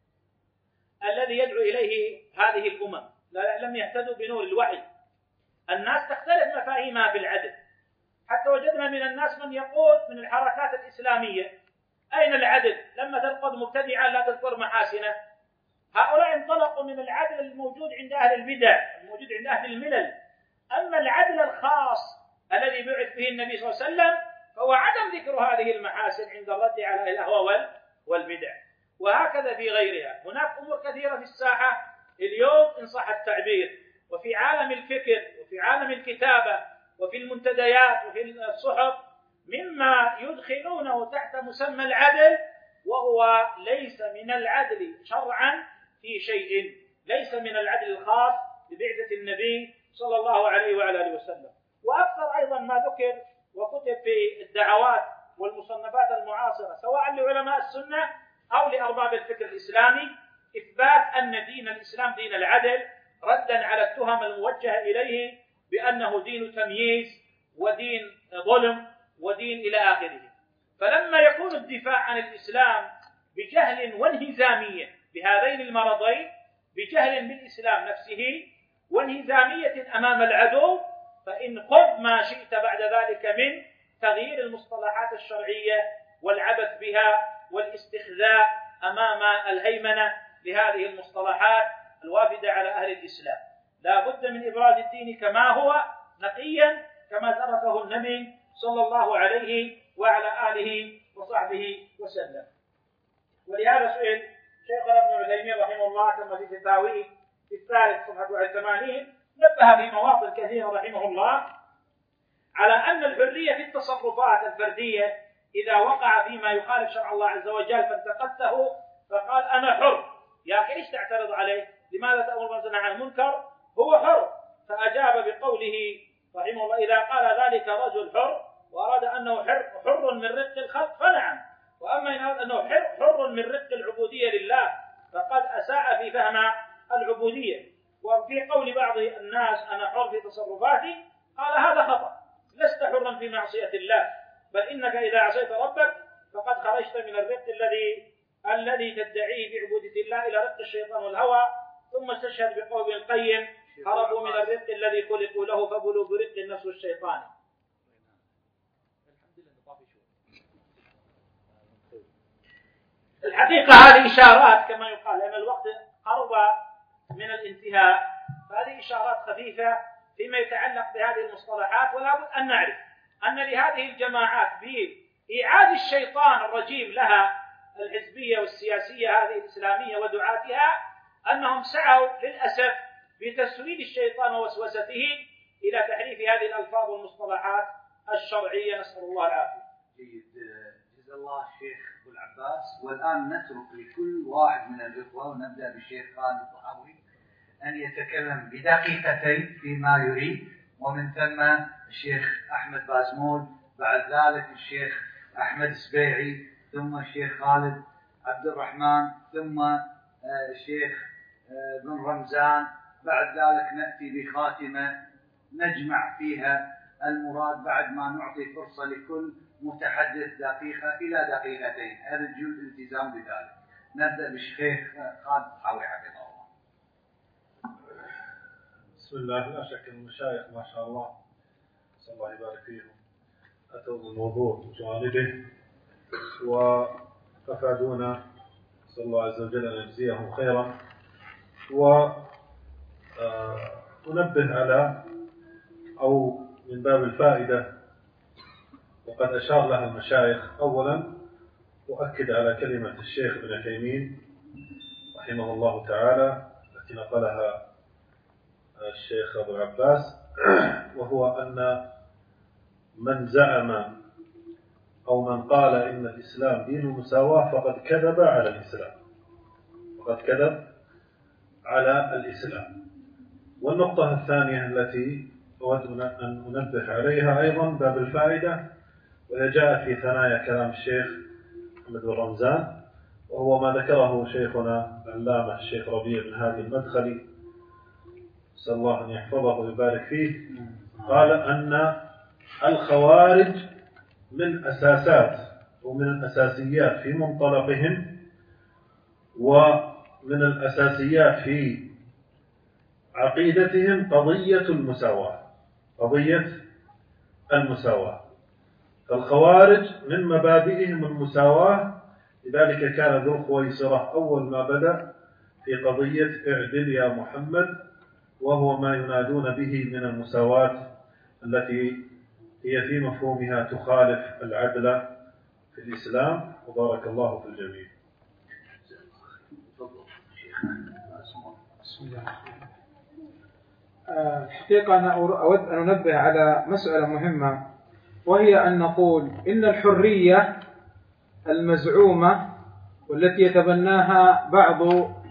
الذي يدعو إليه هذه الأمم. لم يهتدوا بنور الوحي. الناس تختلف مفاهيمها بالعدل، حتى وجدنا من الناس من يقول من الحركات الإسلامية: أين العدل؟ لما تلقى مبتدعا لا تذكر محاسنه. هؤلاء انطلقوا من العدل الموجود عند أهل البدع، الموجود عند أهل الملل. أما العدل الخاص الذي بعث به النبي صلى الله عليه وسلم فهو عدم ذكر هذه المحاسن عند الرد على الأهواء والبدع. وهكذا في غيرها. هناك أمور كثيرة في الساحة اليوم إن صح التعبير، وفي عالم الفكر وفي عالم الكتابة وفي المنتديات وفي الصحف، مما يدخلونه تحت مسمى العدل، وهو ليس من العدل شرعا في شيء، ليس من العدل الخاص ببعثة النبي صلى الله عليه وعلى آله وسلم. وأكثر أيضا ما ذكر وكتب في الدعوات والمصنفات المعاصرة سواء لعلماء السنة أو لأرباب الفكر الإسلامي إثبات أن دين الإسلام دين العدل، ردا على التهم الموجهة إليه بأنه دين تمييز ودين ظلم ودين إلى آخره. فلما يكون الدفاع عن الإسلام بجهل وانهزامية بهذين المرضين، بجهل بالإسلام نفسه وانهزامية أمام العدو، فإن خذ ما شئت بعد ذلك من تغيير المصطلحات الشرعية والعبث بها والاستخذاء أمام الهيمنة لهذه المصطلحات الوافدة على أهل الإسلام. لا بد من إبراز الدين كما هو نقيا كما تركه النبي صلى الله عليه وعلى آله وصحبه وسلم. ولهذا سئل شيخنا ابن عثيمين رحمه الله كما في فتاويه في الثالث صفحة 81 نبه في مواطن كثيرة رحمه الله على أن الحرية في التصرفات الفردية إذا وقع فيما يخالف شرع الله عز وجل فانتقدته فقال أنا حر. يا أخي ليش تعترض عليه؟ لماذا تأمر بالمعروف عن المنكر؟ هو حر. فأجاب بقوله رحمه الله: إذا قال ذلك رجل حر وأراد أنه حر من رق الخلق فنعم، وأما إن أراد أنه حر من رق العبودية لله فقد أساء في فهم العبودية. وفي قول بعض الناس أنا حر في تصرفاتي قال هذا خطأ، لست حرا في معصية الله، بل إنك إذا عصيت عبودية الله إلى رق الشيطان والهوى، ثم استشهد بقول القيم: هربوا من الرق الذي خلقوا له فبلوا برق النفس والشيطان. الحقيقة هذه إشارات كما يقال، لأن الوقت قرب من الانتهاء، فهذه إشارات خفيفة فيما يتعلق بهذه المصطلحات. ولا بد أن نعرف أن لهذه الجماعات بإيعاد الشيطان الرجيم لها الحزبية والسياسية هذه الإسلامية ودعاتها، أنهم سعوا للأسف بتسويد الشيطان ووسوسته إلى تحريف هذه الألفاظ والمصطلحات الشرعية، نسأل الله العافية. جيد، جزا الله الشيخ أبو العباس. والآن نترك لكل واحد من الإخوة، ونبدأ بالشيخ خالد الضحاوي أن يتكلم بدقيقتين فيما يريد، ومن ثم الشيخ أحمد بازمول، بعد ذلك الشيخ أحمد سبيعي، ثم الشيخ خالد عبد الرحمن، ثم الشيخ بن رمزان. بعد ذلك نأتي بخاتمة نجمع فيها المراد، بعد ما نعطي فرصة لكل متحدث دقيقة إلى دقيقتين. أرجو الالتزام بذلك. نبدأ بالشيخ خالد الضحاوي حفظه الله. بسم الله. لا شك المشايخ ما شاء الله، نسأل الله يبارك فيهم، أتوا بالموضوع بجانبه وأفادونا، نسأل الله عز وجل أن يجزيهم خيرا. وننبه على أو من باب الفائدة وقد أشار لها المشايخ. أولا أؤكد على كلمة الشيخ ابن عثيمين رحمه الله تعالى التي نقلها الشيخ أبو العباس، وهو أن من زعم أو من قال إن الإسلام دين المساواة فقد كذب على الإسلام، فقد كذب على الإسلام. والنقطة الثانية التي أود أن أنبه عليها أيضا باب الفائدة، وهي جاءت في ثنايا كلام الشيخ محمد بن رمزان، وهو ما ذكره شيخنا العلامة الشيخ ربيع بن هادي المدخلي، نسأل الله أن يحفظه ويبارك فيه. قال أن الخوارج من أساسات ومن الأساسيات في منطلقهم ومن الأساسيات في عقيدتهم قضية المساواة، قضية المساواة. فالخوارج من مبادئهم المساواة، لذلك كان ذو الخويصرة أول ما بدأ في قضية اعدل يا محمد، وهو ما ينادون به من المساواة التي هي في مفهومها تخالف العدل في الإسلام. وبارك الله في الجميع. بسم الله. الحقيقة أنا أود أن أنبه على مسألة مهمة، وهي أن نقول إن الحرية المزعومة والتي يتبناها بعض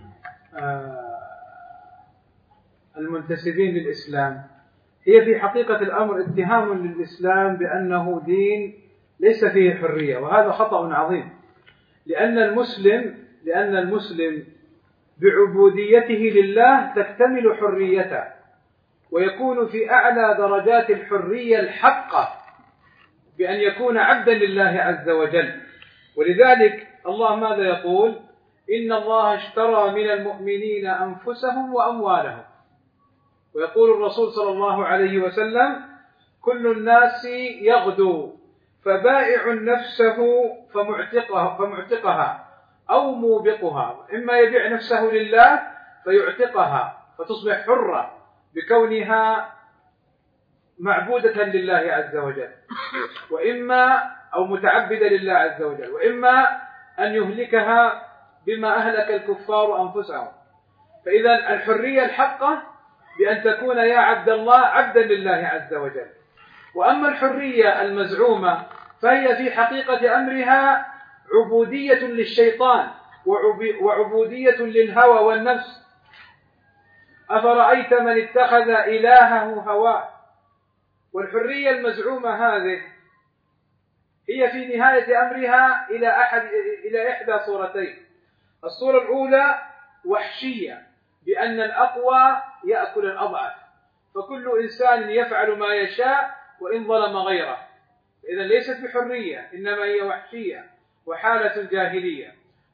المنتسبين للإسلام هي في حقيقة الأمر اتهام للإسلام بأنه دين ليس فيه حرية، وهذا خطأ عظيم. لأن المسلم بعبوديته لله تكتمل حريته، ويكون في أعلى درجات الحرية الحقة بأن يكون عبدا لله عز وجل. ولذلك الله ماذا يقول؟ إن الله اشترى من المؤمنين أنفسهم وأموالهم. ويقول الرسول صلى الله عليه وسلم: كل الناس يغدو فبائع نفسه فمعتقها أو موبقها، إما يبيع نفسه لله فيعتقها فتصبح حرة بكونها معبودة لله عز وجل، وإما أو متعبدة لله عز وجل، وإما أن يهلكها بما أهلك الكفار أنفسهم. فإذا الحرية الحقة بأن تكون يا عبد الله عبدا لله عز وجل. وأما الحرية المزعومة فهي في حقيقة أمرها عبودية للشيطان وعبودية للهوى والنفس. أفرأيت من اتخذ إلهه هواه. والحرية المزعومة هذه هي في نهاية أمرها إلى إحدى صورتين. الصورة الأولى وحشية، بأن الأقوى يأكل الأضعف، فكل إنسان يفعل ما يشاء وإن ظلم غيره. إذن ليست بحرية، إنما هي وحشية وحالة جاهلية.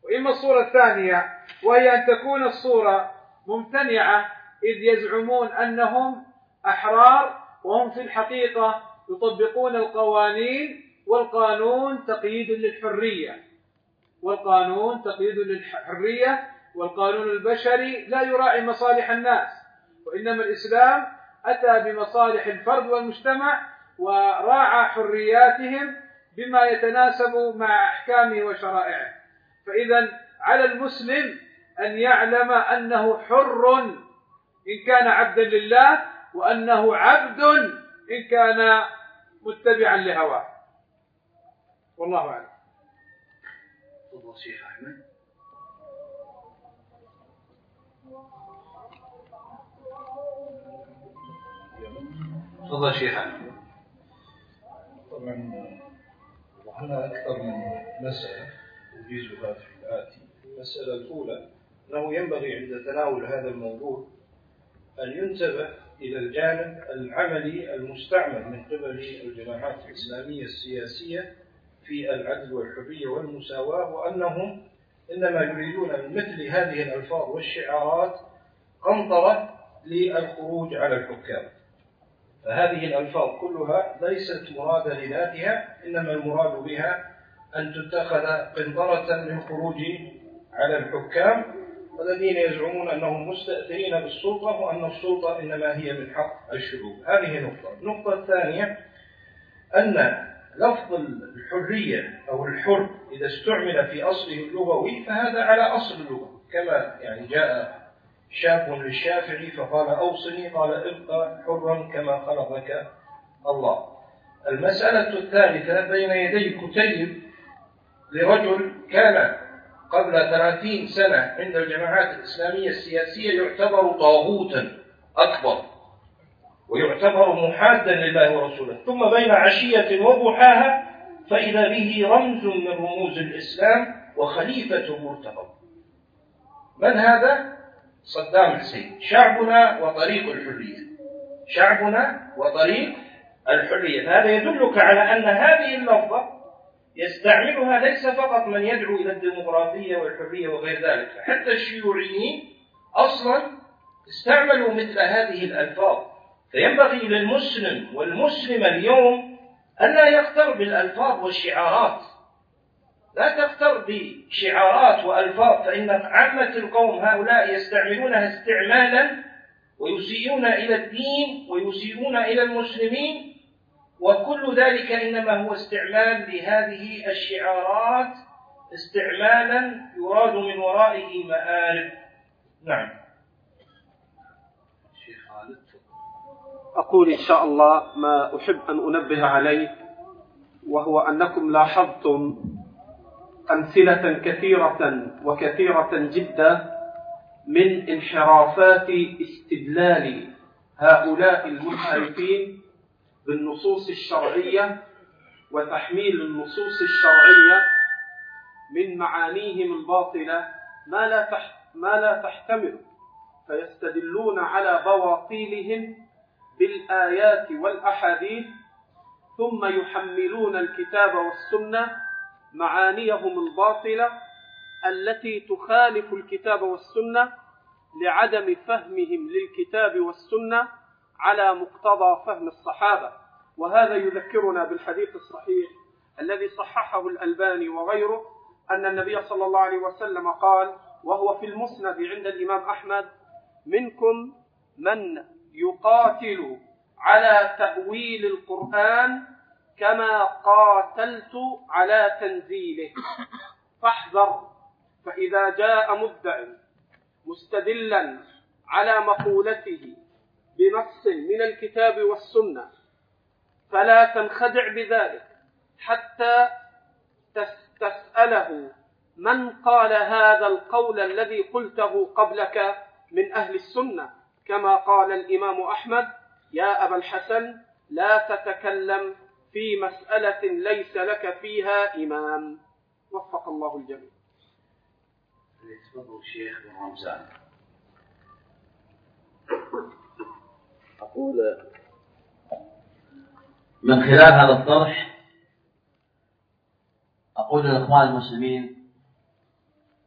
وإما الصورة الثانية وهي أن تكون الصورة ممتنعة، إذ يزعمون أنهم أحرار وهم في الحقيقة يطبقون القوانين، والقانون تقييد للحرية، والقانون تقييد للحرية، والقانون البشري لا يراعي مصالح الناس، وإنما الإسلام أتى بمصالح الفرد والمجتمع وراعى حرياتهم بما يتناسب مع أحكامه وشرائعه. فإذا على المسلم أن يعلم أنه حر إن كان عبدا لله، وأنه عبد إن كان متبعا لهواه. والله أعلم. تفضل شيخ أحمد. تفضل شيخ أحمد. طبعا وهنا أكثر من مسألة أجيزها في الآتي. المسألة الأولى أنه ينبغي عند تناول هذا الموضوع أن ينتبه إلى الجانب العملي المستعمل من قبل الجماعات الإسلامية السياسية في العدل والحرية والمساواة، وأنهم إنما يريدون من مثل هذه الألفاظ والشعارات قنطرة للخروج على الحكام. فهذه الألفاظ كلها ليست مرادة لذاتها، إنما المراد بها أن تتخذ قنطرة للخروج على الحكام الذين يزعمون أنهم مستأثرين بالسلطة، وأن السلطة إنما هي من حق الشعوب. هذه نقطة. النقطة الثانية أن لفظ الحرية أو الحر إذا استعمل في أصله اللغوي فهذا على أصل اللغة، كما يعني جاء شاب للشافعي فقال أوصني، قال ابقى حرا كما خلقك الله. المسألة الثالثة بين يدي كتيب لرجل كان قبل 30 سنة عند الجماعات الإسلامية السياسية يعتبر طاغوتا أكبر ويعتبر محادا لله ورسوله، ثم بين عشية وضحاها فإذا به رمز من رموز الإسلام وخليفة مرتقب. من هذا؟ صدام حسين. شعبنا وطريق الحرية، شعبنا وطريق الحرية. هذا يدلك على أن هذه اللفظة يستعملها ليس فقط من يدعو إلى الديمقراطية والحرية وغير ذلك، حتى الشيوعيين أصلا استعملوا مثل هذه الألفاظ. فينبغي للمسلم والمسلم اليوم أن لا يغتر بالألفاظ والشعارات، لا تغتر بشعارات وألفاظ، فإن عامة القوم هؤلاء يستعملونها استعمالا ويسيئون إلى الدين ويسيئون إلى المسلمين، وكل ذلك إنما هو استعمال لهذه الشعارات استعمالا يراد من ورائه مآرب. نعم. أقول إن شاء الله ما أحب أن أنبه عليه، وهو أنكم لاحظتم أمثلة كثيرة جدا من انحرافات استدلال هؤلاء المنحرفين بالنصوص الشرعية وتحميل النصوص الشرعية من معانيهم الباطلة ما لا تحتمل، فيستدلون على بواطيلهم بالآيات والأحاديث، ثم يحملون الكتاب والسنة معانيهم الباطلة التي تخالف الكتاب والسنة لعدم فهمهم للكتاب والسنة على مقتضى فهم الصحابة. وهذا يذكرنا بالحديث الصحيح الذي صححه الألباني وغيره، أن النبي صلى الله عليه وسلم قال، وهو في المسند عند الإمام أحمد: منكم من يقاتل على تأويل القرآن كما قاتلت على تنزيله، فاحذر، فإذا جاء مدع مستدلا على مقولته بنص من الكتاب والسنة فلا تنخدع بذلك حتى تسأله من قال هذا القول الذي قلته قبلك من أهل السنة، كما قال الإمام أحمد: يا أبا الحسن لا تتكلم في مسألة ليس لك فيها إمام. وفق الله الجميع. تفضل الشيخ بن رمزان. أقول من خلال هذا الطرح أقول للإخوان المسلمين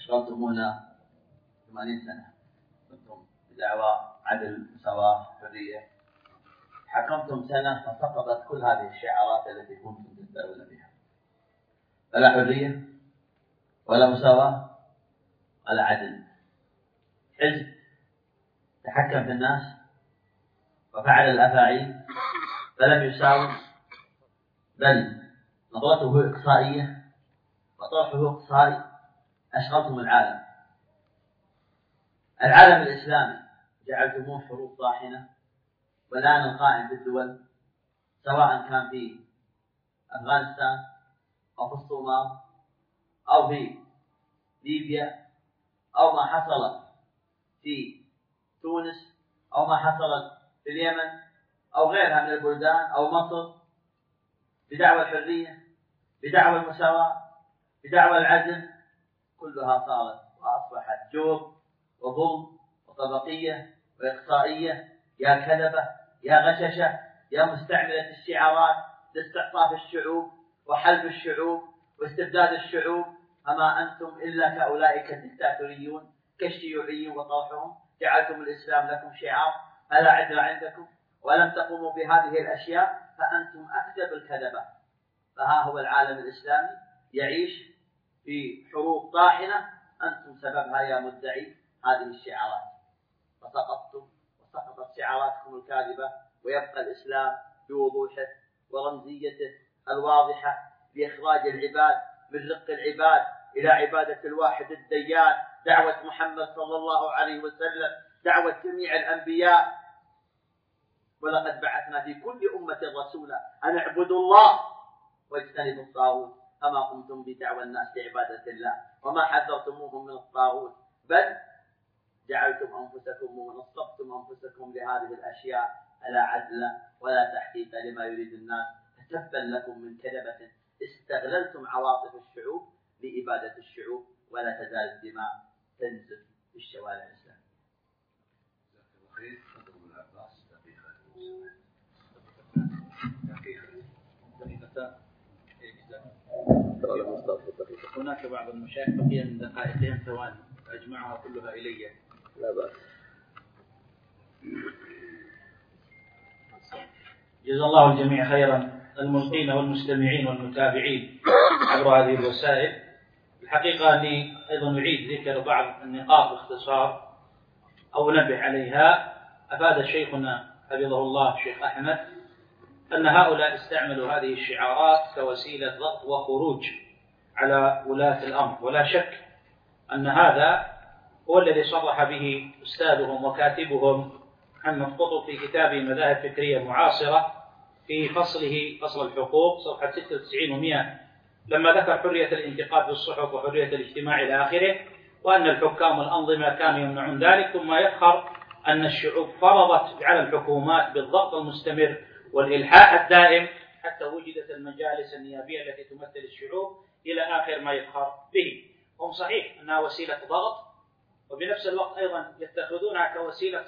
أشغلتمونا 80 سنة، كنتم بدعوى عدل، مساواة، حرية. حكمتم سنة فسقطت كل هذه الشعارات التي كنتم تدعون بها. ولا حرية ولا مساواة ولا عدل. حزب تحكم في الناس وفعل الأفاعيل فلم يساوم، بل نظرته إقصائية وطرحه إقصائي. أشغلتم العالم الإسلامي، جعلتموه حروب طاحنة. والآن القائم في الدول سواء كان في أفغانستان أو في الصومال أو في ليبيا أو ما حصل في تونس أو ما حصل في اليمن أو غيرها من البلدان أو مصر، بدعوى الحرية، بدعوى المساواة، بدعوى العدل، كلها صارت وأصبحت جور وظلم وطبقية وإقصائية. يا كذبة، يا غششة، يا مستعملة الشعارات لاستعطاف الشعوب وحلب الشعوب واستبداد الشعوب. أما أنتم إلا كأولئك الدكتاتوريون كالشيوعيين وطرحهم. جعلتم الإسلام لكم شعار، ألا عدل عندكم ولم تقوموا بهذه الأشياء فأنتم أكذب الكذبة. فها هو العالم الإسلامي يعيش في حروب طاحنة، أنتم سببها يا مدعي هذه الشعارات. فسقطتم وسقطت شعاراتكم الكاذبة، ويبقى الإسلام بوضوحه ورمزيته الواضحة لإخراج العباد من رق العباد إلى عبادة الواحد الديان. دعوة محمد صلى الله عليه وسلم، دعوة جميع الأنبياء. ولقد بعثنا في كل أمة رسولا أن اعبدوا الله واجتنبوا الطاغوت، فما قمتم بدعوى الناس لعبادة الله وما حذرتموهم من الطاغوت، بل جعلتم أنفسكم ونصبتم أنفسكم لهذه الأشياء لا عدل ولا تحقيق لما يريد الناس. فتبا لكم من كذبة استغللتم عواطف الشعوب لإبادة الشعوب، ولا تزال الدماء تنزف في الشوارع الإسلامية. هناك بعض المشايخ بقي من دقائقهم ثواني أجمعها كلها إلي. لا بأس. جزا الله الجميع خيرا، الملقين والمستمعين والمتابعين عبر هذه الوسائل. الحقيقة أني أيضا أعيد ذكر بعض النقاط باختصار أو نبه عليها. أفاد شيخنا حفظه الله الشيخ أحمد أن هؤلاء استعملوا هذه الشعارات كوسيلة ضغط وخروج على ولاة الأمر، ولا شك أن هذا هو الذي صرح به أستاذهم وكاتبهم محمد قطب في كتابه مذاهب فكرية معاصرة في فصل الحقوق صفحة 96 و100، لما ذكر حرية الانتقاد في الصحف وحرية الاجتماع إلى آخره، وأن الحكام والأنظمة كانوا يمنعون ذلك، ثم يفخر أن الشعوب فرضت على الحكومات بالضغط المستمر والإلحاح الدائم حتى وجدت المجالس النيابية التي تمثل الشعوب إلى آخر ما يفخر به. هم صحيح أنها وسيلة ضغط، وبنفس الوقت أيضا يتخذونها كوسيلة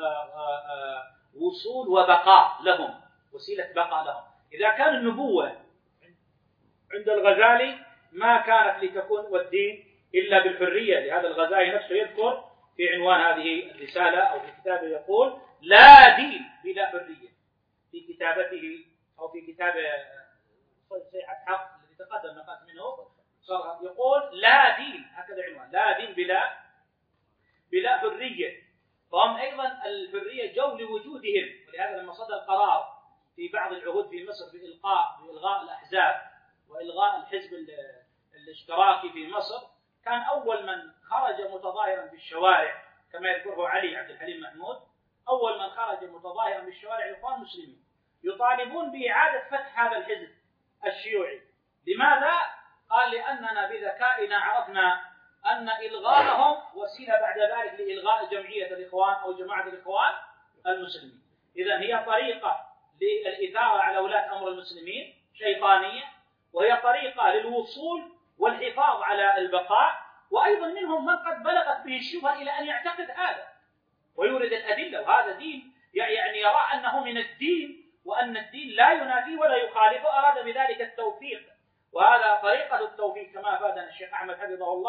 وصول وبقاء لهم، وسيلة بقاء لهم. إذا كان النبوة عند الغزالي ما كانت لتكون والدين إلا بالحرية، لهذا الغزالي نفسه يذكر في عنوان هذه الرسالة أو في كتابه يقول لا دين بلا حرية، في كتابته أو في كتاب صيحة حق الذي تقدم نقاط منه يقول لا دين، هكذا عنوان، لا دين بلا حرية. فهم أيضا الحرية جو لوجودهم، ولهذا لما صدر قرار في بعض العهود في مصر بإلغاء الأحزاب وإلغاء الحزب الاشتراكي في مصر، كان أول من خرج متظاهرا بالشوارع كما يذكره علي عبد الحليم محمود، أول من خرج متظاهرا بالشوارع الإخوان المسلمين يطالبون بإعادة فتح هذا الحزب الشيوعي. لماذا؟ قال لأننا بذكائنا عرفنا أن إلغاءهم وسيلة بعد ذلك لإلغاء جمعية الإخوان أو جماعة الإخوان المسلمين. إذن هي طريقة للإثارة على ولاة أمر المسلمين شيطانية، وهي طريقة للوصول والحفاظ على البقاء. وأيضا منهم من قد بلغت به الشبهة إلى أن يعتقد هذا ويورد الأدلة، وهذا دين يعني يرى أنه من الدين وأن الدين لا ينافيه ولا يخالفه، أراد بذلك التوفيق. وهذا طريقة التوفيق كما أفادنا الشيخ أحمد حفظه الله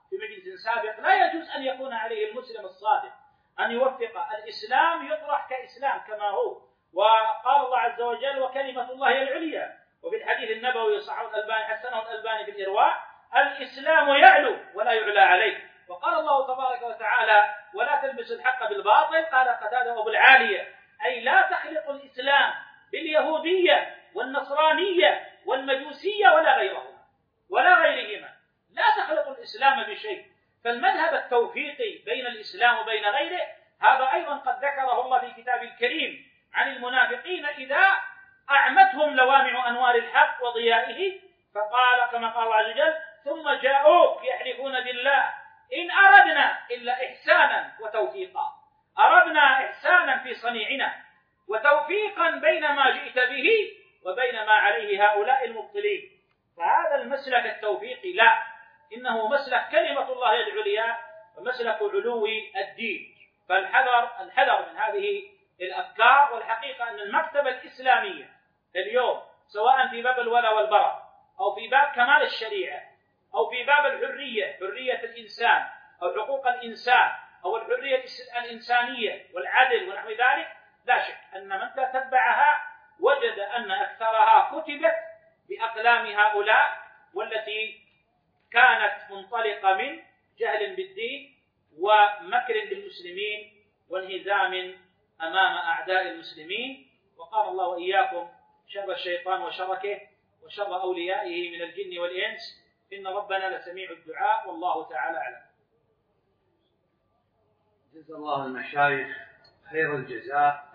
في مجلس سابق، لا يجوز أن يكون عليه المسلم الصادق أن يوفق الإسلام يطرح كإسلام كما هو. وقال الله عز وجل: وكلمة الله هي العليا. وفي الحديث النبوي صححه الألباني حسنه الألباني في الإرواء: الإسلام يعلو ولا يعلى عليه. وقال الله تبارك وتعالى: ولا تلبسوا الحق بالباطل. قال قتادة أبو العالية: أي لا تخلط الإسلام باليهودية والنصرانية والمجوسية ولا غيرهما. لا تخلط الإسلام بشيء. فالمذهب التوفيقي بين الإسلام وبين غيره هذا أيضا قد ذكره الله في كتاب الكريم عن المنافقين إذا أعمتهم لوامع أنوار الحق وضيائه، فقال كما قال الله عز وجل: ثم جاءوك يحلفون بالله إن أردنا إلا إحسانا وتوفيقا. أردنا إحسانا في صنيعنا وتوفيقا بين ما جئت به وبين ما عليه هؤلاء المبطلين. فهذا المسلك التوفيقي لا، إنه مسلك كلمة الله العليا ومسلك علو الدين. فالحذر من هذه الأفكار. والحقيقة أن المكتبة الإسلامية اليوم سواء في باب الولاء والبراء أو في باب كمال الشريعة أو في باب الحرية، حرية الإنسان أو حقوق الإنسان أو الحرية الإنسانية والعدل ونحو ذلك، لا شك أن من تتبعها وجد أن أكثرها كتبت بأقلام هؤلاء، والتي كانت منطلقة من جهل بالدين ومكر بالمسلمين وانهزام أمام أعداء المسلمين. وقال الله وإياكم شر الشيطان وشركه وشر أوليائه من الجن والإنس، إن ربنا لسميع الدعاء، والله تعالى أعلم. جزا الله المشايخ خير الجزاء.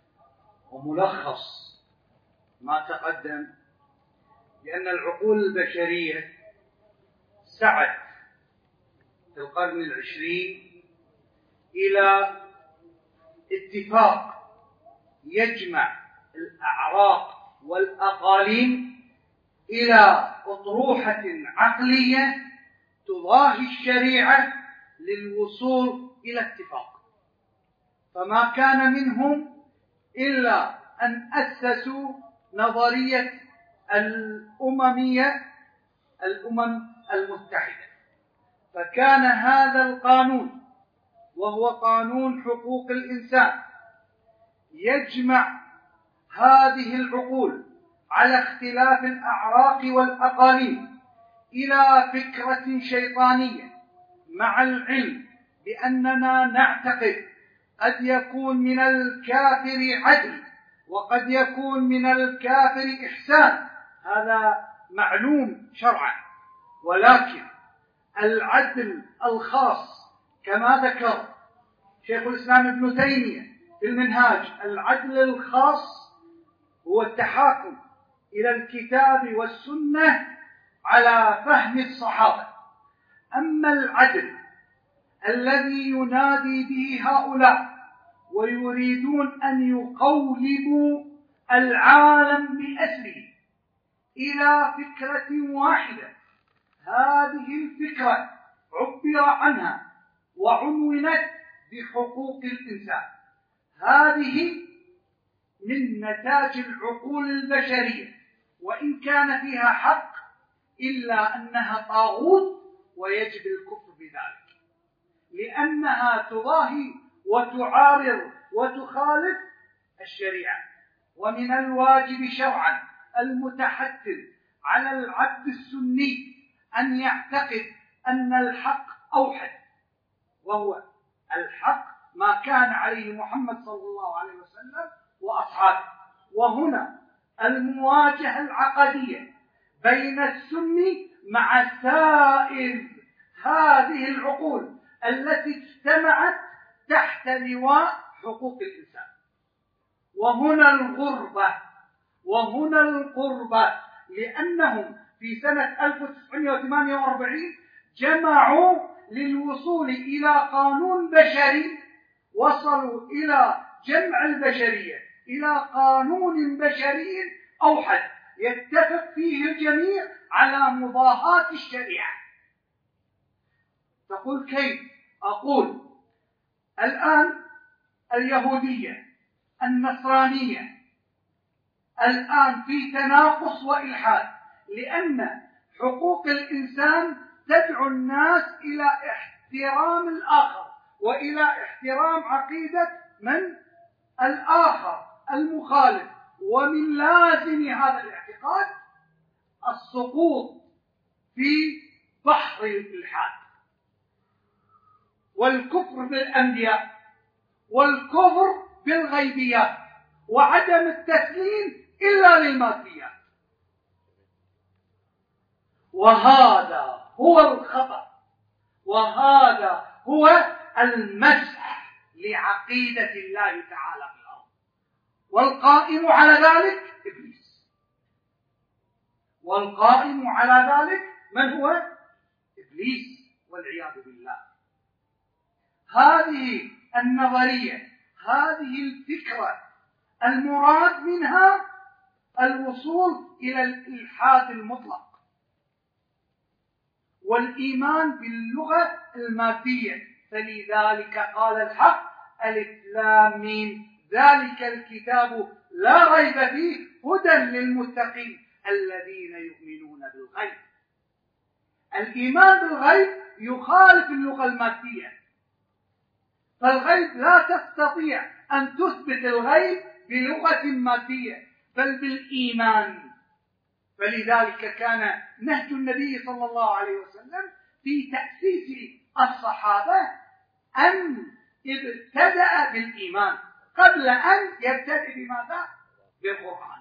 وملخص ما تقدم بأن العقول البشرية سعت في القرن العشرين إلى اتفاق يجمع الأعراق والأقاليم إلى أطروحة عقلية تضاهي الشريعة للوصول إلى اتفاق. فما كان منهم إلا أن أسسوا نظرية الأمم المتحدة. فكان هذا القانون وهو قانون حقوق الإنسان يجمع هذه العقول على اختلاف الأعراق والأقاليم إلى فكرة شيطانية، مع العلم بأننا نعتقد قد يكون من الكافر عدل وقد يكون من الكافر إحسان، هذا معلوم شرعا. ولكن العدل الخاص كما ذكر شيخ الإسلام ابن تيمية في المنهاج، العدل الخاص هو التحاكم إلى الكتاب والسنة على فهم الصحابة. أما العدل الذي ينادي به هؤلاء ويريدون أن يقولبوا العالم بأسره إلى فكرة واحدة، هذه الفكرة عبر عنها وعنونت بحقوق الإنسان. هذه من نتاج العقول البشرية، وإن كان فيها حق إلا أنها طاغوت ويجب الكفر بذلك، لأنها تضاهي وتعارض وتخالف الشريعة. ومن الواجب شرعا المتحتم على العبد السني أن يعتقد أن الحق أوحد، وهو الحق ما كان عليه محمد صلى الله عليه وسلم وأصحابه. وهنا المواجهة العقدية بين السني مع سائر هذه العقول التي اجتمعت تحت لواء حقوق الإنسان. وهنا الغربة لأنهم في سنة 1948 جمعوا للوصول إلى قانون بشري، وصلوا إلى جمع البشرية إلى قانون بشري أوحد يتفق فيه الجميع على مضاهاة الشريعة. تقول كيف؟ أقول الآن اليهودية النصرانية الآن في تناقص وإلحاد، لأن حقوق الإنسان تدعو الناس إلى احترام الآخر وإلى احترام عقيدة من الآخر المخالف، ومن لازم هذا الاعتقاد السقوط في بحر الإلحاد والكفر بالأنبياء والكفر بالغيبيات وعدم التسليم إلا للماديات. وهذا هو الخطأ، وهذا هو المسح لعقيدة الله تعالى في الأرض، والقائم على ذلك إبليس. والقائم على ذلك من هو؟ إبليس والعياذ بالله. هذه النظرية، هذه الفكرة، المراد منها الوصول إلى الإلحاد المطلق والإيمان باللغة المادية. فلذلك قال الحق: ألف لام ميم ذلك الكتاب لا ريب فيه هدى للمتقين الذين يؤمنون بالغيب. الإيمان بالغيب يخالف اللغة المادية، فالغيب لا تستطيع أن تثبت الغيب بلغة مادية بل بالإيمان. فلذلك كان نهج النبي صلى الله عليه وسلم في تأسيس الصحابة أن ابتدأ بالإيمان قبل أن يبتدئ بماذا؟ بالقرآن.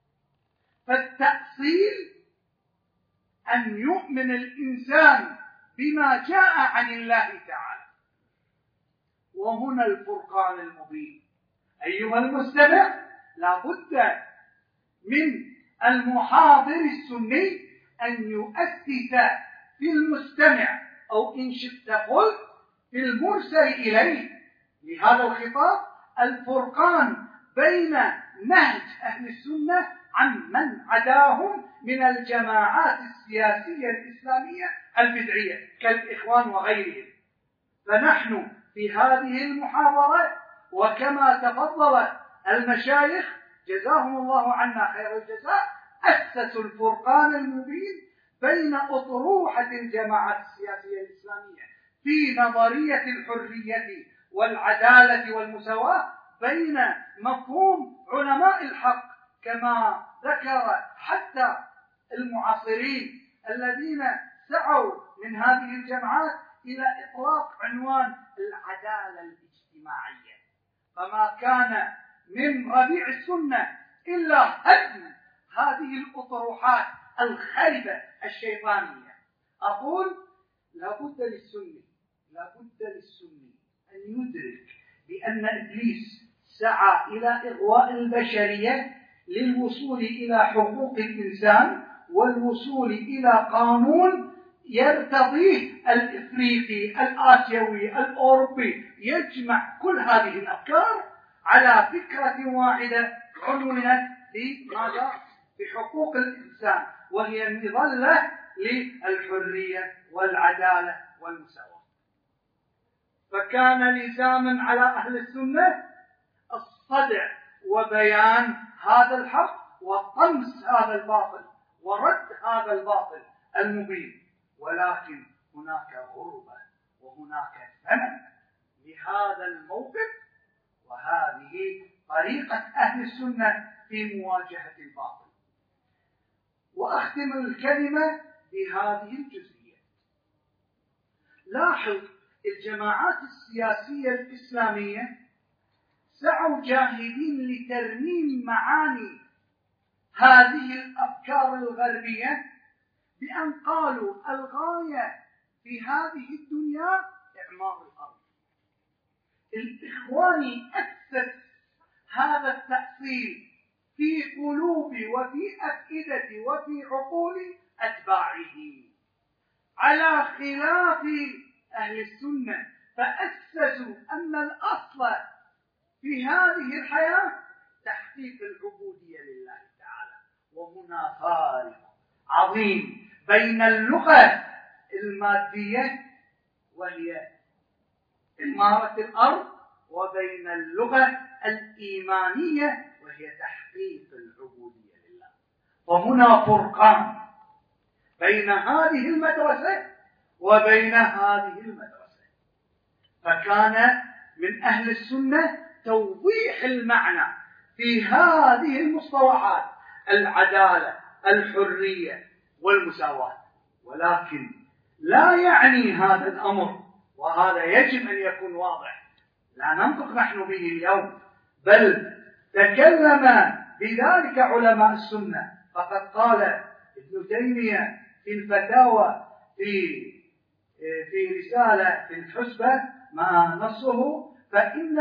فالتأصيل أن يؤمن الإنسان بما جاء عن الله تعالى. وهنا الفرقان المبين. أيها المستمع، لا بد من المحاضر السني أن يؤسس في المستمع، أو إن شئت قل في المرسل إليه لهذا الخطاب، الفرقان بين نهج أهل السنة عن من عداهم من الجماعات السياسية الإسلامية البدعية كالإخوان وغيرهم. فنحن في هذه المحاضرة، وكما تفضل المشايخ جزاهم الله عنا خير الجزاء، أسسوا الفرقان المبين بين أطروحة الجماعات السياسية الإسلامية في نظرية الحرية والعدالة والمساواة، بين مفهوم علماء الحق كما ذكر حتى المعاصرين الذين سعوا من هذه الجماعات إلى إطلاق عنوان العدالة الاجتماعية. فما كان من ربيع السنة إلا هدم هذه الأطروحات الخربة الشيطانية. أقول لابد للسني أن يدرك بأن إبليس سعى إلى إغواء البشرية للوصول إلى حقوق الإنسان والوصول إلى قانون يرتضيه الإفريقي الآسيوي الأوروبي، يجمع كل هذه الأفكار على فكرة واحدة عنونت بماذا؟ بحقوق الإنسان، وهي المظلة للحرية والعدالة والمساواة. فكان لزاما على أهل السنة الصدع وبيان هذا الحق وطمس هذا الباطل ورد هذا الباطل المبين. ولكن هناك غربة وهناك ثمن لهذا الموقف، وهذه طريقة أهل السنة في مواجهة الباطل. وأختم الكلمة بهذه الجزئية. لاحظ الجماعات السياسية الإسلامية سعوا جاهدين لترميم معاني هذه الأفكار الغربية بأن قالوا الغاية في هذه الدنيا إعمار الأرض. الإخواني أسس هذا التأصيل في قلوب وفي أفئدة وفي عقول أتباعه على خلاف أهل السنة، فأسسوا أن الأصل في هذه الحياة تحقيق العبودية لله تعالى. وهنا فارق عظيم بين اللغة المادية وهي إمارة الأرض وبين اللغة الإيمانية وهي تحقيق العبودية لله. وهنا فرقان بين هذه المدرسة وبين هذه المدرسة. فكان من أهل السنة توضيح المعنى في هذه المصطلحات: العدالة، الحرية، والمساواة. ولكن لا يعني هذا الأمر، وهذا يجب أن يكون واضح، لا ننطق نحن به اليوم، بل تكلم بذلك علماء السنة. فقد قال ابن تيمية في الفتاوى في رسالة في الحسبة ما نصه: فإن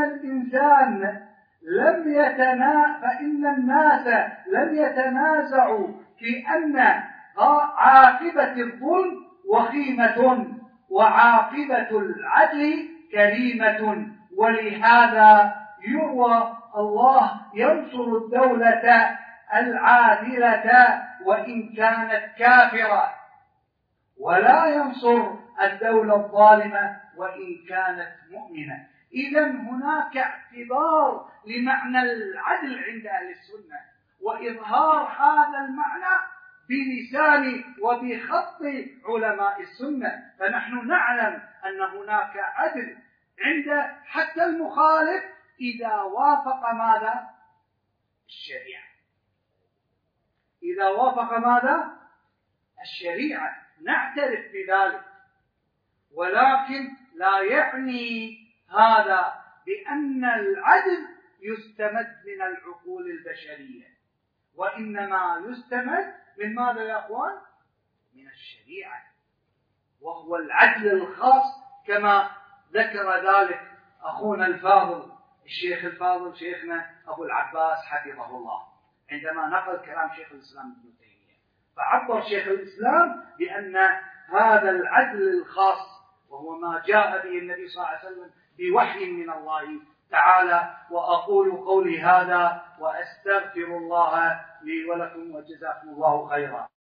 الناس لم يتنازعوا في أن عاقبة الظلم وخيمة وعاقبة العدل كريمة، ولهذا يروى الله ينصر الدولة العادلة وإن كانت كافرة، ولا ينصر الدولة الظالمة وإن كانت مؤمنة. إذن هناك اعتبار لمعنى العدل عند أهل السنة، وإظهار هذا المعنى بلسان وبخط علماء السنة. فنحن نعلم أن هناك عدل عند حتى المخالف إذا وافق ماذا؟ الشريعة. إذا وافق ماذا؟ الشريعة، نعترف بذلك، ولكن لا يعني هذا بأن العدل يستمد من العقول البشرية، وإنما يستمد من ماذا يا أخوان؟ من الشريعة، وهو العدل الخاص كما ذكر ذلك أخونا الفاضل الشيخ الفاضل شيخنا أبو العباس حفظه الله عندما نقل كلام شيخ الإسلام ابن تيمية. فعبر شيخ الإسلام بأن هذا العدل الخاص وهو ما جاء به النبي صلى الله عليه وسلم بوحي من الله تعالى. وأقول قولي هذا وأستغفر الله لي ولكم وجزاكم الله خيرا.